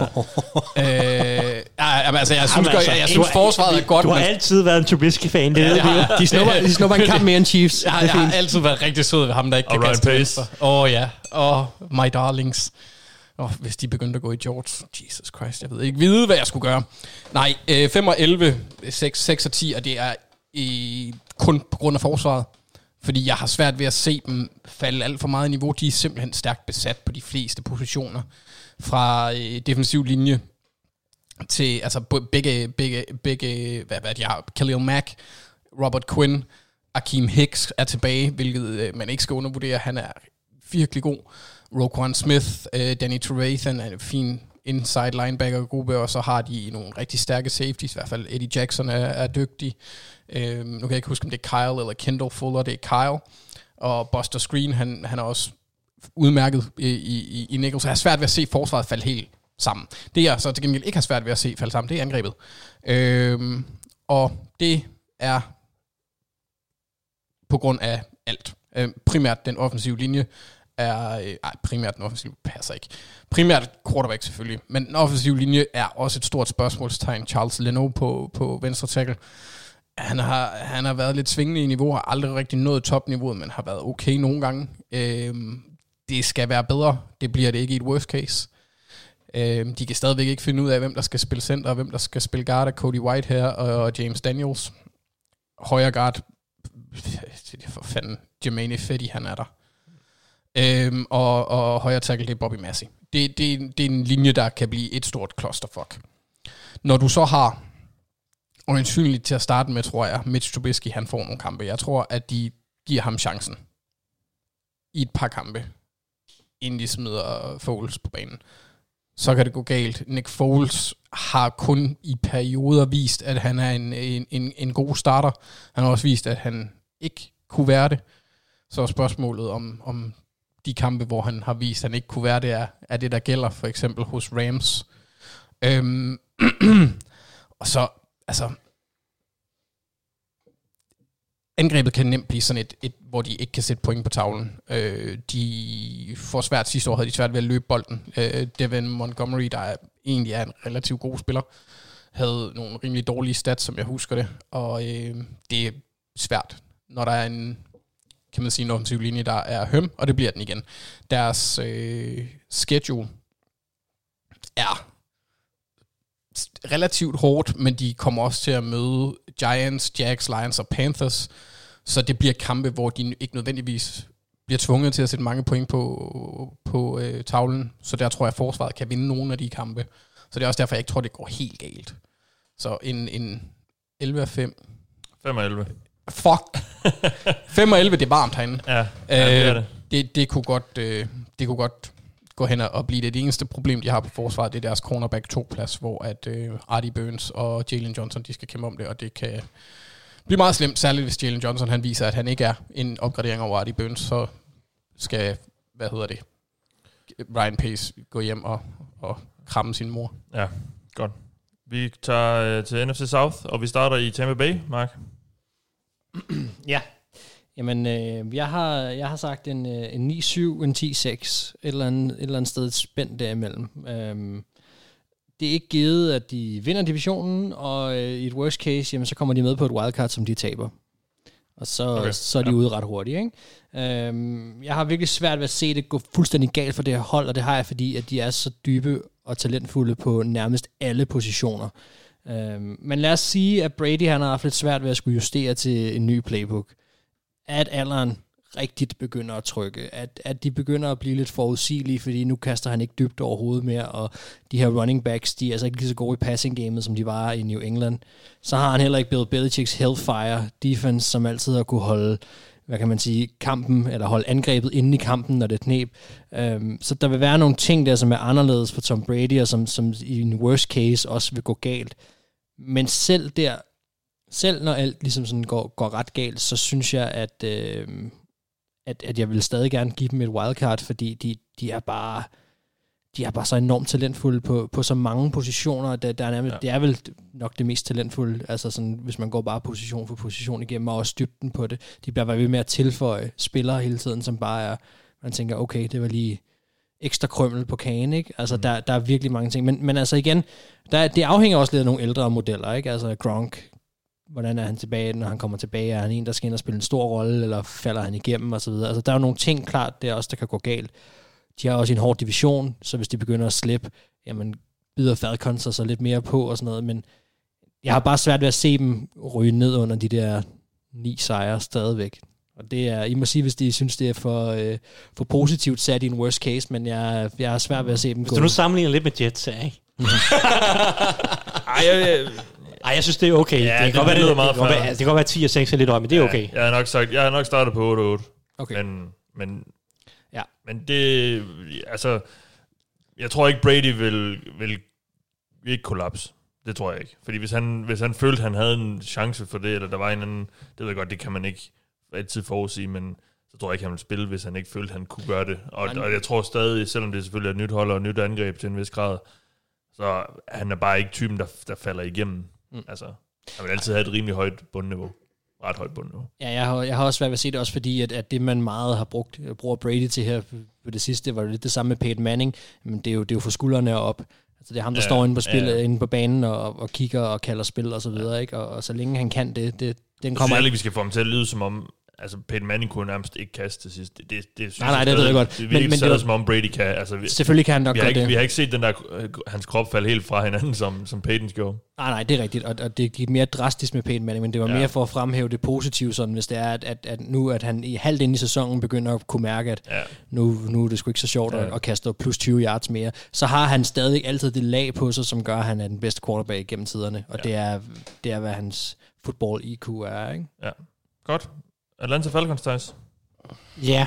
øh, ja, altså, jeg synes, altså, jeg, jeg synes forsvaret er godt. Du har men... altid været en Trubisky-fan, det ja, ved ja, de snupper, de snupper en kamp mere end Chiefs. Ja, jeg har altid været rigtig sød ved ham, der ikke og kan kaste Pace. Åh oh, ja, åh, oh, my darlings. Oh, hvis de begyndte at gå i George. Jesus Christ, jeg ved ikke vide, hvad jeg skulle gøre. Nej, øh, fem og elleve, seks, seks og ti, og det er i, kun på grund af forsvaret. Fordi jeg har svært ved at se dem falde alt for meget i niveau. De er simpelthen stærkt besat på de fleste positioner. Fra øh, defensiv linje til altså begge, begge, begge hvad, hvad de har. Khalil Mack, Robert Quinn, Akeem Hicks er tilbage, hvilket øh, man ikke skal undervurdere. Han er virkelig god. Roquan Smith, øh, Danny Trevathan er en fin inside linebacker-gruppe, og så har de nogle rigtig stærke safeties, i hvert fald Eddie Jackson er, er dygtig. Øh, nu kan jeg ikke huske, om det er Kyle eller Kendall Fuller, det er Kyle. Og Buster Screen, han, han er også udmærket i, i, i Nichols. Jeg har svært ved at se forsvaret falde helt sammen. Det jeg så til gengæld ikke har svært ved at se falde sammen, det er angrebet. Øh, og det er på grund af alt. Øh, primært den offensive linje, er, øh, ej, primært den offensive passer ikke. Primært quarterback selvfølgelig, men den offensive linje er også et stort spørgsmålstegn. Charles Leno på, på venstre tackle. Han har, han har været lidt svingende i niveau, har aldrig rigtig nået topniveauet, men har været okay nogle gange. Øhm, det skal være bedre. Det bliver det ikke i et worst case. Øhm, de kan stadigvæk ikke finde ud af, hvem der skal spille center, og hvem der skal spille guard, Cody White her, og James Daniels. Højre guard, for fanden, Jermaine Fetty, han er der. Øhm, og, og højre tackle, det er Bobby Massey. Det, det, det er en linje, der kan blive et stort clusterfuck. Når du så har, og ansynligt til at starte med, tror jeg, Mitch Trubisky, han får nogle kampe. Jeg tror, at de giver ham chancen i et par kampe, inden de smider Foles på banen. Så kan det gå galt. Nick Foles har kun i perioder vist, at han er en, en, en, en god starter. Han har også vist, at han ikke kunne være det. Så er spørgsmålet om, om de kampe, hvor han har vist, at han ikke kunne være det, er, er det, der gælder for eksempel hos Rams. Øhm, og så, altså, angrebet kan nemt blive sådan et, et hvor de ikke kan sætte point på tavlen. Øh, de får svært, sidste år havde de svært ved at løbe bolden. Øh, Devin Montgomery, der er, egentlig er en relativt god spiller, havde nogle rimelig dårlige stats, som jeg husker det, og øh, det er svært, når der er en, kan man sige, en offensiv linje, der er høm, og det bliver den igen. Deres øh, schedule er relativt hårdt, men de kommer også til at møde Giants, Jags, Lions og Panthers, så det bliver kampe, hvor de ikke nødvendigvis bliver tvunget til at sætte mange point på, på øh, tavlen, så der tror jeg, at forsvaret kan vinde nogle af de kampe. Så det er også derfor, jeg ikke tror, det går helt galt. Så en, en elleve og fem. fem og elleve. Fuck. fem og elleve, det er varmt herinde. Ja, ja det er det. Øh, det, det, kunne godt, øh, det kunne godt gå hen og blive det. Det eneste problem, de har på forsvaret, det er deres cornerback to-plads, hvor at øh, Artie Burns og Jalen Johnson, de skal kæmpe om det, og det kan blive meget slemt, særligt hvis Jalen Johnson, han viser, at han ikke er en opgradering over Artie Burns, så skal, hvad hedder det, Ryan Pace gå hjem og, og kramme sin mor. Ja, godt. Vi tager øh, til N F C South, og vi starter i Tampa Bay, Mark. Ja. Jamen, øh, jeg, har, jeg har sagt en, øh, en ni syv, en ti seks, et eller andet, et eller andet sted spændt derimellem. Øhm, det er ikke givet, at de vinder divisionen, og øh, i et worst case, jamen, så kommer de med på et wildcard, som de taber. Og så, okay. så er de ja. ude ret hurtigt. Ikke? Øhm, jeg har virkelig svært ved at se det gå fuldstændig galt for det her hold, og det har jeg, fordi at de er så dybe og talentfulde på nærmest alle positioner. Øhm, men lad os sige, at Brady han har haft lidt svært ved at skulle justere til en ny playbook. At alderen rigtigt begynder at trykke. At, at de begynder at blive lidt forudsigelige, fordi nu kaster han ikke dybt overhovedet mere, og de her running backs, de er altså ikke lige så gode i passing gamet, som de var i New England. Så har han heller ikke Bill Belichicks Hellfire defense, som altid har kunne holde, hvad kan man sige, kampen, eller holde angrebet inde i kampen, når det kneb. Um, så der vil være nogle ting der, som er anderledes for Tom Brady, og som, som i en worst case også vil gå galt. Men selv der, selv når alt ligesom sådan går, går ret galt, så synes jeg, at øh, At, at jeg vil stadig gerne give dem et wildcard, fordi de, de er bare de er bare så enormt talentfulde på, på så mange positioner. Der, der er nærmest, ja. Det er vel nok det mest talentfulde, altså sådan, hvis man går bare position for position igennem, og også dybden på det. De bliver bare ved med at tilføje spillere hele tiden, som bare er, man tænker, okay, det var lige ekstra krømmel på kagen, ikke? Altså, mm. der, der er virkelig mange ting. Men, men altså igen, der, det afhænger også lidt af nogle ældre modeller, ikke? Altså Gronk, hvordan er han tilbage, når han kommer tilbage? Er han en, der skal ind og spille en stor rolle, eller falder han igennem, og så videre? Altså, der er jo nogle ting klart, der også, der kan gå galt. De har også en hård division, så hvis de begynder at slippe, jamen, bider Falcons sig så lidt mere på, og sådan noget, men jeg har bare svært ved at se dem ryge ned under de der ni sejre stadigvæk. Og det er, I må sige, hvis de synes, det er for, øh, for positivt sat i en worst case, men jeg, jeg har svært ved at se dem hvis gå. Hvis du nu sammenligner lidt med Jets, ikke? Ej, jeg... Ej, jeg synes, det er okay. Ja, det, det, kan det, det, det, det, meget det, det, det, det kan godt være ti og seks er lidt højt, men det er ja, okay. Jeg har nok sagt, jeg har nok startet på otte og otte. Okay. Men, men, ja. men det, altså, jeg tror ikke, Brady vil, vil ikke kollapse. Det tror jeg ikke. Fordi hvis han, hvis han følte, han havde en chance for det, eller der var en anden, det ved jeg godt, det kan man ikke altid forudsige, men så tror jeg ikke, han ville spille, hvis han ikke følte, han kunne gøre det. Og, og jeg tror stadig, selvom det selvfølgelig er et nyt hold og et nyt angreb til en vis grad, så han er bare ikke typen, der, der falder igennem. Mm. Altså, han vil altid have et rimelig højt bundniveau. Ret højt bundniveau. Ja, jeg har, jeg har også været ved at se det også, fordi at, at det, man meget har brugt, bruger Brady til her på det sidste, var jo lidt det samme med Peyton Manning, men det er jo, det er jo for skuldrene op. Altså, det er ham, der ja, står inde på, spil, ja. inde på banen og, og kigger og kalder spil og så videre, ikke? Og, og så længe han kan det, det den kommer... Jeg synes ikke, vi skal få ham til at lyde som om, altså Peyton Manning kunne nærmest ikke kaste til sidst. Det, det, det synes nej, nej, det ved jeg godt. Det virkelig men, men som om Brady kan. Altså, vi, selvfølgelig kan han nok gøre det. Vi har ikke set den der, hans krop falde helt fra hinanden, som, som Peytons gjorde. Nej, nej, det er rigtigt. Og, og det gik mere drastisk med Peyton Manning, men det var ja. mere for at fremhæve det positive, sådan, hvis det er, at, at, at nu, at han i halvt inde i sæsonen begynder at kunne mærke, at ja. nu, nu er det sgu ikke så sjovt ja. at, at kaste plus tyve yards mere. Så har han stadig altid det lag på sig, som gør, at han er den bedste quarterback gennem tiderne. Og ja. det, er, det er, hvad hans football I Q er, ikke? Ja, godt. Atlanta Falcons, Thijs? Ja.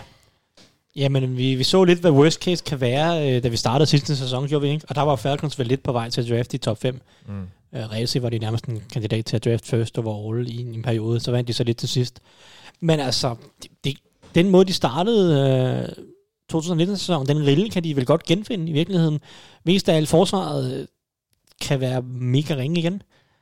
Jamen, vi, vi så lidt, hvad worst case kan være, øh, da vi startede sidste sæson, gjorde vi ikke? Og der var Falcons vel lidt på vej til at draft i top fem. Mm. Øh, reelt set var de nærmest en kandidat til at draft first overall i en, en periode, så vandt de så lidt til sidst. Men altså, det, det, den måde, de startede øh, to tusind nitten-sæsonen, den rille kan de vel godt genfinde i virkeligheden. Mest af alt forsvaret øh, kan være mega ringe igen.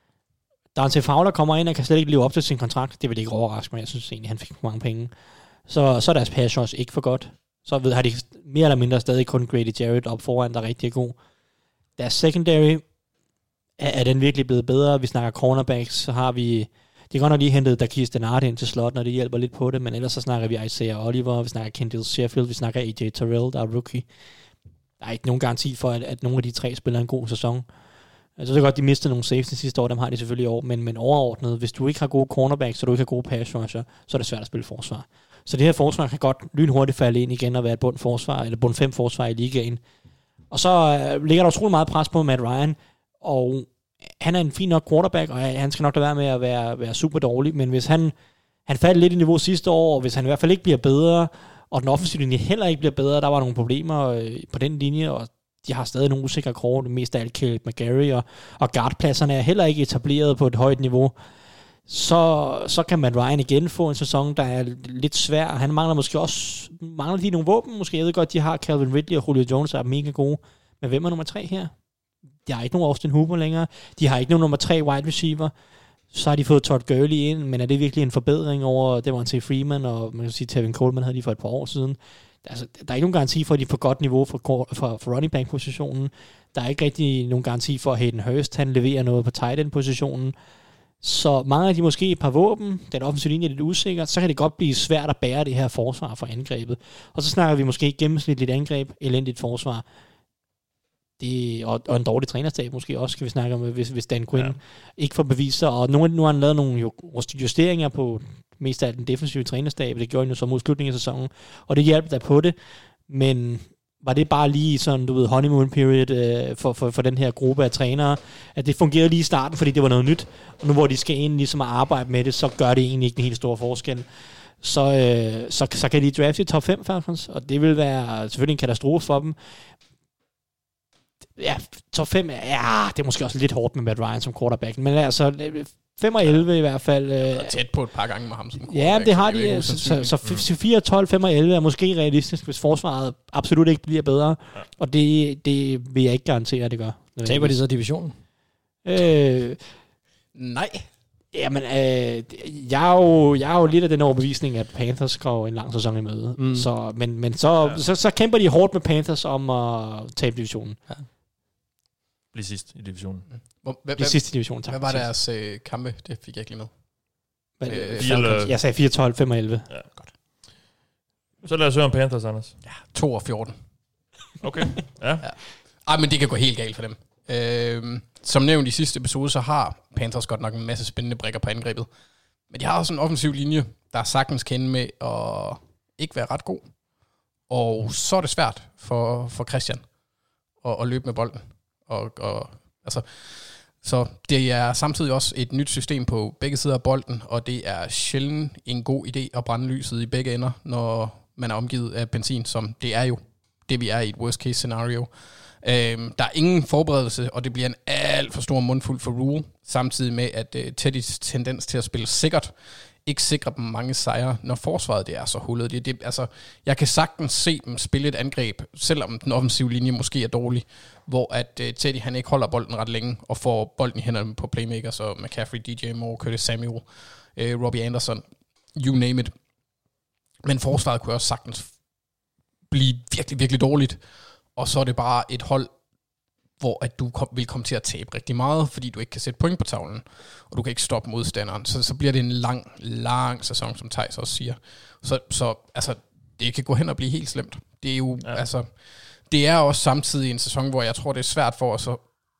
Dante Fowler kommer ind og kan slet ikke leve op til sin kontrakt. Det vil ikke overraske mig. Jeg synes egentlig, han fik for mange penge. Så, så er deres pass rush ikke for godt. Så ved, har de mere eller mindre stadig kun Grady Jarrett op foran, der er rigtig god. Deres secondary er, er den virkelig blevet bedre. Vi snakker cornerbacks, så har vi... De kan godt lige hentet Dakis Denard ind til slot, når det hjælper lidt på det, men ellers så snakker vi Isaiah Oliver, vi snakker Kendall Sheffield, vi snakker A J Terrell, der er rookie. Der er ikke nogen garanti for, at, at nogle af de tre spiller en god sæson. Altså, det er godt, de mistede nogle safety sidste år, dem har de selvfølgelig i år, men, men overordnet, hvis du ikke har gode cornerbacks, så du ikke har gode pass rusher, så er det svært at spille forsvar. Så det her forsvar kan godt lynhurtigt falde ind igen og være et bund forsvar, eller bund fem forsvar i ligaen. Og så øh, ligger der utrolig meget pres på Matt Ryan, og han er en fin nok quarterback, og han skal nok da være med at være, være super dårlig, men hvis han, han faldt lidt i niveau sidste år, og hvis han i hvert fald ikke bliver bedre, og den offensive linje heller ikke bliver bedre, der var nogle problemer øh, på den linje, og de har stadig nogle usikre kort, mest af alt Caleb McGarry, og, og guardpladserne er heller ikke etableret på et højt niveau. Så, så kan Matt Ryan igen få en sæson, der er lidt svær. Han mangler måske også mangler de nogle våben. Måske jeg ved godt, de har Calvin Ridley og Julio Jones, der er mega gode. Men hvem er nummer tre her? De har ikke nogen Austin Hooper længere. De har ikke nogen nummer tre wide receiver. Så har de fået Todd Gurley ind, men er det virkelig en forbedring over Devontae Freeman, og man kan sige, Tevin Coleman havde de for et par år siden. altså, der er ikke nogen garanti for, at de får godt niveau for, for, for running back-positionen. Der er ikke rigtig nogen garanti for, at Hayden Hurst, han leverer noget på tight end-positionen. Så mange af de måske et par våben, den offensive linje er lidt usikker, så kan det godt blive svært at bære det her forsvar for angrebet. Og så snakker vi måske gennemsnitligt angreb, elendigt forsvar. Det, og, og en dårlig trænerstab måske også, kan vi snakke om, hvis, hvis Dan Quinn ja. ikke får bevist sig. Og nu, nu har han lavet nogle justeringer på mest af den defensive trænerstab, det gjorde han jo så mod slutningen af sæsonen, og det hjælper der på det, men var det bare lige sådan, du ved, honeymoon period øh, for, for, for den her gruppe af trænere, at det fungerede lige i starten, fordi det var noget nyt, og nu hvor de skal ind ligesom at arbejde med det, så gør det egentlig ikke en helt stor forskel. Så, øh, så, så kan de drafte i top fem, Falcons, og det vil være selvfølgelig en katastrofe for dem. Ja, top fem, ja, det er måske også lidt hårdt med Matt Ryan som quarterback, men altså fem og elleve i hvert fald. Øh, tæt på et par gange med ham som quarterback. Ja, det har de. Det så så, så mm. fire, tolv, fem og elleve er måske realistisk, hvis forsvaret absolut ikke bliver bedre. Ja. Og det, det vil jeg ikke garantere, at det gør. Taber de så divisionen? Øh, Nej. Jamen, øh, jeg, er jo, jeg er jo lidt af den overbevisning, at Panthers går en lang sæson i møde. Mm. Så, men men så, ja. så, så kæmper de hårdt med Panthers om at tabe divisionen. Ja. Blive sidst i divisionen. Hvor, hvad, Blive sidst i divisionen, tak. Hvad var deres øh, kampe? Det fik jeg ikke lige med. Øh, fire, jeg sagde fire tolv, fem og elleve. Ja, godt. Så lad os høre om Panthers, Anders. Ja, to og fjorten. Okay, ja. ja. Ej, men det kan gå helt galt for dem. Øh, som nævnt i sidste episode, så har Panthers godt nok en masse spændende brikker på angrebet. Men de har også en offensiv linje, der sagtens kan ende med at ikke være ret god. Og så er det svært for, for Christian at, at løbe med bolden. Og, og, altså, så det er samtidig også et nyt system på begge sider af bolden, og det er sjældent en god idé at brænde lyset i begge ender, når man er omgivet af benzin, som det er jo det, vi er i et worst case scenario. Øhm, der er ingen forberedelse, og det bliver en alt for stor mundfuld for Rule, samtidig med, at uh, Teddys tendens til at spille sikkert ikke sikrer dem mange sejre, når forsvaret det er så hullet. Det, det, altså, jeg kan sagtens se dem spille et angreb, selvom den offensive linje måske er dårlig, hvor at uh, Teddy han ikke holder bolden ret længe, og får bolden i hænderne på playmakers, og McCaffrey, D J Moore, Curtis Samuel, uh, Robbie Anderson, you name it. Men forsvaret kunne også sagtens blive virkelig, virkelig dårligt, og så er det bare et hold, hvor at du kom, vil komme til at tabe rigtig meget, fordi du ikke kan sætte point på tavlen, og du kan ikke stoppe modstanderen. Så, så bliver det en lang, lang sæson, som Theis også siger. Så, så altså, det kan gå hen og blive helt slemt. Det er jo, ja. altså, det er også samtidig en sæson, hvor jeg tror, det er svært for os at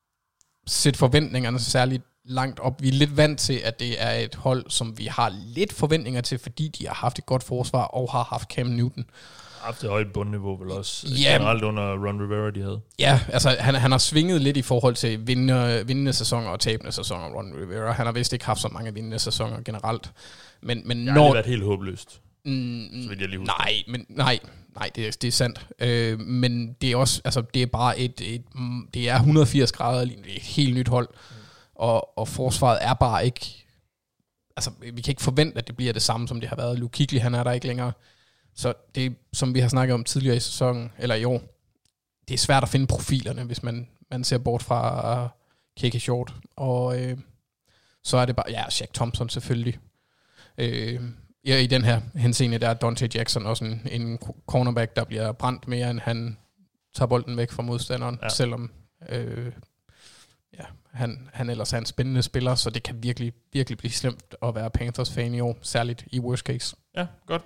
sætte forventningerne særligt langt op. Vi er lidt vant til, at det er et hold, som vi har lidt forventninger til, fordi de har haft et godt forsvar, og har haft Cam Newton. Haft et højt bundniveau vel også, ja, generelt under Ron Rivera, de havde. Ja, altså han, han har svinget lidt i forhold til vindende, vindende sæsoner og tabende sæsoner, Ron Rivera. Han har vist ikke haft så mange vindende sæsoner generelt. Men, men det har når, været helt håbløst, mm, så vidt jeg lige husker. Nej, men, nej, nej det, er, det er sandt. Øh, men det er også, altså det er bare et, et det er et hundrede og firs grader, det er et helt nyt hold. Mm. Og, og forsvaret er bare ikke, altså vi kan ikke forvente, at det bliver det samme, som det har været. Luke Kuechly, han er der ikke længere. Så det, som vi har snakket om tidligere i sæsonen, eller i år, det er svært at finde profilerne, hvis man, man ser bort fra uh, K K Short. Og øh, så er det bare, ja, Shaq Thompson selvfølgelig. Øh, ja, i den her henseende, der er Dante Jackson også en, en cornerback, der bliver brændt mere, end han tager bolden væk fra modstanderen, ja. selvom øh, ja, han, han ellers er en spændende spiller, så det kan virkelig, virkelig blive slemt at være Panthers-fan i år, særligt i worst case. Ja, godt.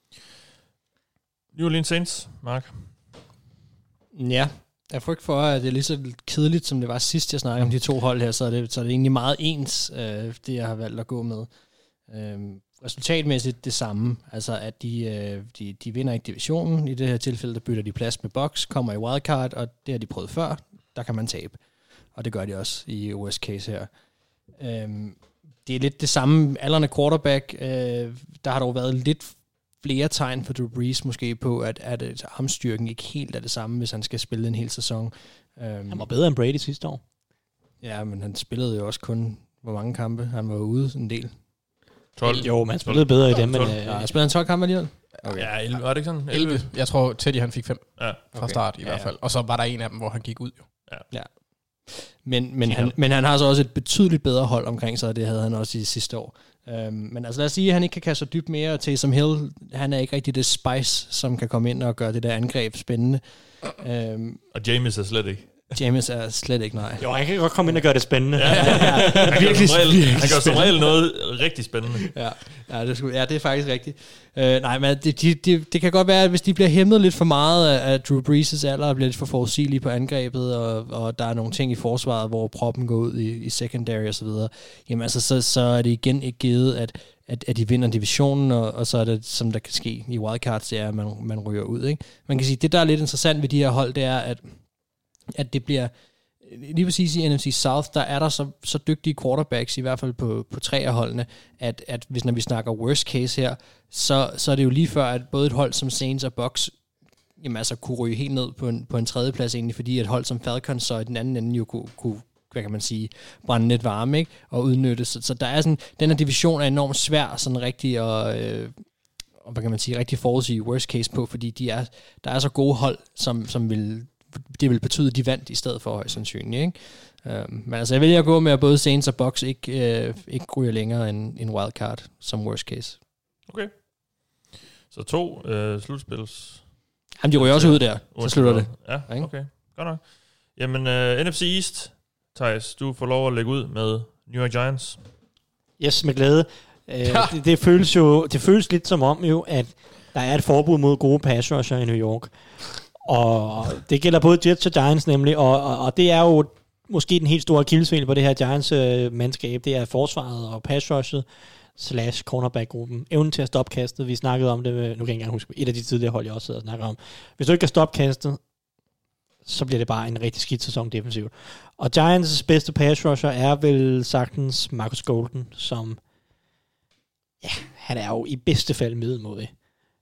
New Orleans Saints, Mark. Ja, jeg frygt for, at det er lige så kedeligt, som det var sidst, jeg snakkede om de to hold her, så er det, så er det egentlig meget ens, øh, det jeg har valgt at gå med. Øh, resultatmæssigt det samme, altså at de, øh, de, de vinder ikke divisionen, i det her tilfælde, der bytter de plads med Bucks, kommer i wildcard, og det har de prøvet før, der kan man tabe. Og det gør de også i worst case her. Øh, det er lidt det samme, aldrende quarterback, øh, der har dog været lidt flere tegn for Drew Brees måske på, at, at armstyrken ikke helt er det samme, hvis han skal spille en hel sæson. Um, han var bedre end Brady sidste år. Ja, men han spillede jo også kun, hvor mange kampe? Han var ude en del. tolv Jo, men han spillede bedre i dem. Men, ja, han spillede han tolv kampe alligevel? Okay. Ja, elleve, var det ikke sådan? elleve. Jeg tror, Teddy han fik fem ja. fra okay. start i ja, hvert fald. Og så var der en af dem, hvor han gik ud jo. Ja. ja. Men, men, han, men han har så også et betydeligt bedre hold omkring sig, og det havde han også i sidste år. Øhm, men altså lad os sige, at han ikke kan kaste sig dybt mere, og Taysom Hill, han er ikke rigtig det spice, som kan komme ind og gøre det der angreb spændende. Øhm, og James er slet ikke. James er slet ikke, nej. Jo, han kan godt komme ind og gøre det spændende. Ja, ja, ja. Han virkelig, han gør som regel noget rigtig spændende. Ja, ja, det, skulle, ja, det er faktisk rigtigt. Uh, nej, men det, de, de, det kan godt være, at hvis de bliver hæmmet lidt for meget af, af Drew Brees' alder, og bliver lidt for forudsigelige på angrebet, og, og der er nogle ting i forsvaret, hvor proppen går ud i, i secondary og så videre, jamen altså, så, så er det igen ikke givet, at, at, at de vinder divisionen, og, og så er det, som der kan ske i wildcards, det er, at man, man ryger ud. Ikke? Man kan sige, det der er lidt interessant ved de her hold, det er, at at det bliver, lige præcis i N F C South, der er der så, så dygtige quarterbacks, i hvert fald på, på tre af holdene, at, at hvis når vi snakker worst case her, så, så er det jo lige før, at både et hold som Saints og Bucks, jamen altså kunne ryge helt ned på en, på en tredje plads egentlig, fordi et hold som Falcons så i den anden ende jo kunne, kunne hvad kan man sige, brænde lidt varme, ikke? Og udnytte. Så, så der er sådan, den her division er enormt svær, sådan rigtig og øh, og hvad kan man sige, rigtig forudsige worst case på, fordi de er, der er så gode hold, som, som vil det vil betyde, at de vandt i stedet for højst sandsynligt, ikke? Um, men altså, jeg vælger at gå med, at både Saints og Bucks ikke, øh, ikke ryger længere end en wildcard som worst case. Okay. Så to øh, slutspils... Jamen, de ryger også ud der, så slutter det. Ja, okay. Godt nok. Jamen, øh, N F C East, Thijs, du får lov at lægge ud med New York Giants. Yes, med glæde. Uh, det, det føles jo det føles lidt som om jo, at der er et forbud mod gode pass rusher i New York. Og det gælder både Jets og Giants nemlig, og, og, og det er jo måske den helt store akilleshæl på det her Giants-mandskab, det er forsvaret og pass-rushet slash cornerback-gruppen. Evnen til at stoppe kastet, vi snakkede om det, nu kan jeg ikke engang huske, et af de tidligere hold, jeg også sidder og snakker om. Hvis du ikke kan stoppe kastet, så bliver det bare en rigtig skidt sæson defensivt. Og Giants' bedste pass-rusher er vel sagtens Marcus Golden, som, ja, han er jo i bedste fald middelmådig.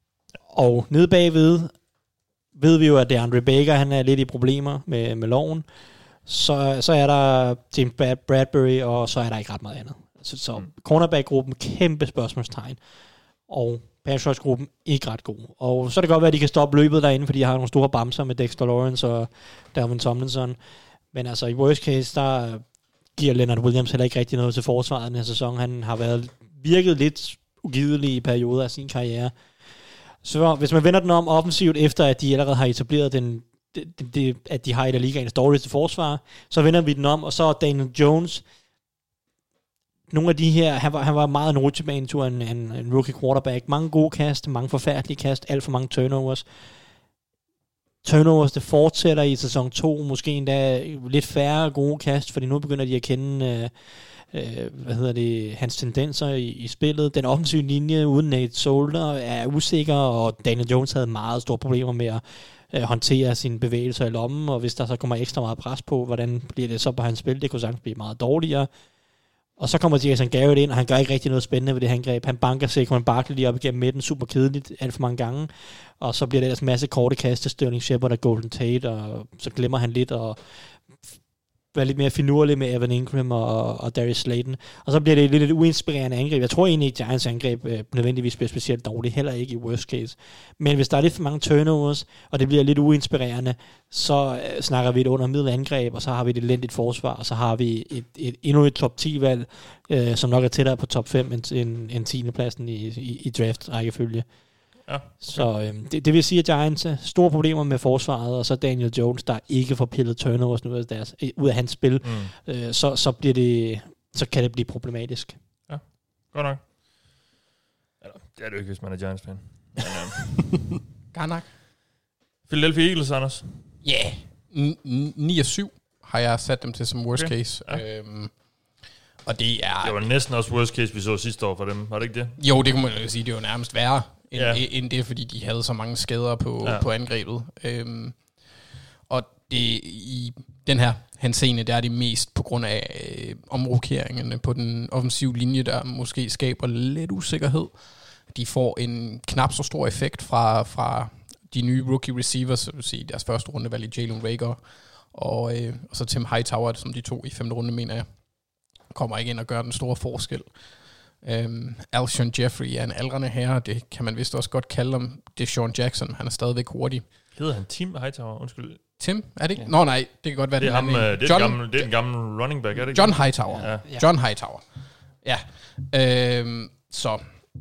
Og nede bagved ved vi jo, at det er Andre Baker, han er lidt i problemer med, med loven. Så, så er der James Bradbury, og så er der ikke ret meget andet. Så, så mm. cornerback-gruppen, kæmpe spørgsmålstegn. Og pass rush-gruppen, ikke ret god. Og så er det godt være, at de kan stoppe løbet derinde, fordi de har nogle store bamser med Dexter Lawrence og Dalvin Tomlinson. Men altså i worst case, der giver Leonard Williams heller ikke rigtig noget til forsvaret den her sæson. Han har været virket lidt ugidelig i perioder af sin karriere. Så hvis man vender den om offensivt, efter at de allerede har etableret den, det, det, at de har et af ligaens dårligste forsvar, så vender vi den om, og så er Daniel Jones, nogle af de her, han var, han var meget en rutsjebanetur, en, en, en rookie quarterback, mange gode kast, mange forfærdelige kast, alt for mange turnovers. Turnovers, det fortsætter i sæson to, måske endda lidt færre gode kast, fordi nu begynder de at kende... Øh, Øh, hvad hedder det, hans tendenser i, i spillet. Den offensive linje uden Nate Solder er usikker, og Daniel Jones havde meget store problemer med at øh, håndtere sine bevægelser i lommen, og hvis der så kommer ekstra meget pres på, hvordan bliver det så på hans spil? Det kunne sagtens blive meget dårligere. Og så kommer Jason Garrett ind, og han gør ikke rigtig noget spændende ved det angreb. Han banker Saquon Barkley lige op igennem midten, super kedeligt, alt for mange gange. Og så bliver det ellers en masse korte kast til Sterling Shepard og Golden Tate, og så glemmer han lidt, og være lidt mere finurlig med Evan Ingram og, og Darius Slayton. Og så bliver det lidt et uinspirerende angreb. Jeg tror egentlig ikke, Giants angreb øh, nødvendigvis bliver specielt dårligt, heller ikke i worst case. Men hvis der er lidt for mange turnovers, og det bliver lidt uinspirerende, så øh, snakker vi et under middel angreb, og så har vi et elendigt forsvar, og så har vi et, et, endnu et top ti-valg, øh, som nok er tættere på top fem end, end, end tiende pladsen i, i, i draft-rækkefølge. Ja, okay. Så øh, det, det vil sige, at Giants har store problemer med forsvaret, og så Daniel Jones, der ikke får pillet turnovers ud af, deres, ud af hans spil, mm. øh, så, så, bliver det, så kan det blive problematisk. Ja, godt nok. Eller, det er det ikke, hvis man er Giants-fan. Godt nok. Philadelphia Eagles, Anders? Ja, yeah. ni og syv har jeg sat dem til som worst okay. case. Ja. Øhm, og det er... Det var næsten også worst case, vi så sidste år for dem. Var det ikke det? Jo, det kunne man jo sige. Det var nærmest værre end, ja. end det, fordi de havde så mange skader på, ja. på angrebet. Øhm, og det i den her henseende, der er det mest på grund af øh, omrokeringerne på den offensive linje, der måske skaber lidt usikkerhed. De får en knap så stor effekt fra, fra de nye rookie receivers, så vil sige deres første runde valg i Jalen Reagor, og, øh, og så Tim Hightower, som de to i femte runde, mener jeg, kommer ikke ind og gør den store forskel. Um, Alshon Jeffrey er en aldrende herre, det kan man vist også godt kalde ham. Deshaun Jackson, han er stadigvæk hurtig. Hedder han Tim Hightower? Undskyld. Tim? Er det ikke? Ja. Nå nej, det kan godt være, det er ham. Det er, John, gamle, det er en gammel running back, er det ikke? John Hightower. Ja. John Hightower. Ja, øh, så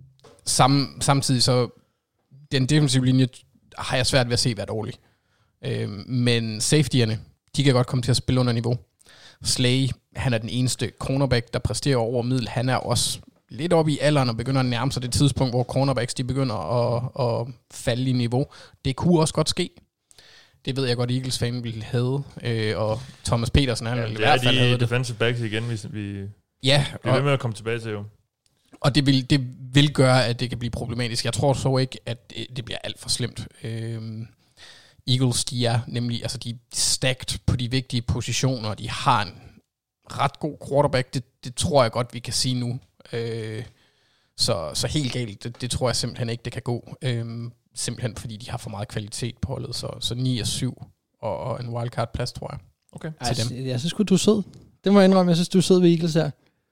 sam, samtidig så, den defensive linje har jeg svært ved at se være dårlig. Øh, men safetyerne, de kan godt komme til at spille under niveau. Slay, han er den eneste cornerback, der præsterer over middel. Han er også lidt oppe i alderen og begynder at nærme sig det tidspunkt, hvor cornerbacks de begynder at, at falde i niveau. Det kunne også godt ske. Det ved jeg godt, Eagles-fan ville have, øh, og Thomas Petersen, han ja, ville i hvert fald have det. Det er de defensive backs igen, hvis vi ja, bliver ved med at komme tilbage til jo. Og det vil, det vil gøre, at det kan blive problematisk. Jeg tror så ikke, at det, det bliver alt for slemt. Øh, Eagles, de er nemlig, altså de er stacked på de vigtige positioner, de har en ret god quarterback, det, det tror jeg godt, vi kan sige nu. Øh, så, så helt galt, det, det tror jeg simpelthen ikke, det kan gå. Øh, simpelthen fordi de har for meget kvalitet på holdet, så, så ni og syv og, og en wildcard-plads, tror jeg. Okay. Ej, til dem. Jeg synes godt du er sød. Det må jeg indrømme, jeg synes, du er sød ved Eagles her.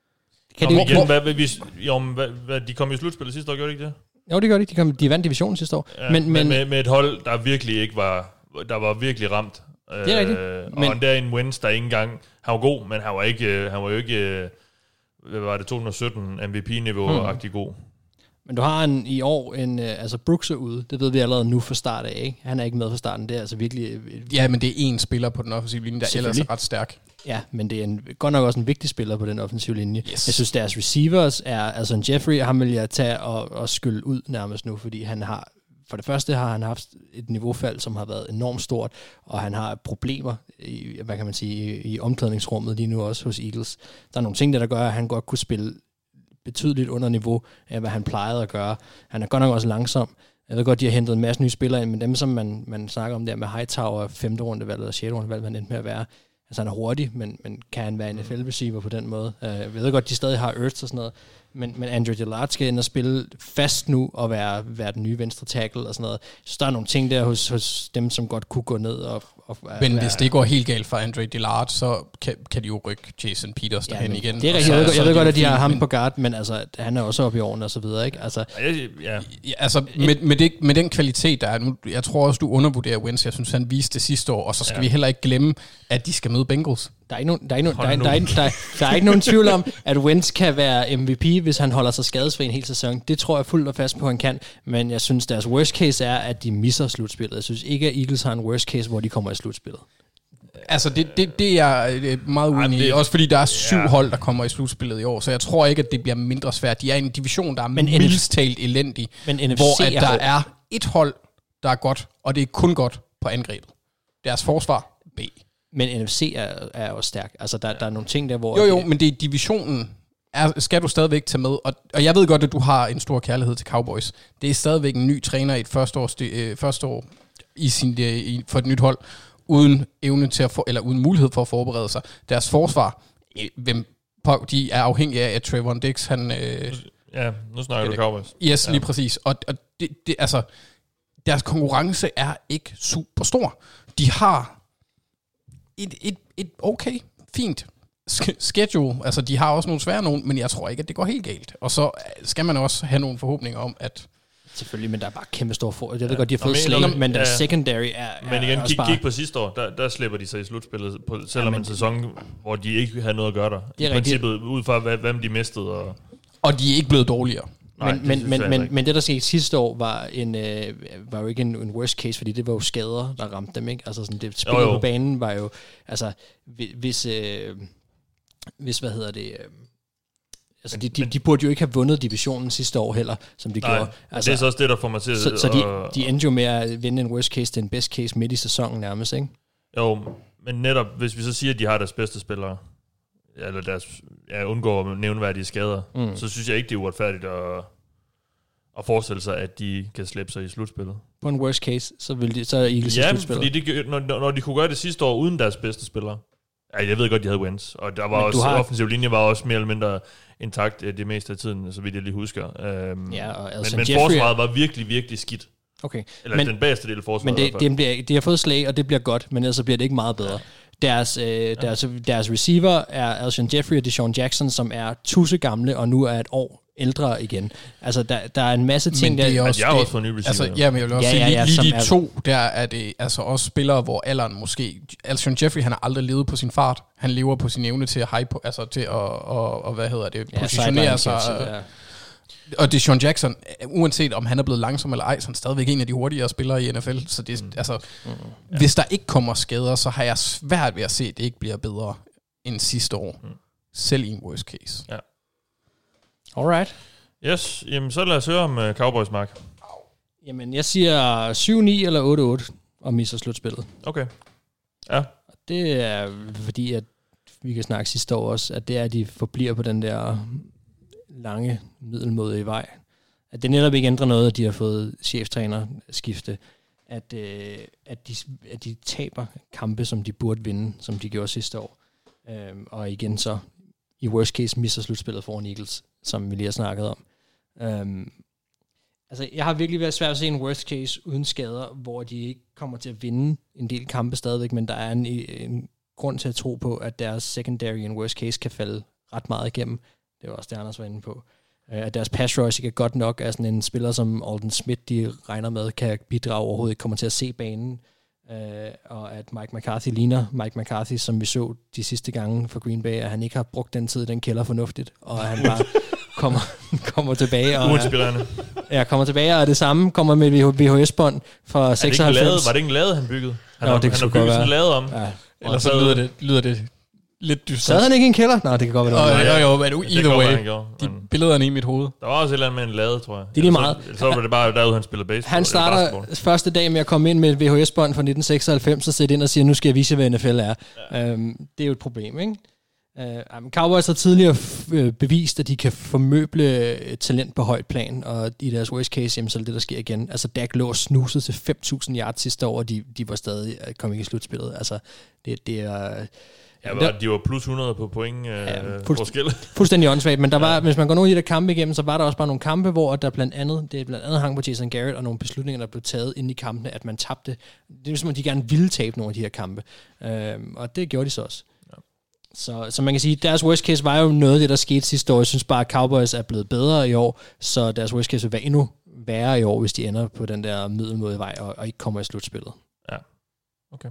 Kan Nå, de, igen, hvad, hvad, jo, hvad, hvad, de kom i slutspillet sidste år, gjorde de ikke det? Jo, det gør de. De, kom, de vandt divisionen sidste år. Ja, men, men med, med et hold, der virkelig ikke var, der var virkelig ramt. Det er rigtigt. Øh, og men, der er en Wentz, der ikke engang, han var god, men han var ikke, han var jo ikke, hvad var det, to tusind og sytten M V P-niveau-agtig hmm. god. Men du har en, i år en, altså Brooks er ude, det ved vi allerede nu fra start af, ikke? Han er ikke med fra starten, det er altså virkelig... Ja, men det er én spiller på den offensive linje, der ellers er ret stærk. Ja, men det er en, godt nok også en vigtig spiller på den offensive linje. Yes. Jeg synes, deres receivers er, altså en Jeffrey, ham vil jeg tage og, og skylde ud nærmest nu, fordi han har, for det første har han haft et niveaufald, som har været enormt stort, og han har problemer i, hvad kan man sige, i, i omklædningsrummet lige nu også hos Eagles. Der er nogle ting, der, der gør, at han godt kunne spille betydeligt under niveau af, hvad han plejede at gøre. Han er godt nok også langsom. Jeg ved godt, de har hentet en masse nye spillere ind, men dem, som man, man snakker om der med Hightower, femte rundevalg eller sjette rundevalg, hvad han endte med at være, altså han er hurtig, men, men kan han være en N F L-receiver på den måde? Uh, jeg ved godt, de stadig har Ertz og sådan noget, men, men Andre Dillard skal ind og spille fast nu og være, være den nye venstre tackle og sådan noget. Så der er nogle ting der hos, hos dem, som godt kunne gå ned og... og men være, hvis det går helt galt for Andre Dillard, så kan, kan de jo rykke Jason Peters derhen ja, igen. Det er rigtigt. Jeg, jeg, jeg ved godt, at de har ham men, på guard, men altså, han er også oppe i årene og så videre, ikke? Altså, ja. Ja, altså med, med, det, med den kvalitet, der er nu, jeg tror også, du undervurderer Wentz. Jeg synes, han viste det sidste år, og så skal ja. vi heller ikke glemme, at de skal møde Bengals. Der er ikke nogen, der er ikke nogen, der er, der er, der er, der er ikke nogen tvivl om, at Wentz kan være M V P, hvis han holder sig skadesfri en hel sæson. Det tror jeg fuldt og fast på, han kan. Men jeg synes, deres worst case er, at de misser slutspillet. Jeg synes ikke, at Eagles har en worst case, hvor de kommer i slutspillet. Altså, det, det, det er meget uenig i. Også fordi der er syv ja. hold, der kommer i slutspillet i år. Så jeg tror ikke, at det bliver mindre svært. De er i en division, der er mildest talt elendig. Men hvor at der er, er et hold, der er godt, og det er kun godt på angrebet. Deres forsvar, B. Men N F C er, er også stærk. Altså, der, der er nogle ting der, hvor... Jo, jo, det, men det er divisionen, er, skal du stadigvæk tage med. Og, og jeg ved godt, at du har en stor kærlighed til Cowboys. Det er stadigvæk en ny træner i et første år, øh, første år i sin, øh, i, for et nyt hold, uden evne til at for, eller uden mulighed for at forberede sig. Deres forsvar, øh, hvem, de er afhængige af, at Trevon Diggs, han... Øh, ja, nu snakker du Cowboys. Yes, ja. lige præcis. Og, og det, det, altså, deres konkurrence er ikke super stor. De har... Et, et, et okay, fint schedule. Altså, de har også nogle svære nogen, men jeg tror ikke, at det går helt galt. Og så skal man også have nogle forhåbninger om, at... Selvfølgelig, men der er bare kæmpe stor for. Jeg ved ja. godt, de har fået slag, men, men deres ja. secondary er... Men igen, er kig, bare... kig på sidste år, der, der slipper de sig i slutspillet, på, selvom ja, en sæson, hvor de ikke havde noget at gøre der. I princippet, ud fra hvem de mistede. Og, og de er ikke blevet dårligere. Nej, men, men, men, men, men det, der skete sidste år, var, en, øh, var jo ikke en, en worst case, fordi det var jo skader, der ramte dem, ikke? Altså sådan, det spillet på banen var jo, altså, hvis, øh, hvis hvad hedder det, øh, altså, de, de, de burde jo ikke have vundet divisionen sidste år heller, som de nej, gjorde. Altså, det er så også det, der får mig til... Så, så de, de endte jo med at vinde en worst case til en best case midt i sæsonen nærmest, ikke? Jo, men netop, hvis vi så siger, at de har deres bedste spillere, eller deres, ja, undgår nævneværdige skader, mm. så synes jeg ikke, det er uretfærdigt at, at forestille sig, at de kan slippe sig i slutspillet. På en worst case, så vil de, så er Eagles ja, i slutspillet. Ja, fordi de, når, når de kunne gøre det sidste år uden deres bedste spillere. Ja, jeg ved godt, de havde Wentz, og der var men også, har... offensiv linje var også mere eller mindre intakt det meste af tiden, så vidt jeg lige husker. Um, ja, og men men forsvaret var virkelig, virkelig skidt. Okay. Eller men, den bedste del af forsvaret. Men det, det bliver, de har fået slag, og det bliver godt, men ellers bliver det ikke meget bedre. Ja. Deres, øh, deres, deres receiver er Alshon Jeffrey og Deshaun Jackson, som er tusse gamle, og nu er et år ældre igen. Altså, der, der er en masse ting, men det er der... også, jeg har det, også fået en ny receiver. Altså, ja, men jeg vil også ja, sige, ja, ja, lige, lige de er, to, der er det altså også spillere, hvor alderen måske... Alshon Jeffrey, han har aldrig levet på sin fart. Han lever på sin evne til at hype, altså til at, og, og hvad hedder det, ja, positionere sig. Ja. Og DeSean Jackson, uanset om han er blevet langsom eller ej, så er han stadigvæk en af de hurtigere spillere i N F L. Så det, mm. altså, mm. Ja. Hvis der ikke kommer skader, så har jeg svært ved at se, at det ikke bliver bedre end sidste år. Mm. Selv i en worst case. Ja. Alright. Yes, jamen så lad os høre om uh, Cowboys, Mark. Jamen, jeg siger syv ni eller otte otte og misser slutspillet. Okay. Ja. Det er fordi, at vi kan snakke sidste år også, at det er, at de forbliver på den der lange, middelmådige vej. At det netop ikke ændrer noget, at de har fået cheftræner skifte. At, øh, at, de, at de taber kampe, som de burde vinde, som de gjorde sidste år. Øhm, og igen så, i worst case, misser slutspillet foran Eagles, som vi lige har snakket om. Øhm, altså, jeg har virkelig været svært at se en worst case uden skader, hvor de ikke kommer til at vinde en del kampe stadigvæk, men der er en, en grund til at tro på, at deres secondary in worst case kan falde ret meget igennem. Det var også det, Anders var inde på. At deres pass rush ikke er godt nok, at sådan en spiller som Aldon Smith, de regner med, kan bidrage overhovedet ikke kommer til at se banen. Uh, og at Mike McCarthy ligner Mike McCarthy, som vi så de sidste gange for Green Bay, at han ikke har brugt den tid i den kælder fornuftigt, og at han bare kommer, kommer tilbage. Og Uinspirerende. Ja, kommer tilbage, og det samme kommer med V H S-bånd fra seksoghalvfems. Lavet, var det ikke en lade, han byggede? Han Nå, har, det han har bygget sådan en lade om. Ja. Eller så lyder det, lyder det lidt dystert. Sad han ikke i en kælder? Nej, det kan godt være. Jo, jo, jo, men either det way, være, gjorde, de men billederne i mit hoved. Der var også et eller andet med en lade, tror jeg. Det er lige meget. Så, så var det bare derude, han spillede baseball. Han starter første dag med at komme ind med et V H S-bånd fra nitten seksoghalvfems og sætte ind og sige, nu skal jeg vise, hvad N F L er. Ja. Um, det er jo et problem, ikke? Uh, Cowboys har tidligere f- bevist, at de kan formøble talent på højt plan, og i deres worst case, jamen, så er det det, der sker igen. Altså, Dak lå snuset til fem tusind yards sidste år, og de, de var stadig kommet i slutspillet. Altså, det, det er... Ja, var, de var plus hundrede på point øh, ja, fuldst- forskel. Fuldstændig åndssvagt, men der var, ja. Hvis man går nogle af de der kampe igennem, så var der også bare nogle kampe, hvor der blandt andet, det blandt andet hang på Jason Garrett, og nogle beslutninger, der blev taget ind i kampene, at man tabte. Det er som om, de gerne ville tabe nogle af de her kampe. Øhm, og det gjorde de så også. Ja. Så, så man kan sige, deres worst case var jo noget af det, der skete sidste år. Jeg synes bare, at Cowboys er blevet bedre i år, så deres worst case vil være endnu værre i år, hvis de ender på den der middelmåde vej, og, og ikke kommer i slutspillet. Ja, okay.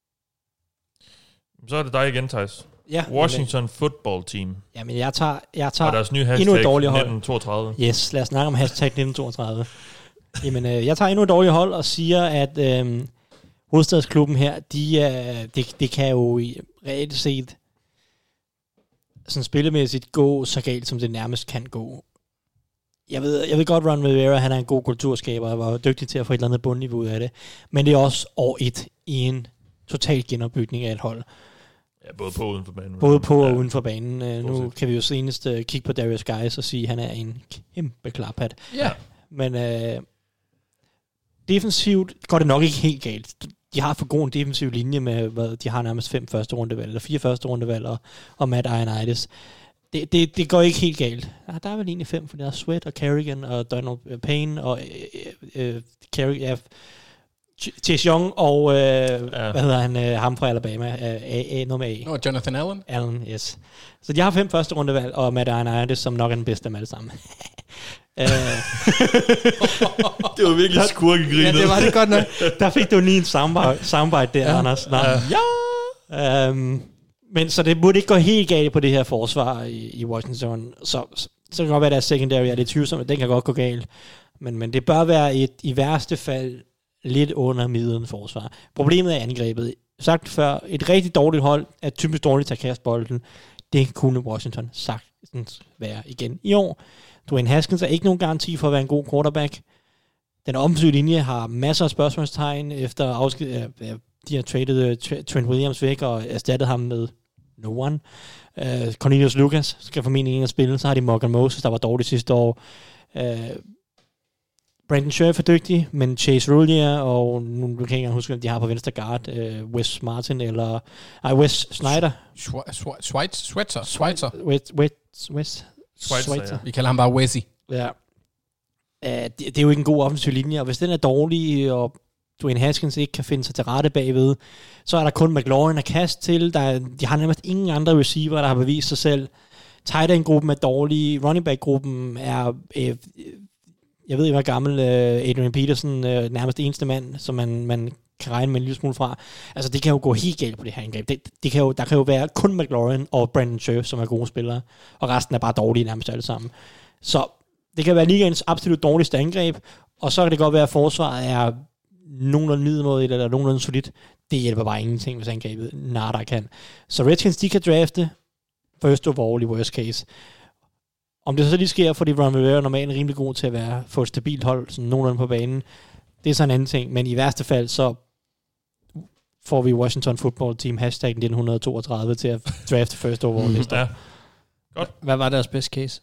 Så er det dig igen, Thijs. Ja, Washington men, Football Team. Jamen, jeg tager, jeg tager og deres nye hashtag nitten toogtredive. Yes, lad os snakke om hashtag nitten toogtredive. Jamen, øh, jeg tager endnu et dårligt hold og siger, at øh, hovedstadsklubben her, de, øh, det, det kan jo i reelt set sådan spillemæssigt gå så galt, som det nærmest kan gå. Jeg ved, jeg ved godt, Ron Rivera, han er en god kulturskaber, og var dygtig til at få et eller andet bundniveau ud af det. Men det er også år et i en total genopbygning af et hold. Ja, både på og uden for banen. Både på og ja. uden for banen. Uh, nu kan vi jo senest uh, kigge på Darius Guice og sige, at han er en kæmpe klaphat. Ja. Men uh, defensivt går det nok ikke helt galt. De har for god en defensiv linje med, hvad, de har nærmest fem første rundevalg, eller fire første rundevalg, og, og Matt Ioannidis. Det, det, det går ikke helt galt. Ja, der er vel egentlig fem, for der er Sweat og Kerrigan og Donald Payne og uh, uh, Kerrigan, ja, Chase Young og, øh, ja. hvad hedder han, øh, ham fra Alabama, øh, A, A, noget med A. Nå, Jonathan Allen. Allen, yes. Så de har fem første rundevalg, og Matt Ioannidis, som nok er den bedste af dem alle sammen. Det var virkelig skurkegrinet. Ja, det var det godt nok. Der fik du lige en soundbite, soundbite der, ja. Anders. Nå. Ja! Um, men så det burde ikke gå helt galt på det her forsvar i, i Washington. Så, så, så kan det godt være, at deres secondary er lidt tvivlsomt, den kan godt gå galt. Men, men det bør være et, i værste fald, lidt under middelen forsvar. Problemet er angrebet. Sagt før, et rigtig dårligt hold er typisk dårligt til at kaste bolden. Det kunne Washington sagtens være igen i år. Dwayne Haskins er ikke nogen garanti for at være en god quarterback. Den offensive linje har masser af spørgsmålstegn efter afsked. Ja, de har traded Trent Williams væk og erstattet ham med no one. Uh, Cornelius Lucas skal formentlig ind og spille. Så har de Morgan Moses, der var dårlig sidste år. Uh, Brandon Scherf er dygtig, men Chase Roulier, og nu kan jeg ikke engang huske, om de har på venstre guard, uh, Wes Martin, eller ej, Wes Snyder. Schweitzer. Schweitzer. Wes Schweitzer. Vi kalder ham bare Wesy. Ja. Uh, det, det er jo ikke en god offensiv linje, og hvis den er dårlig, og Dwayne Haskins ikke kan finde sig til rette bagved, så er der kun McLaurin at kaste til. Der er, de har nærmest ingen andre receiver, der har bevist sig selv. tight end-gruppen er dårlig, running back-gruppen er, øh, jeg ved ikke, hvor gammel øh, Adrian Peterson, øh, nærmest eneste mand, som man, man kan regne med en lille smule fra. Altså, det kan jo gå helt galt på det her angreb. Det, det kan jo, der kan jo være kun McLaurin og Brandon Scherf, som er gode spillere, og resten er bare dårlige nærmest alle sammen. Så det kan være ligaens absolut dårligste angreb, og så kan det godt være, at forsvaret er nogenlunde middelmådigt eller nogenlunde solidt. Det hjælper bare ingenting, hvis angrebet nada kan. Så Redskins, de kan drafte first overall i worst case. Om det så lige sker, fordi Ron Rivera er normalt rimelig god til at være, få et stabilt hold, sådan nogenlunde på banen, det er så en anden ting. Men i værste fald, så får vi Washington Football Team hashtag nitten toogtredive til at drafte first overall lister. Ja. Godt. Hvad var deres best case?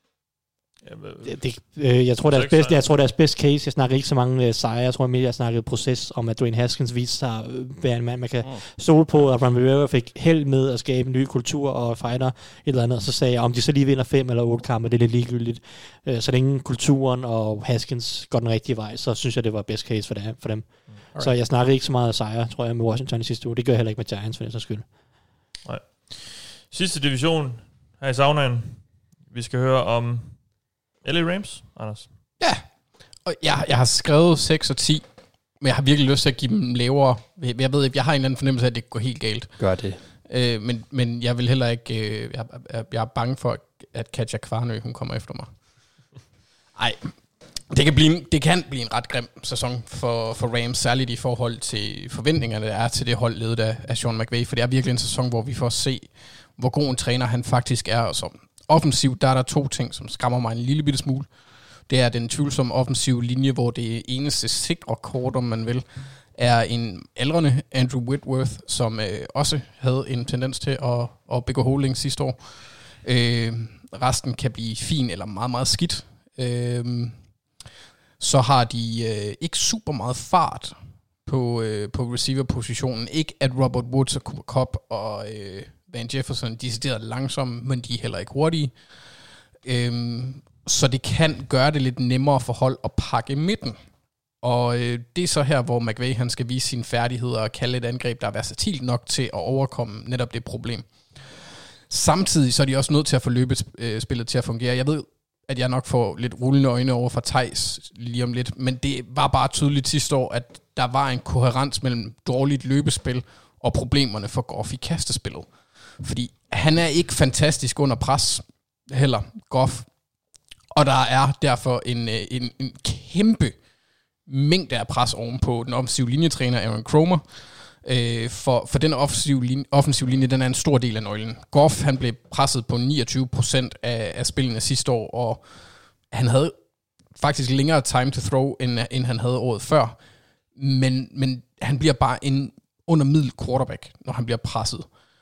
Det, det, øh, jeg tror deres bedste, jeg tror deres best case. Jeg snakker ikke så mange øh, sejre. Jeg tror mere jeg snakkede proces om at Dwayne Haskins viste sig at øh, være en mand man kan mm. stole på, at Ron Rivera fik held med at skabe en ny kultur og fighter et eller andet. Og så sagde jeg, om de så lige vinder fem eller otte kampe, det er lidt ligegyldigt. Øh, så længe kulturen og Haskins går den rigtige vej, så synes jeg det var best case for, det, for dem. Mm. Så jeg snakkede ikke så meget sejre, tror jeg, med Washington i sidste uge. Det gør jeg heller ikke med Giants for den så skyld. Nej. Sidste division her i saunaen. Vi skal høre om L A Rams, Anders. Ja, og jeg, jeg har skrevet seks og ti, men jeg har virkelig lyst til at give dem lavere. Jeg ved ikke, jeg har en eller anden fornemmelse af, at det går helt galt. Gør det. Øh, men, men jeg vil heller ikke, øh, jeg, jeg er bange for, at Katja Kvarnø, hun kommer efter mig. Ej, det kan blive, det kan blive en ret grim sæson for, for Rams, særligt i forhold til forventningerne, der er til det hold ledet af, af Sean McVay, for det er virkelig en sæson, hvor vi får se, hvor god en træner han faktisk er, og så offensivt, der er der to ting, som skræmmer mig en lille bitte smule. Det er den tvivlsomme offensive linje, hvor det eneste sikre kort, om man vil, er en aldrende Andrew Whitworth, som øh, også havde en tendens til at, at begå holding sidste år. Øh, resten kan blive fin eller meget, meget skidt. Øh, så har de øh, ikke super meget fart på, øh, på receiver-positionen. Ikke at Robert Woods og Cooper Kupp og øh, Van Jefferson, de er decideret langsomme, men de er heller ikke hurtige. Øhm, så det kan gøre det lidt nemmere for hold at pakke midten. Og øh, det er så her, hvor McVay han skal vise sine færdigheder og kalde et angreb, der er versatilt nok til at overkomme netop det problem. Samtidig så er de også nødt til at få løbespillet til at fungere. Jeg ved, at jeg nok får lidt rullende øjne over for Theis lige om lidt, men det var bare tydeligt sidste år, at der var en koherens mellem dårligt løbespil og problemerne for Goff i kastespillet. Fordi han er ikke fantastisk under pres, heller, Goff. Og der er derfor en, en, en kæmpe mængde af pres ovenpå den offensive linjetræner, Aaron Cromer. Øh, for, for den offensive linje, offensive linje, den er en stor del af nøglen. Goff, han blev presset på niogtyve procent af, af spillene sidste år, og han havde faktisk længere time to throw, end, end han havde året før. Men, men han bliver bare en under middel quarterback, når han bliver presset.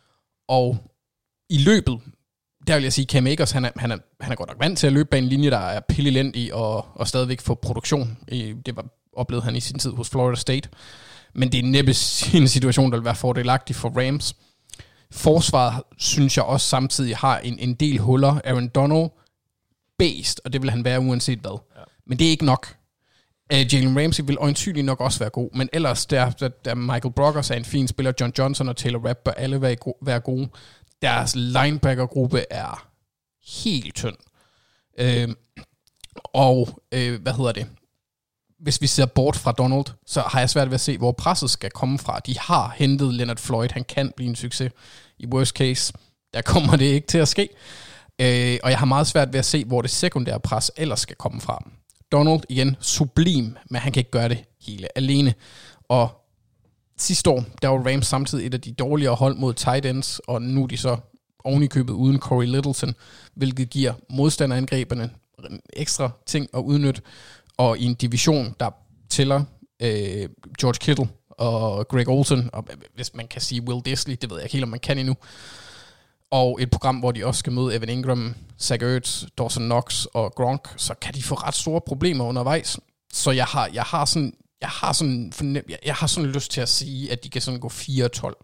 Og i løbet, der vil jeg sige, Cam Akers, han er, han er, han er godt nok vant til at løbe bag en linje, der er pillelendig og, og stadigvæk få produktion. Det var oplevede han i sin tid hos Florida State. Men det er næppe en situation, der vil være fordelagtig for Rams. Forsvaret, synes jeg også samtidig har en, en del huller. Aaron Donald, based, og det vil han være uanset hvad. Ja. Men det er ikke nok. Uh, Jalen Ramsey vil øjensynligt nok også være god, men ellers, der, der, der Michael Brockers er en fin spiller, John Johnson og Taylor Rapp bør alle være, go- være gode. Deres linebacker-gruppe er helt tynd. Uh, og, uh, hvad hedder det? Hvis vi ser bort fra Donald, så har jeg svært ved at se, hvor presset skal komme fra. De har hentet Leonard Floyd, han kan blive en succes. I worst case, der kommer det ikke til at ske. Uh, og jeg har meget svært ved at se, hvor det sekundære pres ellers skal komme fra. Donald, igen, sublim, men han kan ikke gøre det hele alene. Og sidste år, der var Rams samtidig et af de dårligere hold mod tight ends, og nu er de så ovenikøbet uden Corey Littleton, hvilket giver modstanderangreberne ekstra ting at udnytte. Og i en division, der tæller øh, George Kittle og Greg Olsen, og hvis man kan sige Will Disley, det ved jeg ikke helt, om man kan endnu. Og et program, hvor de også skal møde Evan Ingram, Zach Ertz, Dawson Knox og Gronk, så kan de få ret store problemer undervejs. Så jeg har, jeg har sådan, jeg har sådan, fornem- jeg har sådan lyst til at sige, at de kan sådan gå fire tolv.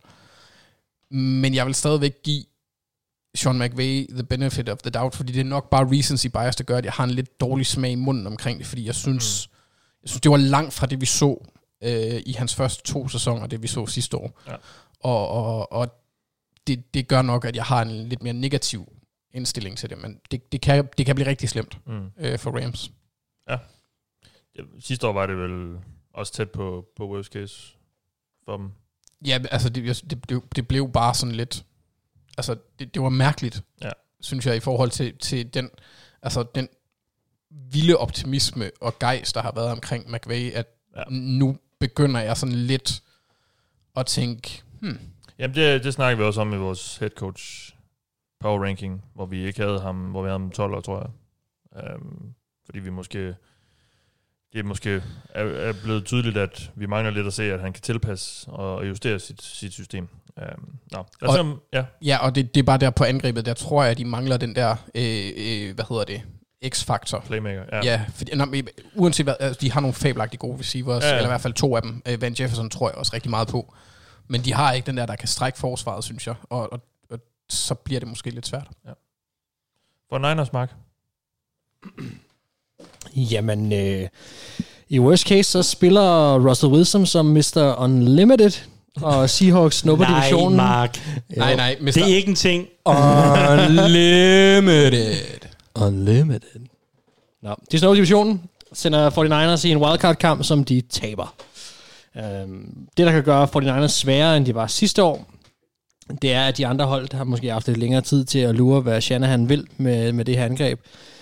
Men jeg vil stadigvæk give Sean McVay the benefit of the doubt, fordi det er nok bare recency bias, der gør, at jeg har en lidt dårlig smag i munden omkring det, fordi jeg synes, mm. jeg synes det var langt fra det, vi så øh, i hans første to sæsoner, det vi så sidste år. Ja. Og, og, og det, det gør nok, at jeg har en lidt mere negativ indstilling til det, men det, det, kan, det kan blive rigtig slemt mm. øh, for Rams. Ja. ja. Sidste år var det vel også tæt på, på worst case for dem. Ja, altså det, det, det, det blev bare sådan lidt, altså det, det var mærkeligt, ja. synes jeg, i forhold til, til den, altså den vilde optimisme og gejst, der har været omkring McVay, at ja. nu begynder jeg sådan lidt at tænke, hmm. Jamen det, det snakker vi også om i vores head coach power ranking, hvor vi ikke havde ham, hvor vi havde ham tolv år, tror jeg. Um, fordi vi måske, det er måske er, er blevet tydeligt, at vi mangler lidt at se, at han kan tilpasse og justere sit, sit system. Um, no. og, som, ja. ja, og det, det er bare der på angrebet, der tror jeg, at de mangler den der, øh, øh, hvad hedder det, X-faktor. Playmaker, ja. Ja, fordi, nej, uanset hvad, altså, de har nogle fabelagtige gode receivers, ja, ja. eller i hvert fald to af dem. Uh, Van Jefferson tror jeg også rigtig meget på. Men de har ikke den der, der kan strække forsvaret, synes jeg. Og, og, og så bliver det måske lidt svært. Ja. For Niners, Mark? Jamen, øh, i worst case, så spiller Russell Wilson som mister Unlimited, og Seahawks snupper divisionen. Nej, Mark. Nej, nej. mister Det er ikke en ting. Unlimited. Unlimited. Nå, de snupper divisionen, sender forty-niners i en wildcard-kamp, som de taber. Um, det, der kan gøre forty-niners sværere, end de var sidste år, det er, at de andre hold har måske haft lidt længere tid til at lure, hvad Shanahan vil med, med det her angreb.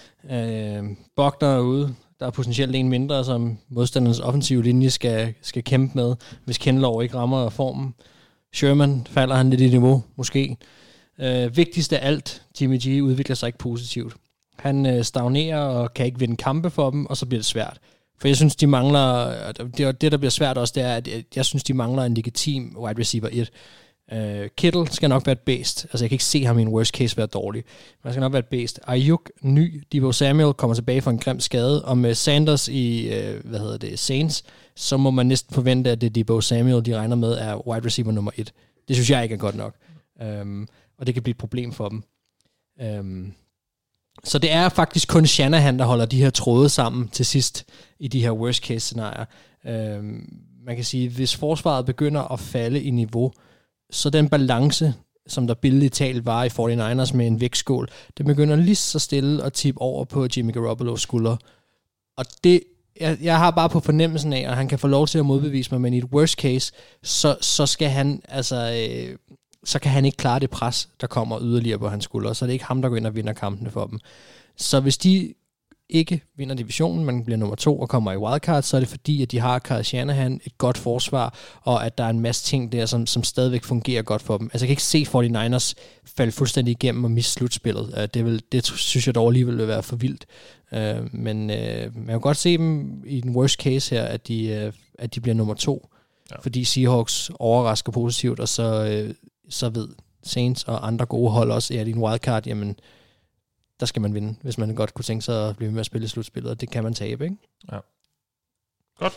Uh, Buckner er ude. Der er potentielt en mindre, som modstandernes offensive linje skal, skal kæmpe med, hvis Kinlaw ikke rammer formen. Sherman falder han lidt i niveau, måske. Uh, vigtigst af alt, Jimmy G udvikler sig ikke positivt. Han uh, stagnerer og kan ikke vinde kampe for dem, og så bliver det svært. For jeg synes, de mangler, det, det der bliver svært også, det er, at jeg synes, de mangler en legitim wide receiver et. Uh, Kittle skal nok være et bedst. Altså, jeg kan ikke se ham i en worst case være dårlig. Men han skal nok være et bedst. Ayuk, ny, Deebo Samuel kommer tilbage fra en grim skade, og med Sanders i, uh, hvad hedder det, Saints, så må man næsten forvente, at det Deebo Samuel, de regner med, er wide receiver nummer et. Det synes jeg ikke er godt nok. Um, og det kan blive et problem for dem. Um, Så det er faktisk kun Shanahan, der holder de her tråde sammen til sidst i de her worst case scenarier. Øhm, man kan sige, hvis forsvaret begynder at falde i niveau, så den balance, som der billigt talt var i forty-niners med en vægtskål, det begynder lige så stille at tippe over på Jimmy Garoppolo's skulder. Og det, jeg, jeg har bare på fornemmelsen af, at han kan få lov til at modbevise mig, men i et worst case, så, så skal han altså... Øh, så kan han ikke klare det pres, der kommer yderligere på hans skulder. Så er det ikke ham, der går ind og vinder kampene for dem. Så hvis de ikke vinder divisionen, men bliver nummer to og kommer i wildcard, så er det fordi, at de har Kyle Shanahan, et godt forsvar, og at der er en masse ting der, som, som stadigvæk fungerer godt for dem. Altså jeg kan ikke se forty-niners falde fuldstændig igennem og miste slutspillet. Det, vil, det synes jeg dog alligevel vil være for vildt. Men man kan godt se dem i den worst case her, at de, at de bliver nummer to. Ja. Fordi Seahawks overrasker positivt, og så... så ved Saints og andre gode hold også, at i en wildcard, jamen, der skal man vinde, hvis man godt kunne tænke sig at blive med at spille slutspillet, og det kan man tabe, ikke? Ja. Godt.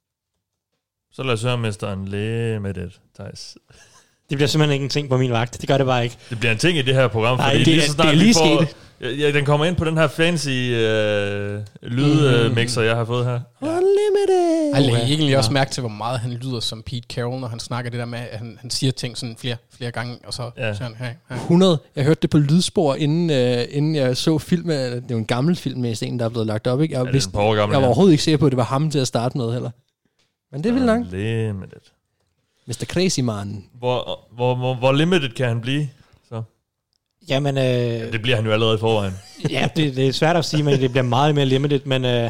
Så lad os høre mister Unlimited, Thijs. Det bliver simpelthen ikke en ting på min vagt. Det gør det bare ikke. Det bliver en ting i det her program, fordi Ej, det, lige så snart det er lige vi får... sket. Ja, den kommer ind på den her fancy øh, lydmixer, mm. jeg har fået her. Unlimited! Jeg lægger egentlig også mærke til, hvor meget han lyder som Pete Carroll, når han snakker det der med, at han, han siger ting sådan flere, flere gange, og så ja. siger han, hey, hey. hundrede. Jeg hørte det på lydspor, inden, øh, inden jeg så filmen. Det er jo en gammel film med en, der er blevet lagt op, ikke? Jeg, ja, vidste, gammel, jeg var overhovedet ikke sikker på, at det var ham til at starte med heller. Men det er vildt langt. Unlimited. mister Crazy Man. Hvor, hvor, hvor, hvor limited kan han blive? Så. Jamen, øh, ja, det bliver han jo allerede i forvejen. Ja, det, det er svært at sige, men det bliver meget mere limited. Men øh,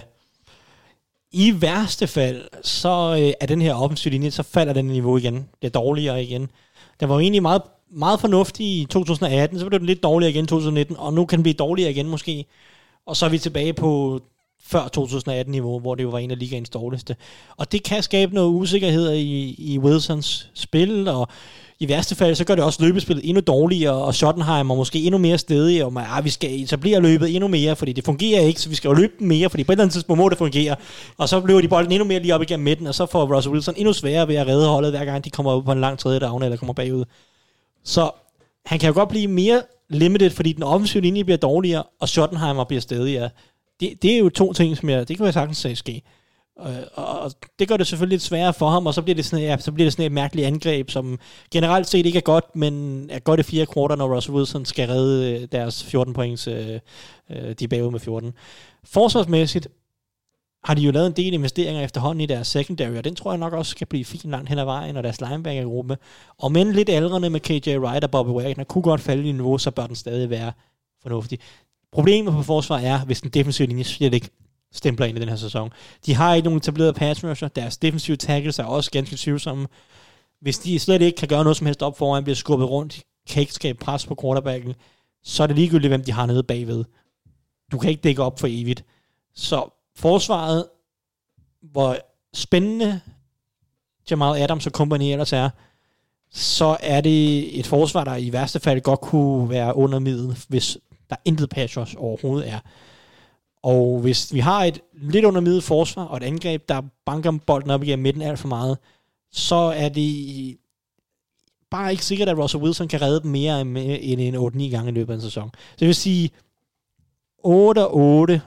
i værste fald, så øh, er den her offensive linje, så falder den niveau igen. Det er dårligere igen. Den var jo egentlig meget, meget fornuftig i to tusind atten, så blev den lidt dårligere igen i to tusind nitten, og nu kan den blive dårligere igen måske. Og så er vi tilbage på før to tusind atten-niveau, hvor det jo var en af ligaens dårligste. Og det kan skabe noget usikkerhed i, i Wilsons spil, og i værste fald, så gør det også løbespillet endnu dårligere, og Schottenheimer måske endnu mere stedig, og ah, vi skal etablere løbet endnu mere, fordi det fungerer ikke, så vi skal jo løbe mere, fordi på et eller andet tidspunkt må det fungere. Og så løber de bolden endnu mere lige op igennem midten, og så får Russell Wilson endnu sværere ved at redde holdet, hver gang de kommer ud på en lang tredje down, eller kommer bagud. Så han kan jo godt blive mere limited, fordi den offensive linje bliver dårligere, og Schottenheimer bliver stedigere. Det, det er jo to ting, som jeg, det kan jeg sagtens sige ske. Og, og det gør det selvfølgelig lidt sværere for ham, og så bliver det sådan, ja, så bliver det sådan et mærkeligt angreb, som generelt set ikke er godt, men er godt i fire kvarter, når Russell Wilson skal redde deres fjorten points, øh, øh, de er bagud med fjorten. Forsvarsmæssigt har de jo lavet en del investeringer efterhånden i deres secondary, og den tror jeg nok også skal blive fint langt hen ad vejen, og deres linebackergruppe. Og men lidt aldrende med K J Wright og Bobby Wagner kunne godt falde i niveau, så bør den stadig være fornuftig. Problemet på forsvar er, hvis den defensive linje slet ikke stempler ind i den her sæson. De har ikke nogen etablerede pass rusher, deres defensive tackles er også ganske tvivlsomme. Hvis de slet ikke kan gøre noget som helst op foran, bliver skubbet rundt, kan ikke skabe pres på quarterbacken, så er det ligegyldigt, hvem de har nede bagved. Du kan ikke dække op for evigt. Så forsvaret, hvor spændende Jamal Adams og company ellers er, så er det et forsvar, der i værste fald godt kunne være under middel, hvis der intet pass rush overhovedet er. Og hvis vi har et lidt under middel forsvar og et angreb, der banker bolden op igennem midten alt for meget, så er det bare ikke sikkert, at Russell Wilson kan redde dem mere end en otte ni gange i løbet af en sæson. Så det vil sige otte otte,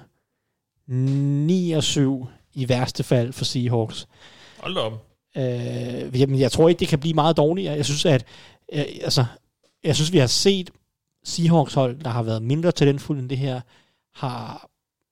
ni og syv i værste fald for Seahawks. Hold da op. Øh, jamen, jeg tror ikke, det kan blive meget dårligere. Jeg synes, at øh, altså, jeg synes, vi har set Seahawks hold, der har været mindre talentfulde end det her, har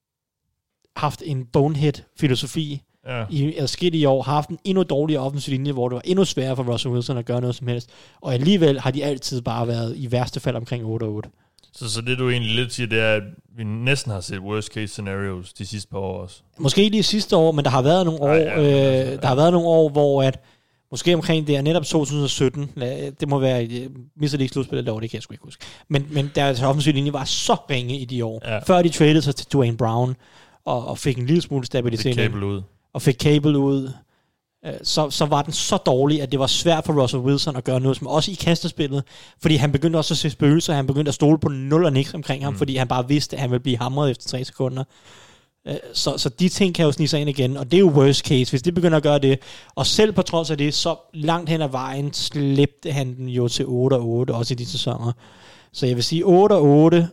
haft en bonehead-filosofi ja. i adskillige år, har haft en endnu dårligere offensiv linje, hvor det var endnu sværere for Russell Wilson at gøre noget som helst. Og alligevel har de altid bare været i værste fald omkring otte otte. Så, så det du egentlig lidt siger, det er, at vi næsten har set worst case scenarios de sidste par år også. Måske ikke de sidste år, men der har været nogle år, Ej, ja, øh, altså, ja. der har været nogle år, hvor at måske omkring det er netop to tusind sytten, det må være, misser de ikke slutspillet derovre, det kan jeg sgu ikke huske. Men, men deres offensiv linje var så ringe i de år. Ja. Før de traded sig til Dwayne Brown, og, og fik en lille smule stabilitet. Fik Cable ud. Og fik Cable ud. Så, så var den så dårlig, at det var svært for Russell Wilson at gøre noget, som også i kastespillet, fordi han begyndte også at se spøgelser, han begyndte at stole på nul og niks omkring ham, mm. fordi han bare vidste, at han ville blive hamret efter tre sekunder. Så, så de ting kan jo snige sig ind igen, og det er jo worst case, hvis de begynder at gøre det. Og selv på trods af det, så langt hen ad vejen slæbte han den jo til otte otte, også i de sæsoner. Så jeg vil sige, otte otte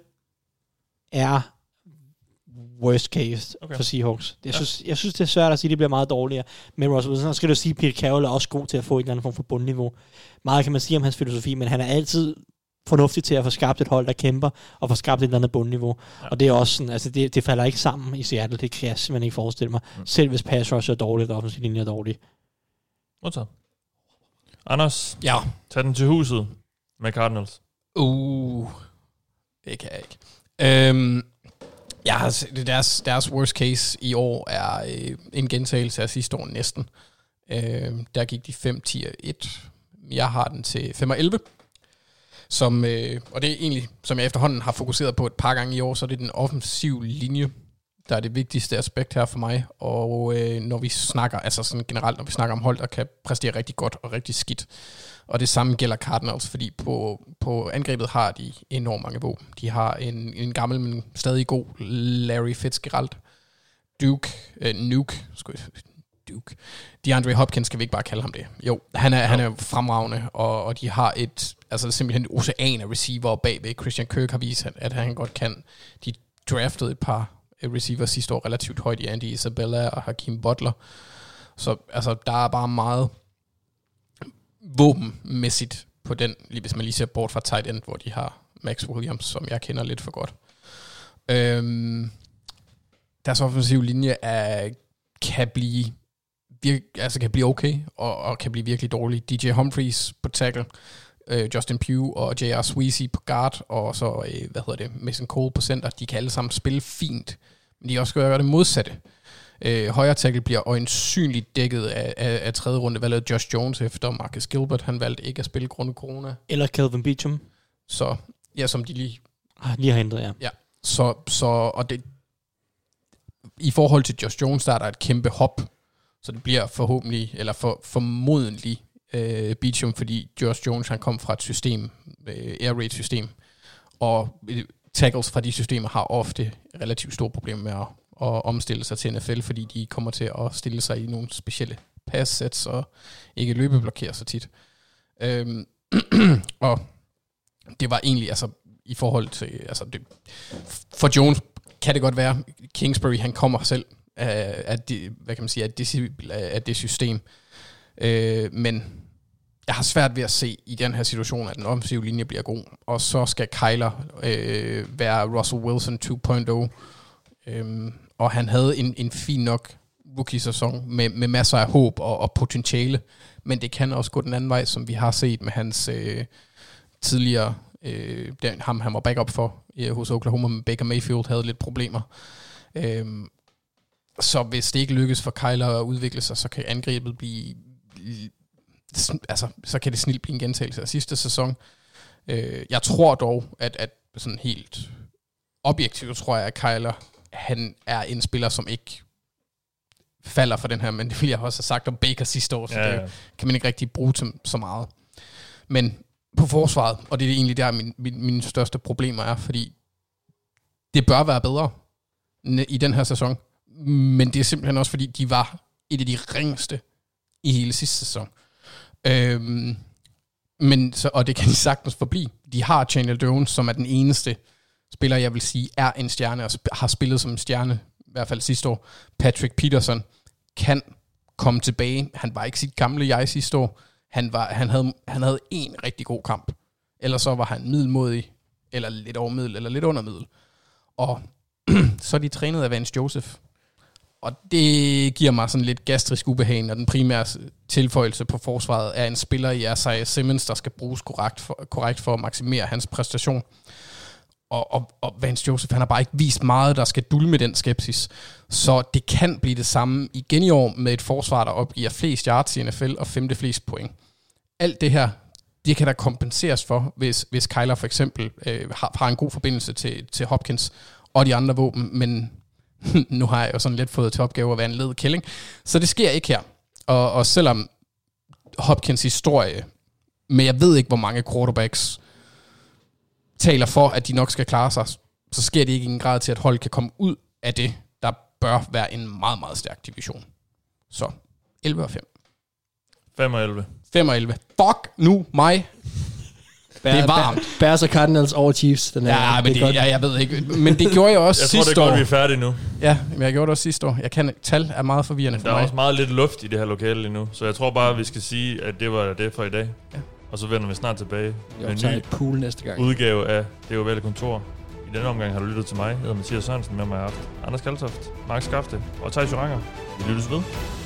er worst case okay. for Seahawks. Jeg, ja. synes, jeg synes, det er svært at sige, at det bliver meget dårligere. Men Russell Wilson, så skal du sige, at Pete Carroll er også god til at få en eller anden form for bundniveau. Meget kan man sige om hans filosofi, men han er altid fornuftig til at få skabt et hold, der kæmper, og få skabt et eller andet bundniveau. Ja. Og det er også sådan, altså det, det falder ikke sammen i Seattle, det kan jeg simpelthen ikke forestille mig. Mm. Selv hvis pass rush er dårligt, og offensiv linje er dårlig. Modtaget. Anders, ja. tag den til huset med Cardinals. Uh, det kan jeg ikke. Øhm, ja, deres, deres worst case i år er øh, en gentagelse af sidste år næsten. Øh, der gik de fem ti og et. Jeg har den til fem og elleve. Som, øh, og det er egentlig, som jeg efterhånden har fokuseret på et par gange i år, så er det den offensive linje, der er det vigtigste aspekt her for mig. Og øh, når vi snakker, altså sådan generelt, når vi snakker om hold, der kan præstere rigtig godt og rigtig skidt. Og det samme gælder Cardinals, fordi på, på angrebet har de enormt mange våben. De har en, en gammel, men stadig god Larry Fitzgerald. Duke, øh, Nuke, skulle jeg, Duke. DeAndre Hopkins, skal vi ikke bare kalde ham det? Jo, han er, ja. han er fremragende, og, og de har et, altså simpelthen et ocean af receiver bagved. Christian Kirk har vist, at han godt kan. De draftede et par receiver sidste år relativt højt i Andy Isabella og Hakeem Butler. Så altså, der er bare meget våbenmæssigt på den, lige hvis man lige ser bort fra tight end, hvor de har Max Williams, som jeg kender lidt for godt. Øhm, deres offensive linje er, kan blive virke, altså kan blive okay, og, og kan blive virkelig dårlig. D J Humphries på tackle, øh, Justin Pugh og J R Sweezy på guard, og så, øh, hvad hedder det, Mason Cole på center. De kan alle sammen spille fint, men de også skal gøre det modsatte. Øh, højre tackle bliver øjensynligt dækket af, af, af tredje runde valget Josh Jones, efter Marcus Gilbert, han valgte ikke at spille grundet corona. Eller Kelvin Beachum. Så, ja, som de lige... Ah, lige har hentet, ja. Ja, så, så og det... I forhold til Josh Jones, der er der et kæmpe hop, så det bliver forhåbentlig, eller for, formodentlig øh, Beachum, fordi Josh Jones, han kom fra et system, øh, air raid system, og øh, tackles fra de systemer har ofte relativt store problemer med at, at omstille sig til N F L, fordi de kommer til at stille sig i nogle specielle pass-sets, og ikke løbeblokere så tit. Øhm, og det var egentlig, altså, i forhold til, altså, det, for Jones kan det godt være, Kingsbury, han kommer selv af, af, det, hvad kan man sige, af, det, af det system. Øh, men jeg har svært ved at se i den her situation, at den offensive linje bliver god, og så skal Kyler øh, være Russell Wilson to point oh. Øh, og han havde en, en fin nok rookie-sæson med, med masser af håb og, og potentiale, men det kan også gå den anden vej, som vi har set med hans øh, tidligere, øh, den, ham han var backup for øh, hos Oklahoma, med Baker Mayfield havde lidt problemer. Øh, så hvis det ikke lykkes for Kyler at udvikle sig, så kan angrebet blive, altså, så kan det snilt blive en gentagelse af sidste sæson. Øh, jeg tror dog, at, at sådan helt objektivt tror jeg, at Kyler, han er en spiller, som ikke falder for den her, men det ville jeg også have sagt om Baker sidste år, så ja, ja. Det kan man ikke rigtig bruge til så meget. Men på forsvaret, og det er egentlig der, min, min, mine største problemer er, fordi det bør være bedre i den her sæson, men det er simpelthen også, fordi de var et af de ringeste i hele sidste sæson. Øhm, men så, og det kan de sagtens forblive. De har Chandler Jones, som er den eneste spiller, jeg vil sige, er en stjerne, og har spillet som en stjerne, i hvert fald sidste år. Patrick Peterson kan komme tilbage. Han var ikke sit gamle jeg sidste år. Han, var, han, havde, han havde en rigtig god kamp. Ellers så var han middelmodig, eller lidt over middel, eller lidt under middel. Og så er de trænet af Vance Joseph. Og det giver mig sådan lidt gastrisk ubehag, og den primære tilføjelse på forsvaret er en spiller i Isaiah Simmons, der skal bruges korrekt for, korrekt for at maksimere hans præstation. Og, og, og Vance Joseph, han har bare ikke vist meget, der skal dulme med den skepsis. Så det kan blive det samme igen i år med et forsvar, der opgiver flest yards i N F L og femte flest point. Alt det her, det kan der kompenseres for, hvis, hvis Kyler for eksempel øh, har, har en god forbindelse til, til Hopkins og de andre våben, men nu har jeg jo sådan lidt fået til opgave at være en led kælling. Så det sker ikke her. Og, og selvom Hopkins historie, men jeg ved ikke, hvor mange quarterbacks taler for, at de nok skal klare sig, så sker det ikke i en grad til, at hold kan komme ud af det, der bør være en meget, meget stærk division. Så elleve og fem. fem og elleve. fem og elleve. Fuck nu mig. Det er varmt. Bears og Cardinals over Chiefs. Den ja, er, men det, det ja, jeg ved ikke. Men det gjorde jeg også jeg sidste tror, det år. Jeg tror, det er godt, vi er færdige nu. Ja, men jeg gjorde det også sidste år. Jeg kan, tal er meget forvirrende for mig. Der er mig. også meget lidt luft i det her lokale lige nu, så jeg tror bare, vi skal sige, at det var det for i dag. Ja. Og så vender vi snart tilbage med en ny pool næste gang. Udgave af Det Ovale Kontor. I denne omgang har du lyttet til mig. Jeg hedder Mathias Sørensen, med mig har haft Anders Kaltoft, Mark Skafte og Thijs Joranger. Vi lyttes ved.